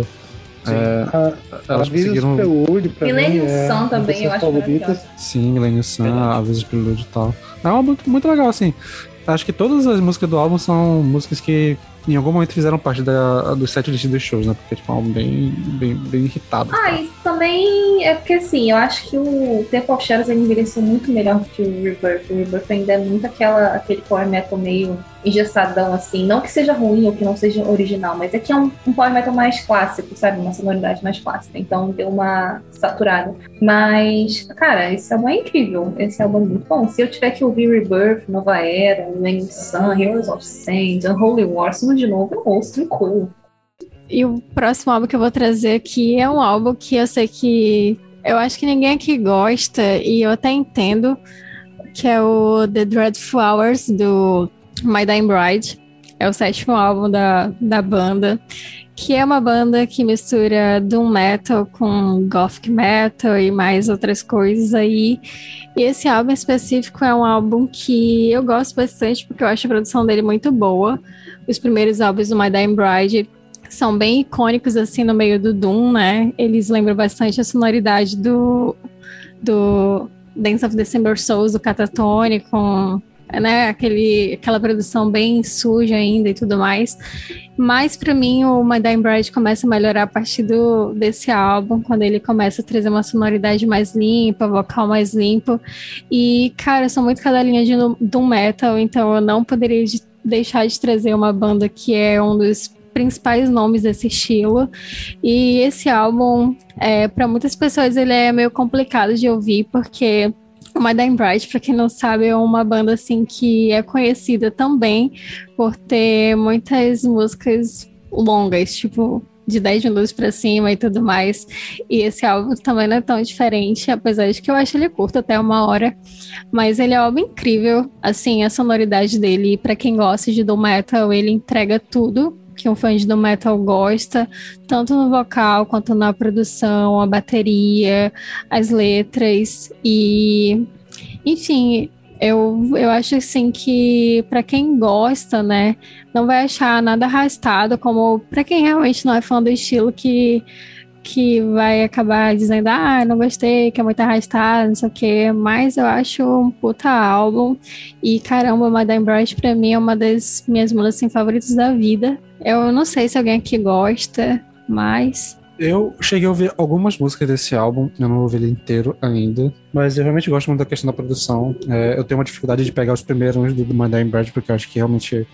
É, A, elas a Visual conseguiram... Prelude, pra Millennium mim, é Sun uma também, das eu acho favoritas. maravilhosa. Sim, Millennium Sun, a Visual Prelude e tal. É um álbum muito, muito legal, assim. Acho que todas as músicas do álbum são músicas que em algum momento fizeram parte da, do setlist dos shows, né? Porque tipo, é um álbum bem, bem, bem irritado. Ah, isso também é porque, assim, eu acho que o Temple of Shadows ele envelheceu muito melhor do que o Rebirth. O Rebirth ainda é muito aquela, aquele power metal meio engessadão, assim. Não que seja ruim ou que não seja original, mas é que é um, um power metal mais clássico, sabe? Uma sonoridade mais clássica. Então deu uma saturada. Mas, cara, esse álbum é incrível. Esse álbum é muito bom. Se eu tiver que ouvir Rebirth, Nova Era, Millennium Sun, Heroes of Sand, Unholy Wars, tudo de novo, eu ouço tranquilo. E o próximo álbum que eu vou trazer aqui é um álbum que eu sei que eu acho que ninguém aqui gosta, e eu até entendo, que é o The Dreadful Hours, do My Dying Bride. É o sétimo álbum da, da banda, que é uma banda que mistura doom metal com gothic metal e mais outras coisas aí. E esse álbum em específico é um álbum que eu gosto bastante, porque eu acho a produção dele muito boa. Os primeiros álbuns do My Dying Bride são bem icônicos, assim, no meio do doom, né? Eles lembram bastante a sonoridade do, do Dance of December Souls, do Catatone, com, né, aquele, aquela produção bem suja ainda e tudo mais. Mas, pra mim, o My Dying Bride começa a melhorar a partir do, desse álbum, quando ele começa a trazer uma sonoridade mais limpa, vocal mais limpo. E, cara, eu sou muito cadelinha de doom metal, então eu não poderia de, deixar de trazer uma banda que é um dos principais nomes desse estilo. E esse álbum, é, para muitas pessoas, ele é meio complicado de ouvir, porque o My Dying Bride, para quem não sabe, é uma banda assim que é conhecida também por ter muitas músicas longas, tipo de dez minutos pra cima e tudo mais. E esse álbum também não é tão diferente, apesar de que eu acho ele curto, até uma hora. Mas ele é um álbum incrível, assim, a sonoridade dele, pra quem gosta de doom metal, ele entrega tudo que um fã de doom metal gosta, tanto no vocal quanto na produção, a bateria, as letras. E, enfim, eu, eu acho assim que pra quem gosta, né, não vai achar nada arrastado, como pra quem realmente não é fã do estilo, que, que vai acabar dizendo, ah, não gostei, que é muito arrastado, não sei o quê. Mas eu acho um puta álbum. E caramba, My Dying Bride pra mim é uma das minhas músicas assim, favoritas da vida. Eu não sei se alguém aqui gosta, mas... Eu cheguei a ouvir algumas músicas desse álbum, eu não ouvi ele inteiro ainda, mas eu realmente gosto muito da questão da produção. É, eu tenho uma dificuldade de pegar os primeiros do My Dying Bride, porque eu acho que realmente...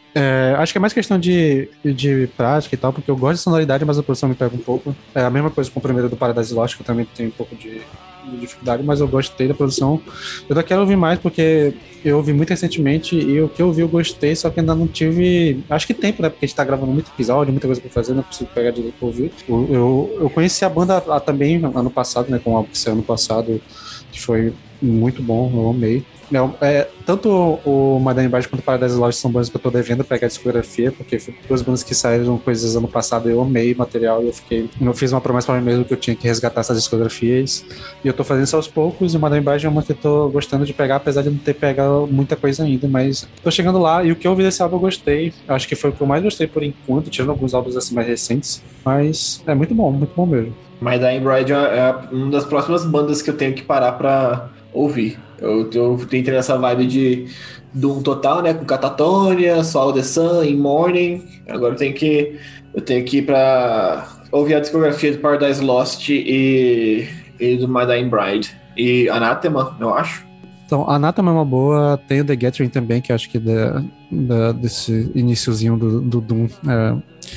É, acho que é mais questão de, de prática e tal, porque eu gosto de sonoridade, mas a produção me pega um pouco. É a mesma coisa com o primeiro do Paradise Lost, que eu também tenho um pouco de, de dificuldade, mas eu gostei da produção. Eu só quero ouvir mais, porque eu ouvi muito recentemente e o que eu ouvi eu gostei, só que ainda não tive, acho que tempo, né, porque a gente tá gravando muito episódio, muita coisa pra fazer, não é possível pegar direito pra ouvir. Eu, eu, eu conheci a banda também ano passado, né, com o álbum que saiu ano passado, que foi muito bom, eu amei. Não, é, tanto o My Dying Bride quanto o Paradise Lost são bandas que eu tô devendo pegar a discografia, porque foram duas bandas que saíram coisas ano passado, eu amei o material e eu fiquei. Eu fiz uma promessa pra mim mesmo que eu tinha que resgatar essas discografias. E eu tô fazendo isso aos poucos, e o My Dying Bride é uma que eu tô gostando de pegar, apesar de não ter pegado muita coisa ainda, mas tô chegando lá, e o que eu ouvi desse álbum eu gostei. Acho que foi o que eu mais gostei por enquanto, tirando alguns álbuns assim mais recentes. Mas é muito bom, muito bom mesmo. My Dying Bride é uma das próximas bandas que eu tenho que parar pra ouvir. Eu, eu entrei nessa vibe de Doom total, né? Com Catatonia, Swallow the Sun, In Morning. Agora eu tenho que, eu tenho que ir pra ouvir a discografia de Paradise Lost e, e do My Dying Bride. E Anathema, eu acho. Então, Anathema é uma boa. Tem o The Gathering também, que acho que da, da, desse iniciozinho do, do Doom. É.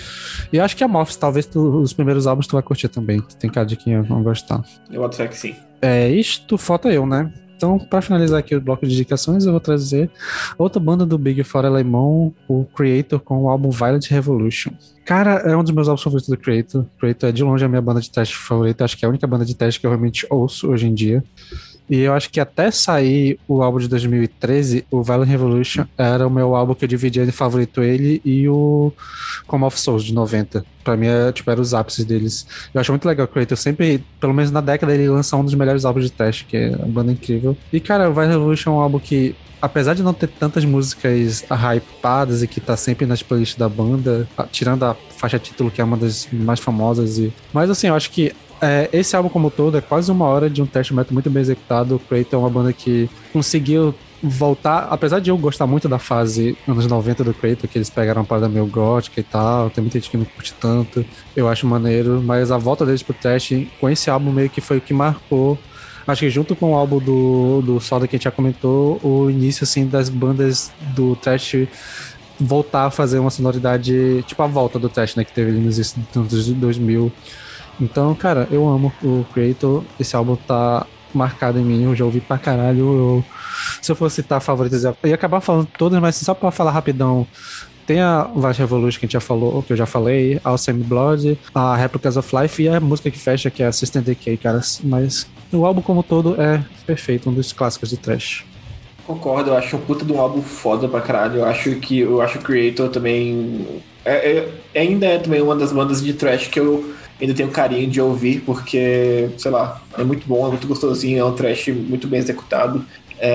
E acho que a Morphs, talvez tu, os primeiros álbuns tu vai curtir também. Tem cara de quem vão gostar. Eu boto fé que sim. É, isto falta eu, né? Então, pra finalizar aqui o bloco de indicações, eu vou trazer outra banda do Big Four alemão, o Creator, com o álbum Violent Revolution. Cara, é um dos meus álbuns favoritos do Creator. Creator é de longe a minha banda de teste favorita. Acho que é a única banda de teste que eu realmente ouço hoje em dia. E eu acho que até sair o álbum de dois mil e treze, o Violent Revolution era o meu álbum que eu dividia de favorito, ele e o Come of Souls de noventa. Pra mim, é, tipo, eram os ápices deles. Eu acho muito legal o Creator. Sempre, pelo menos na década, ele lança um dos melhores álbuns de teste, que é uma banda incrível. E, cara, o Violent Revolution é um álbum que, apesar de não ter tantas músicas hypadas e que tá sempre nas playlists da banda, tirando a faixa título, que é uma das mais famosas. E... Mas, assim, eu acho que É, esse álbum como todo é quase uma hora de um thrash metal muito bem executado. O Creator é uma banda que conseguiu voltar, apesar de eu gostar muito da fase anos noventa do Creator, que eles pegaram uma parada meio gótica e tal, tem muita gente que não curte tanto, eu acho maneiro, mas a volta deles pro thrash com esse álbum meio que foi o que marcou, acho que junto com o álbum do, do Soda que a gente já comentou, o início assim das bandas do thrash voltar a fazer uma sonoridade, tipo a volta do thrash, né, que teve ali nos anos dois mil. Então, cara, eu amo o Creator. Esse álbum tá marcado em mim. Eu já ouvi pra caralho. Eu, se eu fosse citar favoritas, eu ia acabar falando todas, mas só pra falar rapidão. Tem a Violent Revolution que a gente já falou, que eu já falei, a Semi Blood, a Replicas of Life e a música que fecha, que é a System Decay, cara. Mas o álbum como todo é perfeito, um dos clássicos de thrash. Concordo, eu acho um puta de um álbum foda pra caralho. Eu acho que eu acho o Creator também. É, é, ainda é também uma das bandas de thrash que eu ainda tenho carinho de ouvir, porque, sei lá, é muito bom, é muito gostosinho, é um thrash muito bem executado.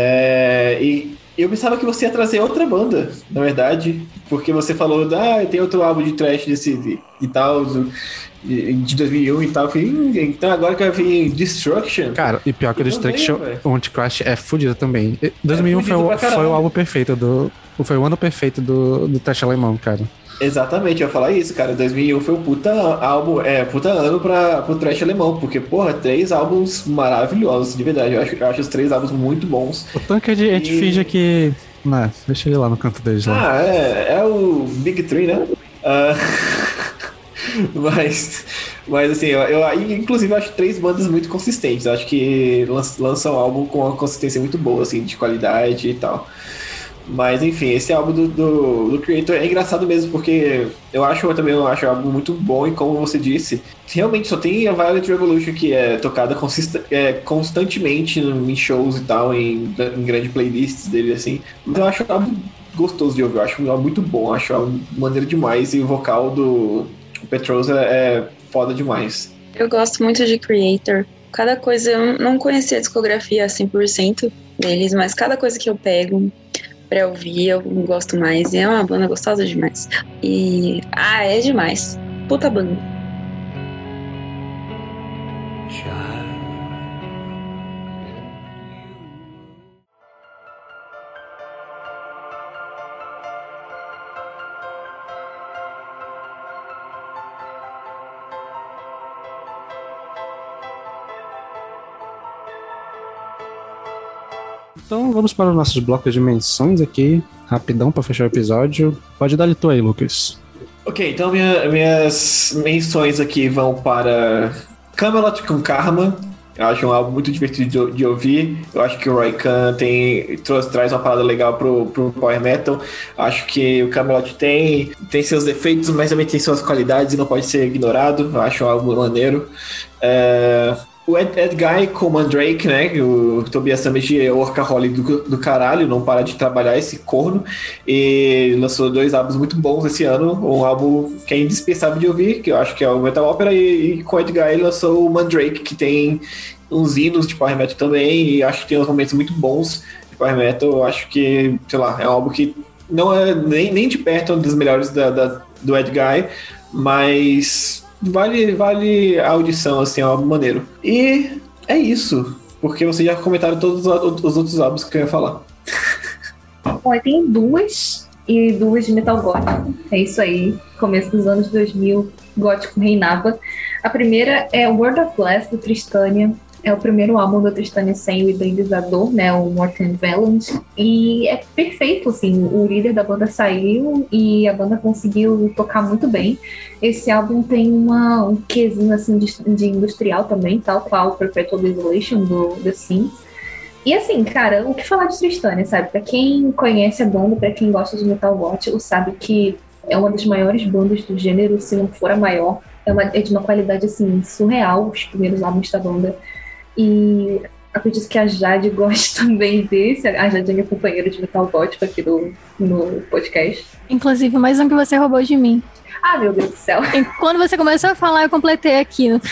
É, e eu pensava que você ia trazer outra banda, na verdade, porque você falou, ah, tem outro álbum de thrash desse, e tal, de dois mil e um e tal. Eu falei, hum, então agora que vai vir Destruction. Cara, e pior que o Destruction, o Antichrist é fudido também. dois mil e um é foi, o, foi o álbum perfeito do. Foi o ano perfeito do, do thrash alemão, cara. Exatamente, eu ia falar isso, cara. dois mil e um foi um puta álbum, é, puta ano pra, pro thrash alemão, porque, porra, três álbuns maravilhosos, de verdade. Eu acho, eu acho os três álbuns muito bons. O Tankard e... a gente finge que. Né, deixa ele lá no canto deles lá. Ah, é, é o Big Three, né? Uh, mas, mas, assim, eu, eu inclusive eu acho três bandas muito consistentes. Eu acho que lançam um álbum com uma consistência muito boa, assim, de qualidade e tal. Mas enfim, esse álbum do, do, do Creator é engraçado mesmo, porque eu acho eu também eu acho um álbum muito bom, e como você disse, realmente só tem a Violent Revolution que é tocada consist, é, constantemente em shows e tal, em, em grandes playlists dele, assim. Mas eu acho um álbum gostoso de ouvir, eu acho um álbum muito bom, eu acho um álbum maneiro demais, e o vocal do Petrosa é foda demais. Eu gosto muito de Creator. Cada coisa, eu não conhecia a discografia cem por cento deles, mas cada coisa que eu pego pra ouvir, eu gosto mais. E é uma banda gostosa demais. E... Ah, é demais. Puta banda. Então vamos para os nossos blocos de menções aqui, rapidão para fechar o episódio. Pode dar-lhe tu aí, Lucas. Ok, então minha, minhas menções aqui vão para Camelot com Karma. Eu acho um álbum muito divertido de, de ouvir. Eu acho que o Roy Khan tem, traz, traz uma parada legal pro, pro Power Metal. Acho que o Camelot tem, tem seus defeitos, mas também tem suas qualidades e não pode ser ignorado. Eu acho um álbum maneiro. É... o Ed, Ed Guy com o Mandrake, né? O Tobias Sammet é workaholic do, do caralho, não para de trabalhar esse corno. E lançou dois álbuns muito bons esse ano. Um álbum que é indispensável de ouvir, que eu acho que é o Metal Opera, e, e com o Ed Guy lançou o Mandrake, que tem uns hinos de Power Metal também, e acho que tem uns momentos muito bons de Power Metal. Eu acho que, sei lá, é um álbum que não é nem, nem de perto um dos melhores da, da, do Ed Guy, mas vale, vale a audição, assim, é um álbum maneiro. E é isso, porque vocês já comentaram todos os outros álbuns que eu ia falar. Bom, tem duas, e duas de metal gótico. É isso aí, começo dos anos dois mil, gótico reinava. A primeira é World of Glass, do Tristania. É o primeiro álbum da Tristania sem o idealizador, né, o Morten Veland, e é perfeito, assim, o líder da banda saiu e a banda conseguiu tocar muito bem. Esse álbum tem uma, um quezinho, assim, de, de industrial também, tal qual o Perpetual Desolation do The Sims. E assim, cara, o que falar de Tristania, sabe? Pra quem conhece a banda, pra quem gosta de metal gótico, sabe que é uma das maiores bandas do gênero, se não for a maior. É, uma, é de uma qualidade, assim, surreal, os primeiros álbuns da banda. E acredito que a Jade goste também desse. A Jade é minha companheira de metal gótico aqui do, no podcast. Inclusive, mais um que você roubou de mim. Ah, meu Deus do céu. E quando você começou a falar, eu completei aqui. No...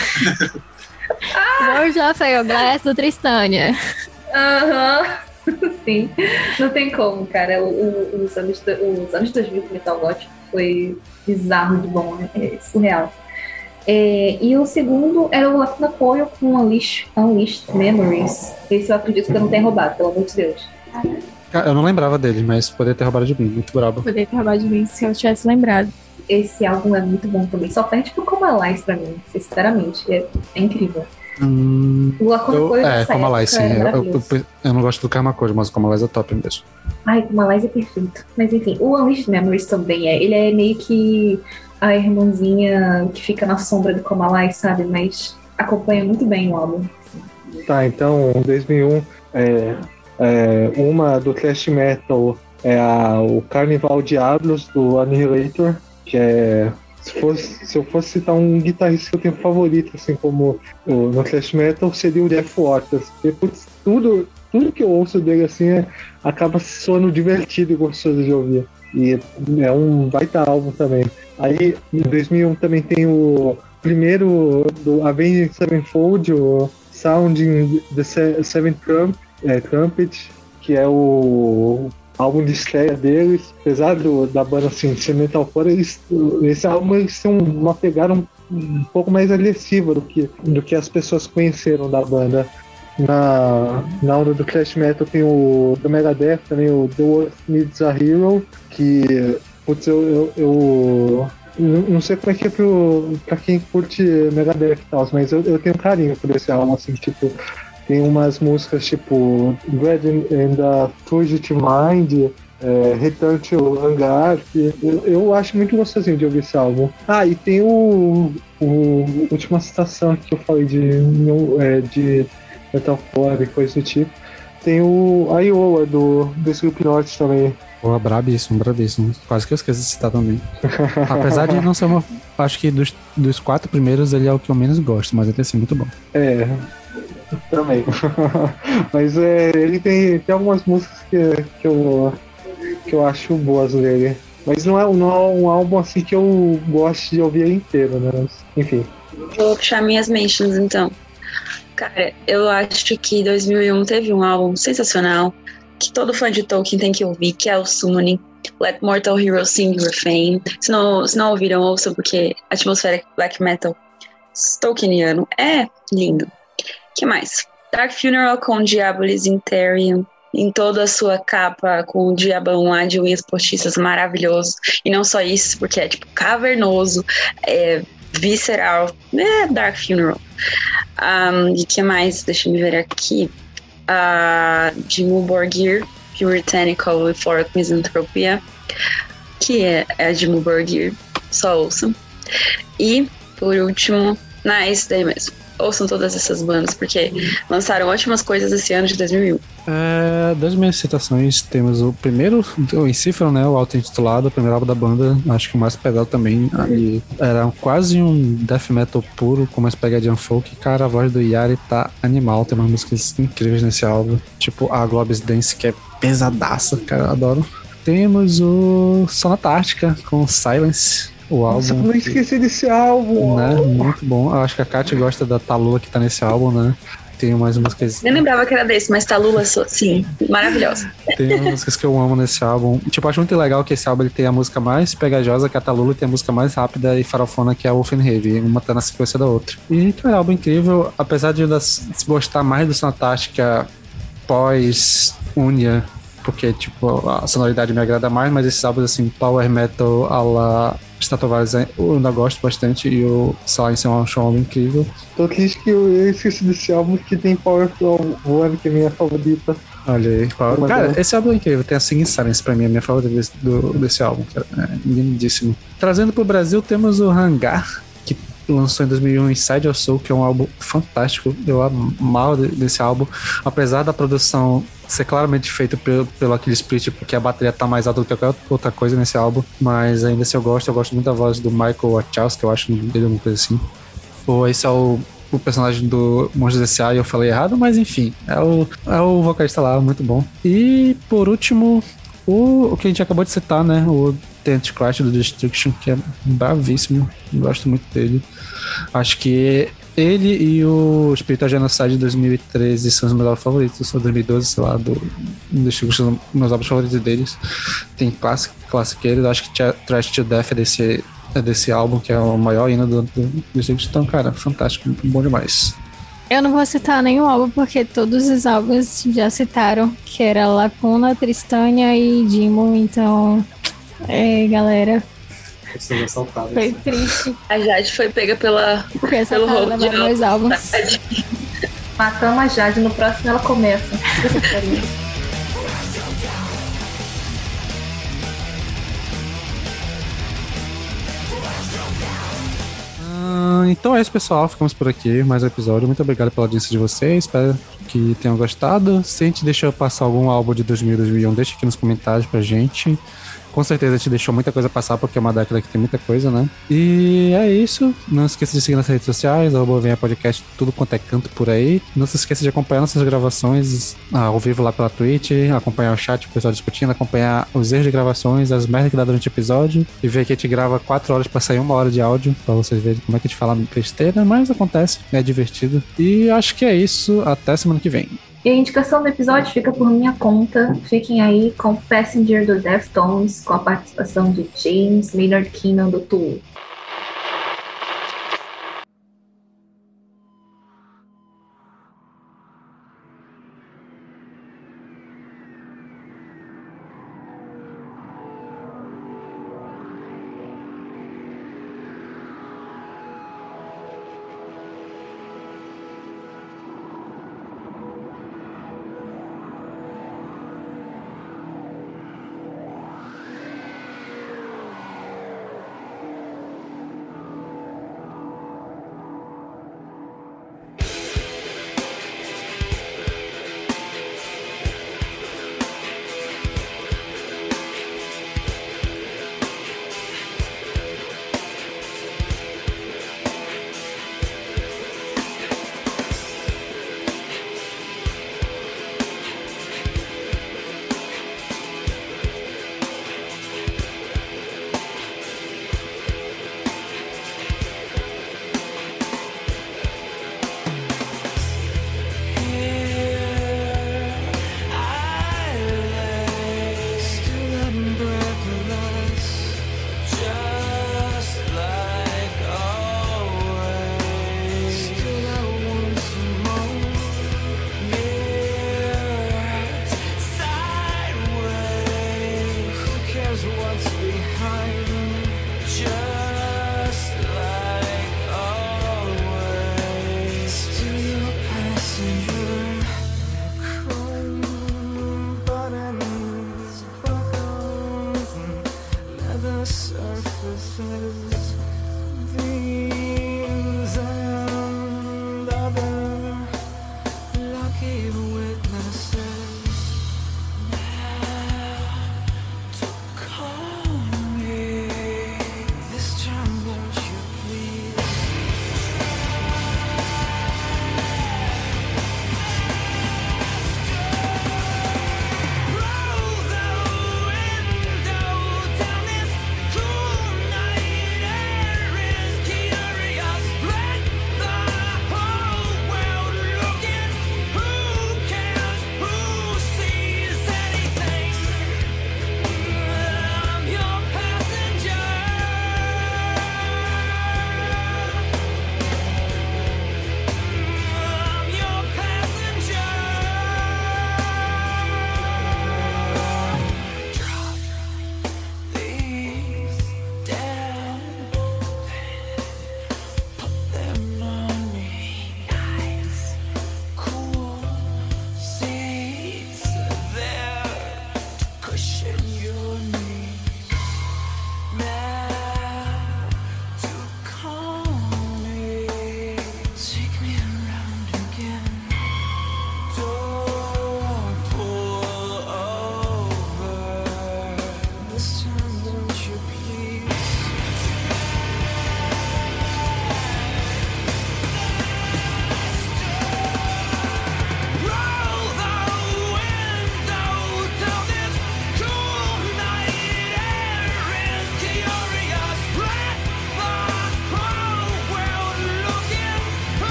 ah! World of Glass do Tristania. Aham. Uhum. Sim. Não tem como, cara. O, o, os, anos, os anos dois mil do metal gótico foi bizarro de bom, né? É surreal. É, e o segundo era o Lacuna Coil com Unleashed, Unleashed Memories. Esse eu acredito que eu não tenha roubado, pelo amor de Deus. Eu não lembrava dele, mas poderia ter roubado de mim, muito brabo. Poderia ter roubado de mim se eu tivesse lembrado. Esse álbum é muito bom também, só perde pro Comalies pra mim, sinceramente, é, é incrível. Hum, o Lacuna eu, Coil é, Comalies, sim. Eu, eu, eu, eu não gosto do Karma Code, mas o Comalies é top mesmo. Ai, o Comalies é perfeito. Mas enfim, o Unleashed Memories também é. Ele é meio que a irmãzinha que fica na sombra do Comalies, sabe? Mas acompanha muito bem o álbum. Tá, então, dois mil e um, é, é, uma do thrash metal é a, o Carnival Diablos, do Annihilator, que é... Se, fosse, se eu fosse citar um guitarrista que eu tenho favorito, assim como o, no thrash metal, seria o Jeff Waters. Porque, putz, tudo, tudo que eu ouço dele, assim, é, acaba soando divertido e gostoso de ouvir. E é um baita álbum também. Aí, em dois mil e um também tem o primeiro do Avenged Sevenfold, o Sounding the Seventh Trump, é, Trumpet, que é o álbum de estreia deles. Apesar do, da banda assim, ser metalcore, eles, esse álbum eles têm uma pegada um, um pouco mais agressiva do que, do que as pessoas conheceram da banda. Na, na onda do thrash metal tem o do Megadeth também, o The World Needs a Hero, que putz, eu, eu, eu, eu não sei como é que é pro, pra quem curte Megadeth e tal, mas eu, eu tenho carinho por esse álbum, assim, tipo, tem umas músicas tipo Dread and the Fugitive Mind, é, Return to Hangar, que eu, eu acho muito gostosinho de ouvir esse álbum. Ah, e tem o, o última citação que eu falei de, é, de metalcore e coisa do tipo. Tem o Iowa do, do Slipknot também. Pô, brabíssimo, brabíssimo. Quase que eu esqueci de citar também. Apesar de não ser uma... Acho que dos, dos quatro primeiros ele é o que eu menos gosto, mas ele é assim, muito bom. É, também. Mas é, ele tem, tem algumas músicas que, que, eu, que eu acho boas dele. Mas não é, não é um álbum assim que eu gosto de ouvir inteiro, né? Mas, enfim. Vou puxar minhas mentions então. Cara, eu acho que dois mil e um teve um álbum sensacional que todo fã de Tolkien tem que ouvir, que é o Summoning, Let Mortal Heroes Sing Refrain. Se não, se não ouviram, ouçam, porque Atmospheric Black Metal Tolkieniano é lindo. Que mais? Dark Funeral com Diabolis Interium, em toda a sua capa, com o diabão lá de unhas postiças maravilhoso. E não só isso, porque é tipo cavernoso, é visceral, é Dark Funeral. Um, e que mais? Deixa eu me ver aqui. Uh, de Borgir, Puritanical Euphoric Misanthropia, que é, é de Borgir, só ouçam. E, por último, Nice, daí mesmo. ouçam todas essas bandas, porque lançaram ótimas coisas esse ano de dois mil e um. É, das minhas citações, temos o primeiro, o Encifra, né? O auto-intitulado, o primeiro álbum da banda, acho que o mais pesado também. E era quase um death metal puro, com umas pegadinhas folk. Cara, a voz do Yari tá animal, tem umas músicas incríveis nesse álbum. Tipo a Globes Dance, que é pesadaça, cara, eu adoro. Temos o Sonata Ártica com Silence. O álbum. Nossa, eu não esqueci desse álbum. Né? Muito bom. Eu acho que a Kátia gosta da Talula que tá nesse álbum, né? Tem umas músicas. Nem lembrava que era desse, mas Talula, sim, maravilhosa. Tem umas músicas que eu amo nesse álbum. Tipo, eu acho muito legal que esse álbum ele tem a música mais pegajosa que a Talula e tem a música mais rápida e farofona que é a Wolfenheim. Uma tá na sequência da outra. E é um álbum incrível, apesar de eu gostar mais do Sonatástica pós-Unia, porque, tipo, a sonoridade me agrada mais, mas esses álbuns, assim, power metal a la Stratovarius eu ainda gosto bastante e o Silence é um álbum incrível. Tô triste que eu esqueci desse álbum que tem Power Flow One, que é minha favorita. Olha aí, Power... Cara, esse álbum é incrível, tem a Singing Silence pra mim, a minha favorita desse, do, desse álbum, cara. É lindíssimo. Trazendo pro Brasil, temos o Hangar, que lançou em dois mil e um Inside Your Soul, que é um álbum fantástico. Eu amava desse álbum, apesar da produção ser claramente feito pelo, pelo aquele split, porque a bateria tá mais alta do que qualquer outra coisa nesse álbum, mas ainda assim eu gosto, eu gosto muito da voz do Michael Wachowski, que eu acho dele alguma coisa assim. Ou esse é o, o personagem do Monstros S A e eu falei errado, mas enfim, é o, é o vocalista lá, muito bom. E por último, o, o que a gente acabou de citar, né, o The Antichrist do Destruction, que é bravíssimo, gosto muito dele. Acho que ele e o Spiritual Genocide de dois mil e treze são os meus álbuns favoritos, ou dois mil e doze, sei lá, do, do Destruction são meus álbuns favoritos deles. Tem clássico, classiqueiros, acho que Trash to Death é desse, é desse álbum, que é o maior hino do, do Destruction. Então, cara, fantástico, bom demais. Eu não vou citar nenhum álbum, porque todos os álbuns já citaram, que era Lacuna, Tristânia e Dimo, então, é, galera... Foi triste. A Jade foi pega pela, pelo roubo de meus álbuns. Matamos a Jade, no próximo ela começa. ah, Então é isso, pessoal. Ficamos por aqui. Mais um episódio. Muito obrigado pela audiência de vocês. Espero que tenham gostado. Se a gente deixou passar algum álbum de dois mil e dois mil e um, deixa aqui nos comentários pra gente. Com certeza a gente deixou muita coisa passar, porque é uma década que tem muita coisa, né? E é isso. Não esqueça de seguir nas redes sociais, arroba Venha Podcast, tudo quanto é canto por aí. Não se esqueça de acompanhar nossas gravações ah, ao vivo lá pela Twitch, acompanhar o chat, o pessoal discutindo, acompanhar os erros de gravações, as merdas que dá durante o episódio, e ver que a gente grava quatro horas pra sair uma hora de áudio, pra vocês verem como é que a gente fala besteira, mas acontece, é divertido. E acho que é isso. Até semana que vem. E a indicação do episódio fica por minha conta. Fiquem aí com Passenger do Deftones, com a participação de James Maynard Keenan do Tool.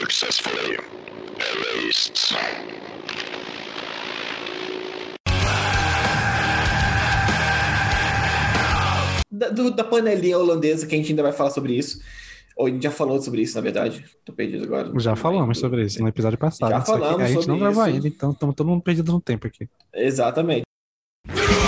Successfully erased. Da, do, da panelinha holandesa, que a gente ainda vai falar sobre isso. Ou a gente já falou sobre isso, na verdade. Tô perdido agora. Já falamos sobre isso no episódio passado. Já falamos a gente sobre não gravou isso. ainda, então estamos todo mundo perdido no tempo aqui. Exatamente.